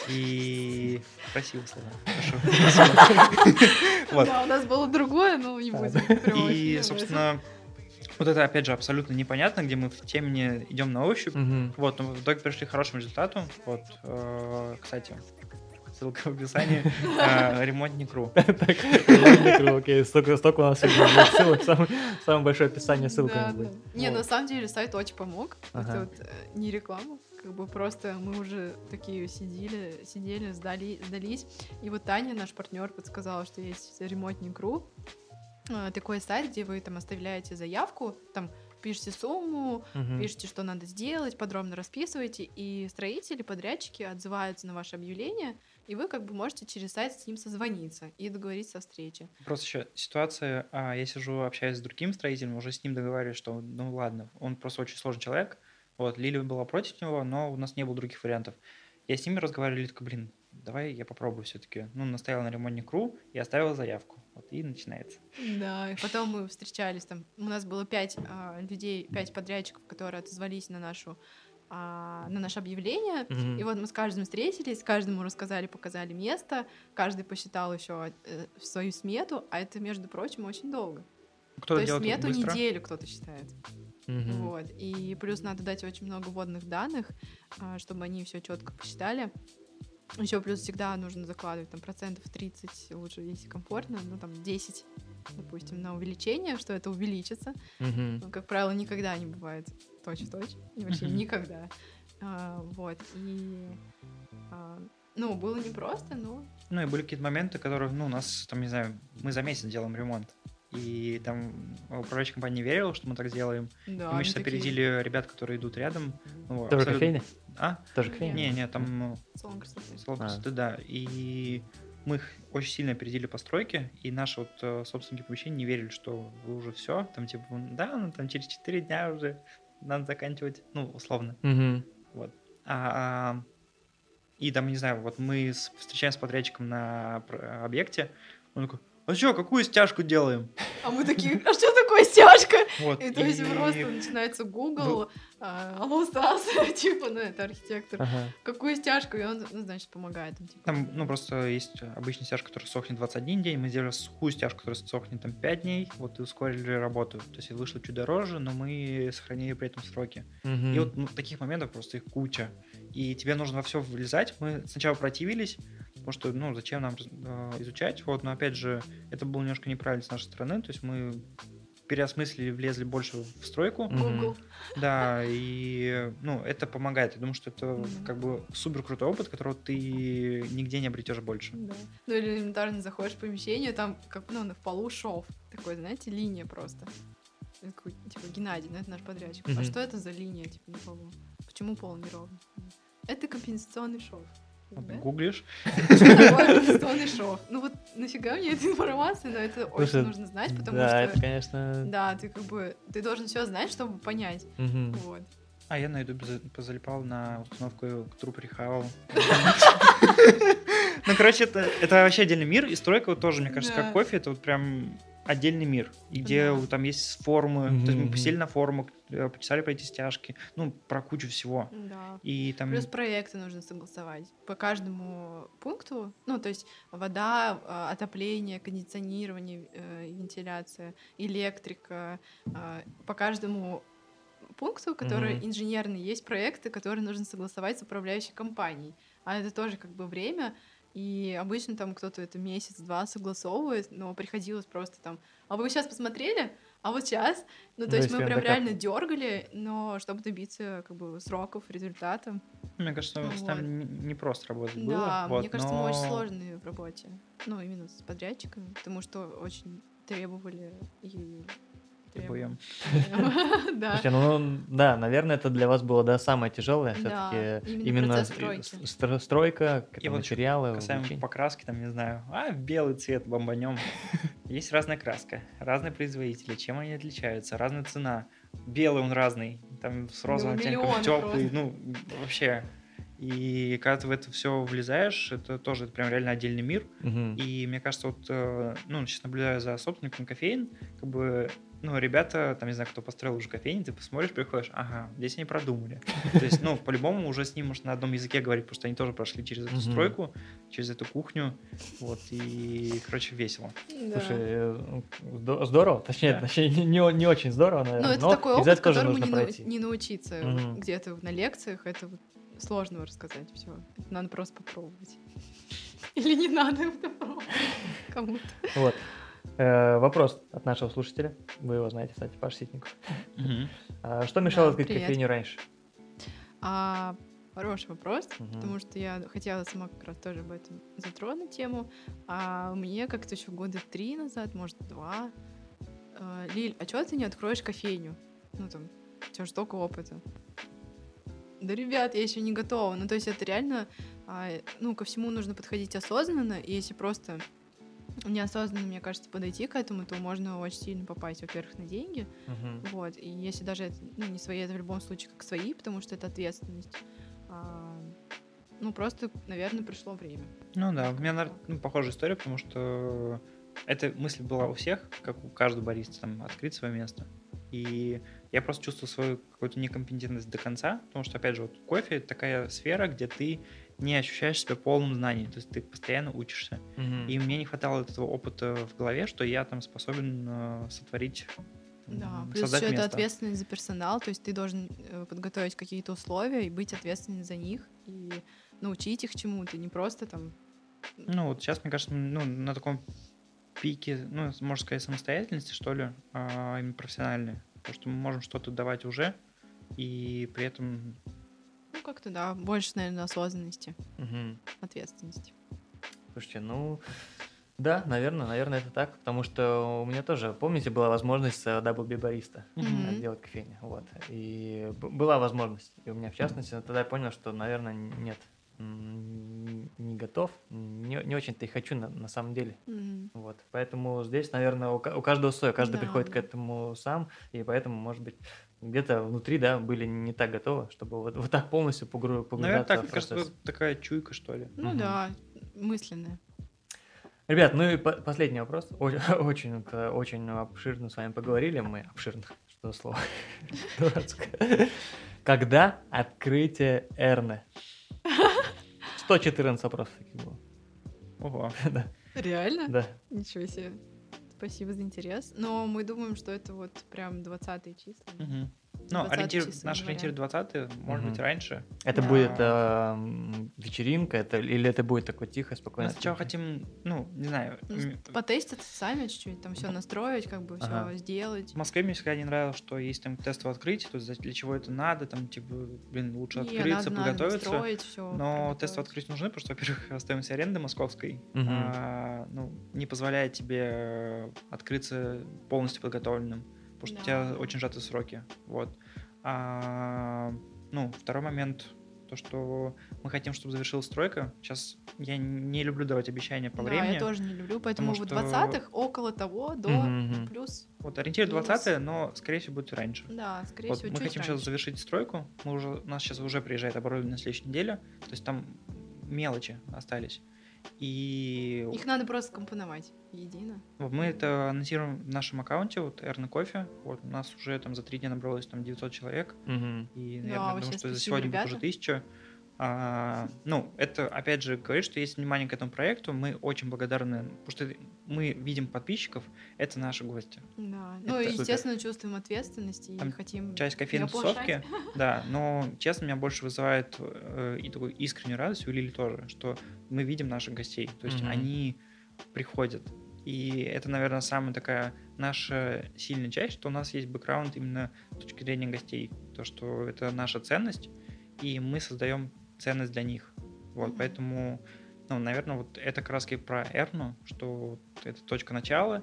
И красивые слова. Хорошо. Вот. Да, у нас было другое, но не будем. прям очень И, много. собственно, вот это, опять же, абсолютно непонятно, где мы в теме идем на ощупь. Мгм. Вот, но в итоге пришли к хорошему результату. Вот, кстати, ссылка в описании. Ремонтник.ру. Так, ремонтник.ру, окей, столько у нас сегодня будет ссылок, самое большое описание Да, ссылками да. будет. Не, Вот. на самом деле сайт очень помог. Ага. Это вот не реклама. Как бы просто мы уже такие сидели, сдались. И вот Таня, наш партнер, подсказала, что есть ремонтник.ру. Такой сайт, где вы там оставляете заявку, там пишите сумму, Мгм. пишите, что надо сделать, подробно расписываете, и строители, подрядчики отзываются на ваше объявление, и вы как бы можете через сайт с ним созвониться и договориться о встрече. Просто еще ситуация, я сижу, общаюсь с другим строителем, уже с ним договариваюсь, что, ну ладно, он просто очень сложный человек, вот, Лилия была против него, но у нас не было других вариантов. Я с ними разговаривал, Лилия такая, блин, давай я попробую все-таки. Ну, настояла на ремонтник.ру и оставила заявку. Вот, и начинается. Да, и потом мы встречались там, у нас было 5 людей, 5 подрядчиков, которые отозвались на наше объявление, Мгм. и вот мы с каждым встретились, каждому рассказали, показали место, каждый посчитал еще свою смету, а это, между прочим, очень долго. Кто-то То есть делает смету быстро. неделю кто-то считает. Мгм. Вот. И плюс надо дать очень много вводных данных, чтобы они все четко посчитали. Еще плюс всегда нужно закладывать там 30%, лучше, если комфортно, ну там 10, допустим, на увеличение, что это увеличится. Мгм. Но, как правило, никогда не бывает точь-в-точь, и вообще Мгм. никогда. Вот. И ну, было непросто, но Ну, и были какие-то моменты, которые, ну, у нас, там, не знаю, мы за месяц делаем ремонт. И там управляющая компания не верила, что мы так сделаем. да. И мы они сейчас такие, опередили ребят, которые идут рядом. Ну, Тоже абсолютно- кофейня? А? Тоже кофейня? Не, там ну, салон красоты. салон А. красоты, да. И мы их очень сильно опередили по стройке, и наши вот собственники помещений не верили, что вы уже все, там типа, да, ну там через 4 дня уже надо заканчивать, ну, условно. Мгм. Вот. И там, не знаю, вот мы встречаемся с подрядчиком на объекте, он такой, а что, какую стяжку делаем? А мы такие, а что такое стяжка? Вот. И то есть просто начинается Google, алло, Стас, типа, ну это архитектор. Ага. Какую стяжку? И он, ну, значит, помогает им, типа. Там, ну, просто есть обычная стяжка, которая сохнет 21 день, мы сделали сухую стяжку, которая сохнет там 5 дней, вот и ускорили работу. То есть вышло чуть дороже, но мы сохранили при этом сроки. Мгм. И вот ну, таких моментов просто их куча. И тебе нужно во все влезать. Мы сначала противились, потому что, ну, зачем нам изучать, вот, но опять же, это было немножко неправильно с нашей стороны, то есть мы переосмыслили, влезли больше в стройку, Мгм. Google. да, и, ну, это помогает. Я думаю, что это Мгм. как бы супер крутой опыт, которого ты нигде не обретешь больше. Да. Ну или элементарно заходишь в помещение, там, как, ну, в полу шов. Такой, знаете, линия просто. Я такой, типа, Геннадий, ну это наш подрядчик. Мгм. А что это за линия, типа, на полу? Почему пол неровный? Это компенсационный шов. Вот, гуглишь? Компенсационный шов. Ну вот нафига мне эта информация, но это очень нужно знать, потому что... Да, это, конечно... Да, ты должен все знать, чтобы понять. Вот. А я на ютубе позалипал на установку труб рехавал. Ну, короче, это вообще отдельный мир, и стройка вот тоже, мне кажется, как кофе, это вот прям отдельный мир, и где там есть форумы, то есть мы посели на форумах, почесали по эти стяжки, ну, про кучу всего. Да. И там... Плюс проекты нужно согласовать по каждому пункту, ну, то есть вода, отопление, кондиционирование, вентиляция, электрика, по каждому пункту, который инженерный, есть проекты, которые нужно согласовать с управляющей компанией, а это тоже как бы время. И обычно там кто-то это месяц-два согласовывает, но приходилось просто там, а вы сейчас посмотрели? А вот сейчас? Ну, то есть мы прям реально дергали, но чтобы добиться как бы сроков, результата. Мне кажется, с нами не просто работать было. Да, мне кажется, мы очень сложные в работе. Ну, именно с подрядчиками, потому что очень требовали и... Требуем. Да. Слушайте, ну да, наверное, это для вас было, да, самое тяжелое, все-таки именно стройка, материалы. Касаемо покраски, там, не знаю, белый цвет бомбанем. Есть разная краска, разные производители, чем они отличаются, разная цена. Белый он разный, там с розовым оттенком теплый, ну, вообще. И когда ты в это все влезаешь, это тоже прям реально отдельный мир. И мне кажется, вот, ну, сейчас наблюдаю за собственником кофеин, как бы, ну, ребята, там, не знаю, кто построил уже кофейни, ты посмотришь, приходишь, ага, здесь они продумали. То есть, ну, по-любому уже с ним можно на одном языке говорить, потому что они тоже прошли через эту стройку, через эту кухню, вот, и, короче, весело. Слушай, здорово, точнее, не очень здорово, наверное, но это такой опыт, которому пройти. Не научиться где-то на лекциях, это сложно рассказать все. Это надо просто попробовать. Или не надо это пробовать кому-то. Вот. Вопрос от нашего слушателя. Вы его знаете, кстати, Паша Ситников. Что мешало открыть кофейню раньше? Хороший вопрос, потому что я хотела сама как раз тоже об этом затронуть тему. А мне как-то еще года 3 назад, может, 2. Лиль, а чего ты не откроешь кофейню? Ну там, у тебя же столько опыта. Да, ребят, я еще не готова. Ну, то есть это реально, ну, ко всему нужно подходить осознанно, и если просто неосознанно, мне кажется, подойти к этому, то можно очень сильно попасть, во-первых, на деньги, вот, и если даже это, ну, не свои, это в любом случае как свои, потому что это ответственность. Ну, просто, наверное, пришло время. Ну да, у меня похожая история, потому что эта мысль была у всех, как у каждого бариста, там, открыть свое место. И я просто чувствовал свою какую-то некомпетентность до конца, потому что, опять же, вот кофе — это такая сфера, где ты не ощущаешь себя полным знанием, то есть ты постоянно учишься. И мне не хватало этого опыта в голове, что я там способен сотворить, да, плюс еще это ответственность за персонал, то есть ты должен подготовить какие-то условия и быть ответственным за них, и научить их чему-то, не просто там... Ну, вот сейчас, мне кажется, ну, на таком пике, ну, можно сказать, самостоятельности, что ли, именно профессиональной, потому что мы можем что-то давать уже, и при этом... Ну, как-то, да, больше, наверное, осознанности, ответственности. Слушайте, ну, да, наверное, это так, потому что у меня тоже, помните, была возможность Double B бариста делать кофейню, вот, и была возможность, и у меня, в частности, тогда я понял, что, наверное, нет, не готов, не очень-то и хочу на самом деле. Вот. Поэтому здесь, наверное, у каждого свое, каждый приходит к этому сам, и поэтому, может быть, где-то внутри, да, были не так готовы, чтобы вот так полностью погружаться наверное, так, в процесс. Мне кажется, такая чуйка, что ли. Ну да, мысленная. Ребят, ну и последний вопрос. Очень обширно с вами поговорили мы. Обширно, что за слово? Дурацкое. Когда открытие Эрне? 114 вопросов таких было. Ого. Да. Реально? Да. Ничего себе. Спасибо за интерес. Но мы думаем, что это вот прям 20-е числа. Ну, наш ориентир 20-е, может быть, раньше. Это будет вечеринка, или это будет такое тихое, спокойное? Мы сначала хотим, ну, не знаю... Потестить сами чуть-чуть, там все настроить, как бы все сделать. В Москве мне всегда не нравилось, что есть там тестовое открытие, то есть для чего это надо, там, типа, лучше открыться, подготовиться. Надо настроить, всё, но тестовое открытие нужны, потому что, во-первых, стоимость аренды московской не позволяет тебе открыться полностью подготовленным, потому что у тебя очень сжатые сроки. Вот. Ну, второй момент, То, что мы хотим, чтобы завершилась стройка. Сейчас я не люблю давать обещания по времени. Да, я тоже не люблю, поэтому в 20-х около того, до плюс. Вот ориентир 20-е, но, скорее всего, будет раньше. Да, скорее всего, мы хотим сейчас завершить стройку. У нас сейчас уже приезжает оборудование на следующей неделе. То есть там мелочи остались. И их надо просто компоновать едино. Мы это анонсируем в нашем аккаунте, вот Эрна Кофе. Вот у нас уже там за 3 дня набралось там 900 человек. И, наверное, думаю, что за сегодня будет уже 1000. Это, опять же, говорит, что есть внимание к этому проекту. Мы очень благодарны, потому что мы видим подписчиков, это наши гости. Да, естественно, чувствуем ответственность и хотим часть кофейной тусовки, да, но, честно, меня больше вызывает и такую искреннюю радость, у Лили тоже, что мы видим наших гостей, то есть они приходят. И это, наверное, самая такая наша сильная часть, что у нас есть бэкграунд именно с точки зрения гостей. То, что это наша ценность, и мы создаем ценность для них. Вот, поэтому, наверное, вот это как раз про Эрну, что это точка начала,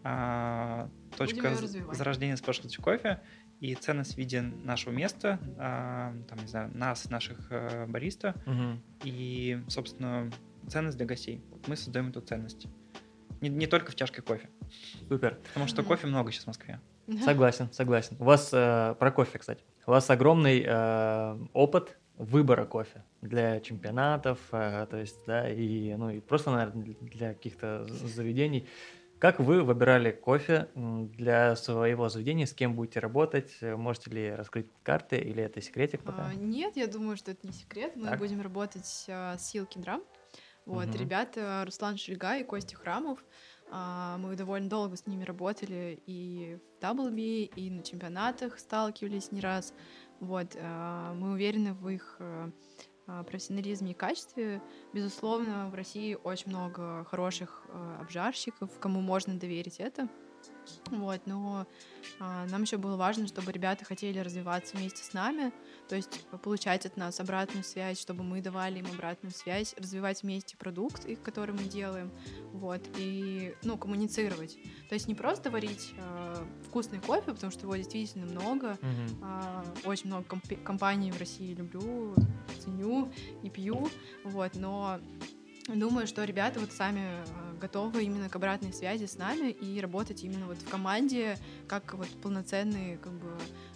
точка зарождения Specialty кофе и ценность в виде нашего места, там, не знаю, нас, наших бариста, и, собственно, ценность для гостей. Вот мы создаем эту ценность. Не только в чашке кофе. Супер. Потому что кофе много сейчас в Москве. Согласен. У вас про кофе, кстати. У вас огромный опыт выбора кофе для чемпионатов, то есть, да, и просто, наверное, для каких-то заведений. Как вы выбирали кофе для своего заведения, с кем будете работать? Можете ли раскрыть карты, или это секретик пока? Нет, я думаю, что это не секрет. Мы будем работать с Silky Drum. Вот, ребята Руслан Шельга и Костя Храмов. Мы довольно долго с ними работали и в WB, и на чемпионатах сталкивались не раз. Вот, мы уверены в их профессионализме и качестве. Безусловно, в России очень много хороших обжарщиков, кому можно доверить это. Вот, но нам еще было важно, чтобы ребята хотели развиваться вместе с нами, то есть получать от нас обратную связь, чтобы мы давали им обратную связь, развивать вместе продукт, который мы делаем, вот, и, коммуницировать. То есть не просто варить вкусный кофе, потому что его действительно много, очень много компаний в России люблю, ценю и пью, вот, но думаю, что ребята вот сами готовы именно к обратной связи с нами и работать именно вот в команде, как вот полноценные, как бы,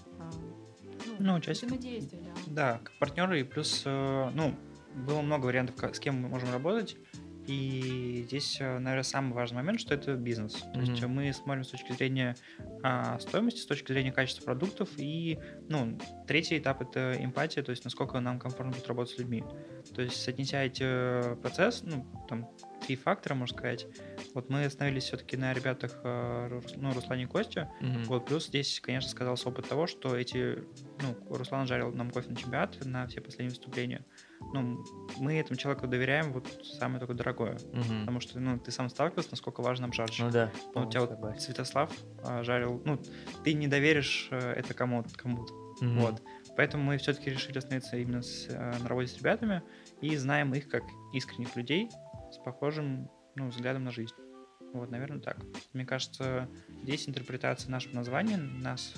взаимодействия. Да, как партнеры, и плюс, было много вариантов, с кем мы можем работать. И здесь, наверное, самый важный момент, что это бизнес. То есть мы смотрим с точки зрения стоимости, с точки зрения качества продуктов. И, третий этап — это эмпатия, то есть насколько нам комфортно будет работать с людьми. То есть, соотнеся эти процессы, там 3 фактора, можно сказать. Вот мы остановились все-таки на ребятах, Руслане и Косте. Вот, плюс здесь, конечно, сказался опыт того, что Руслан жарил нам кофе на чемпионат, на все последние выступления. Мы этому человеку доверяем вот самое только дорогое. Потому что, ты сам сталкивался, насколько важен обжарщик. Да. У тебя вот Святослав жарил, ты не доверишь это кому-то. Вот. Поэтому мы все-таки решили остановиться именно на работе с ребятами и знаем их как искренних людей с похожим взглядом на жизнь. Вот, наверное, так. Мне кажется, здесь интерпретация нашего названия, нас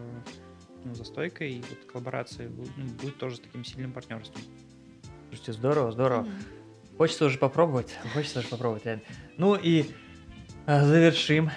за стойкой, и вот коллаборация будет тоже с таким сильным партнерством. Слушайте, здорово. Хочется уже попробовать, реально. И завершим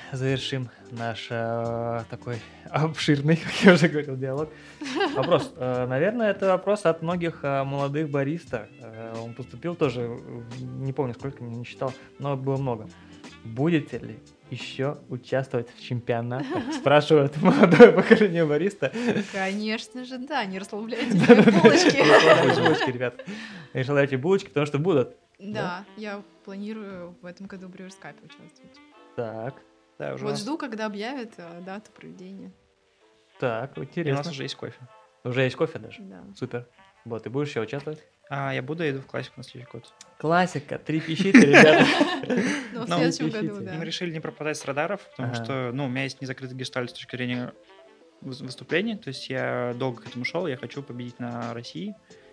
наш такой обширный, как я уже говорил, диалог. Вопрос. Наверное, это вопрос от многих молодых бариста. Он поступил тоже, не помню сколько, не считал, но было много. Будете ли еще участвовать в чемпионатах? Спрашивает молодое поколение бариста. Конечно же, да, не расслабляйте булочки. Не расслабляйте булочки, ребят. Не расслабляйте булочки, потому что будут. Да, я планирую в этом году в Brewers Cup участвовать. Так. Да, уже вот жду, когда объявят дату проведения. Так, интересно. И у нас уже есть кофе. Уже есть кофе даже? Да. Супер. Вот, ты будешь еще участвовать? Я иду в классику на следующий год. Классика, 3 пищите, ребята. В следующем году, да. Мы решили не пропадать с радаров, потому что, у меня есть незакрытый гештальт с точки зрения выступлений, то есть я долго к этому шел, я хочу победить на России,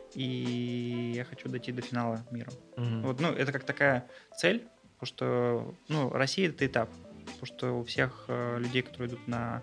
и я хочу дойти до финала мира. Вот, это как такая цель, потому что, Россия — это этап, потому что у всех людей, которые идут на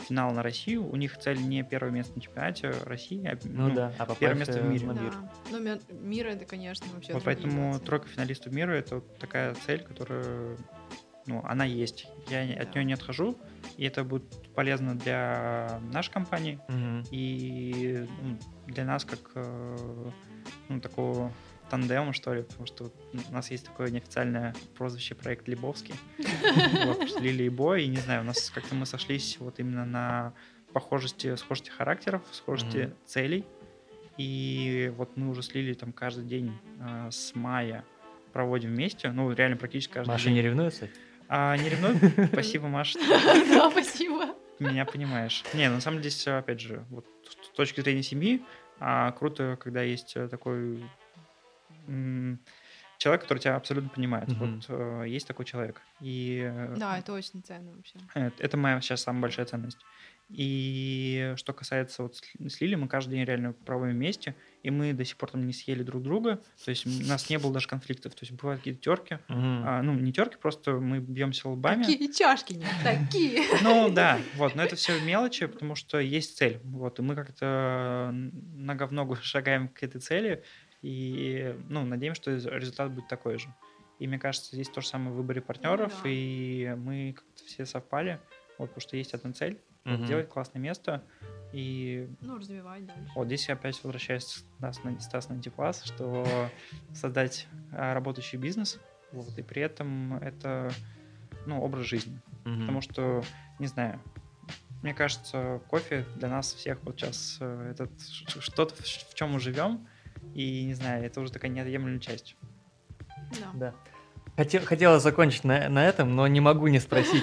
финал на Россию, у них цель не первое место на чемпионате России, а первое место в мире. Да. Ну, мир это, конечно, вообще. Вот поэтому тройка финалистов мира — это вот такая цель, которая, ну, она есть. Я от нее не отхожу, и это будет полезно для нашей компании и для нас как такого тандема, что ли, потому что у нас есть такое неофициальное прозвище проект Лебовский. Лили и Бой, и не знаю, у нас как-то мы сошлись вот именно на схожести характеров, схожести целей, и вот мы уже с Лили там каждый день с мая проводим вместе, ну реально практически каждый день. Маша не ревнует, кстати? Не ревнует? Спасибо, Маша. Да, спасибо. Меня понимаешь. Не, на самом деле, здесь, опять же, вот с точки зрения семьи, круто, когда есть такой человек, который тебя абсолютно понимает. Вот есть такой человек. И, да, это очень ценно вообще. Это моя сейчас самая большая ценность. И что касается вот с Лили, мы каждый день реально проводим вместе, и мы до сих пор там не съели друг друга, то есть у нас не было даже конфликтов, то есть бывают какие-то терки, не терки, просто мы бьемся лбами. Такие чашки не такие. Ну да, вот, но это все мелочи, потому что есть цель, вот, и мы как-то нога в ногу шагаем к этой цели, и, надеемся, что результат будет такой же. И мне кажется, здесь то же самое в выборе партнеров, и мы как-то все совпали, вот, потому что есть одна цель. Сделать классное место и... развивать дальше. Вот здесь я опять возвращаюсь на антикласс, что создать работающий бизнес, вот, и при этом это, образ жизни. Потому что, не знаю, мне кажется, кофе для нас всех вот сейчас это что-то, в чем мы живем, и, не знаю, это уже такая неотъемлемая часть. Да. Хотела закончить на этом, но не могу не спросить.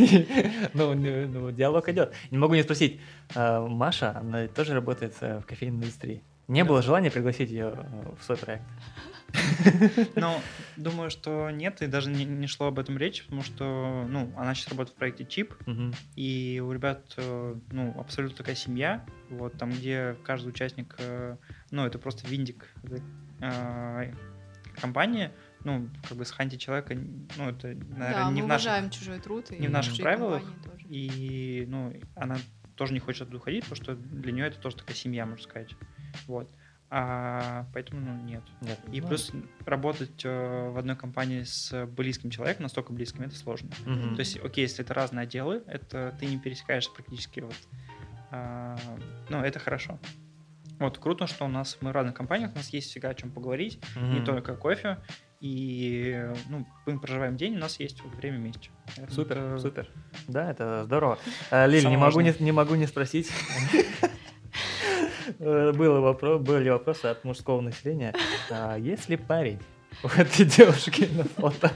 Диалог идет. Не могу не спросить. Маша, она тоже работает в кофейной индустрии. Не было желания пригласить ее в свой проект? Думаю, что нет, и даже не шло об этом речь, потому что, она сейчас работает в проекте Чип, и у ребят, абсолютно такая семья, вот, там, где каждый участник, это просто виндик компании, с ханти человека, это, наверное, не в наших, чужой труд не в наших правилах, и, она тоже не хочет оттуда уходить, потому что для нее это тоже такая семья, можно сказать, вот. Поэтому, нет. И плюс работать в одной компании с близким человеком, настолько близким, это сложно. То есть, окей, если это разные отделы, это ты не пересекаешься практически, это хорошо. Вот, круто, что мы в разных компаниях, у нас есть всегда о чем поговорить, не только кофе, и, мы проживаем день, у нас есть время вместе. Супер. Да, это здорово. Лиль, не могу не спросить. Были вопросы от мужского населения. Есть ли парень у этой девушки на фото?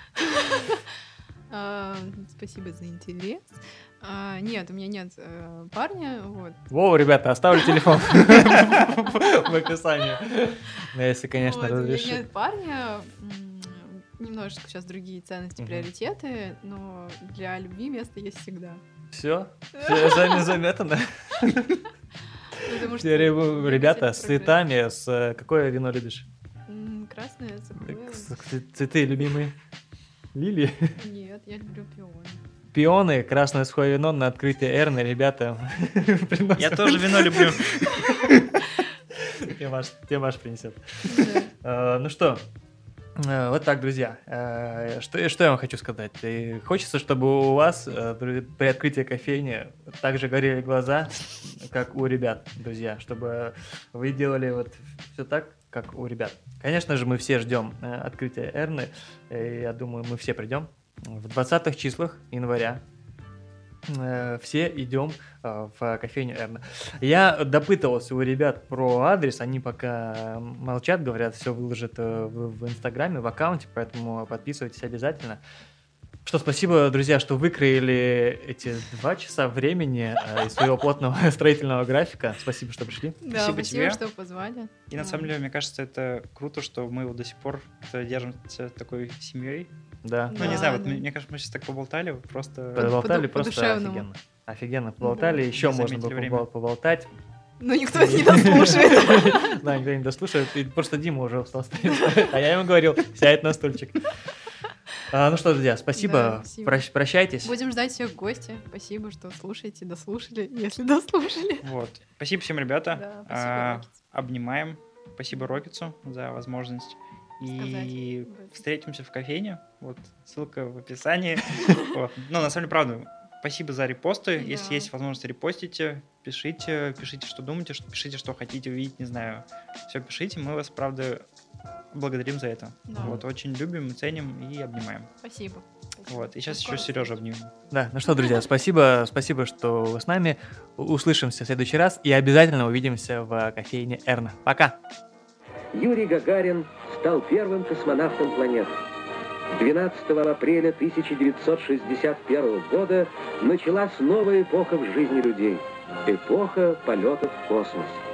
Спасибо за интерес. Нет, у меня нет парня. Вот. Воу, ребята, оставлю телефон в описании. Если, конечно, разрешите. У меня нет парня. Немножечко сейчас другие ценности, приоритеты, но для любви место есть всегда. Все заметано. Ребята, с цветами, какое вино любишь? Красное, сухое. Цветы любимые? Лилии? Нет, я люблю пионы. Пионы, красное сухое вино на открытие Эрны, ребята. Я тоже вино люблю. Тебе Маш принесет. Ну что, вот так, друзья. Что я вам хочу сказать? Хочется, чтобы у вас при открытии кофейни также горели глаза, как у ребят, друзья, чтобы вы делали вот все так, как у ребят. Конечно же, мы все ждем открытия Эрны. Я думаю, мы все придем. В 20-х числах января все идем в кофейню Эрна. Я допытывался у ребят про адрес, они пока молчат, говорят, все выложат в Инстаграме, в аккаунте, поэтому подписывайтесь обязательно. Что, спасибо, друзья, что выкроили эти 2 часа времени из своего плотного строительного графика. Спасибо, что пришли. Да, спасибо тебе, что позвали. И на самом деле, мне кажется, это круто, что мы вот до сих пор держимся такой семьей. Да. Не знаю, вот мне кажется, мы сейчас так поболтали, просто... Поболтали просто офигенно. Поболтали, еще можно было поболтать. Но никто не дослушает. Да, никто не дослушает. И просто Дима уже устал стоять. А я ему говорил, сядь на стульчик. Ну что, друзья, спасибо. Да, спасибо. Прощайтесь. Будем ждать всех в гости. Спасибо, что слушаете, дослушали, если дослушали. Вот. Спасибо всем, ребята. Да, спасибо, Рокетс. Обнимаем. Спасибо Рокетсу за возможность. И встретимся в кофейне. Вот, ссылка в описании. Вот. Ну, на самом деле, правда, спасибо за репосты. Да. Если есть возможность, репостите, пишите, что думаете, пишите, что хотите увидеть, не знаю. Все пишите, мы вас, правда, благодарим за это. Да. Вот, очень любим, ценим и обнимаем. Спасибо. Вот, и сейчас еще Сережа обнимем. Да, ну что, друзья, спасибо, что вы с нами. Услышимся в следующий раз и обязательно увидимся в кофейне Эрна. Пока! Юрий Гагарин стал первым космонавтом планеты. 12 апреля 1961 года началась новая эпоха в жизни людей. Эпоха полетов в космос.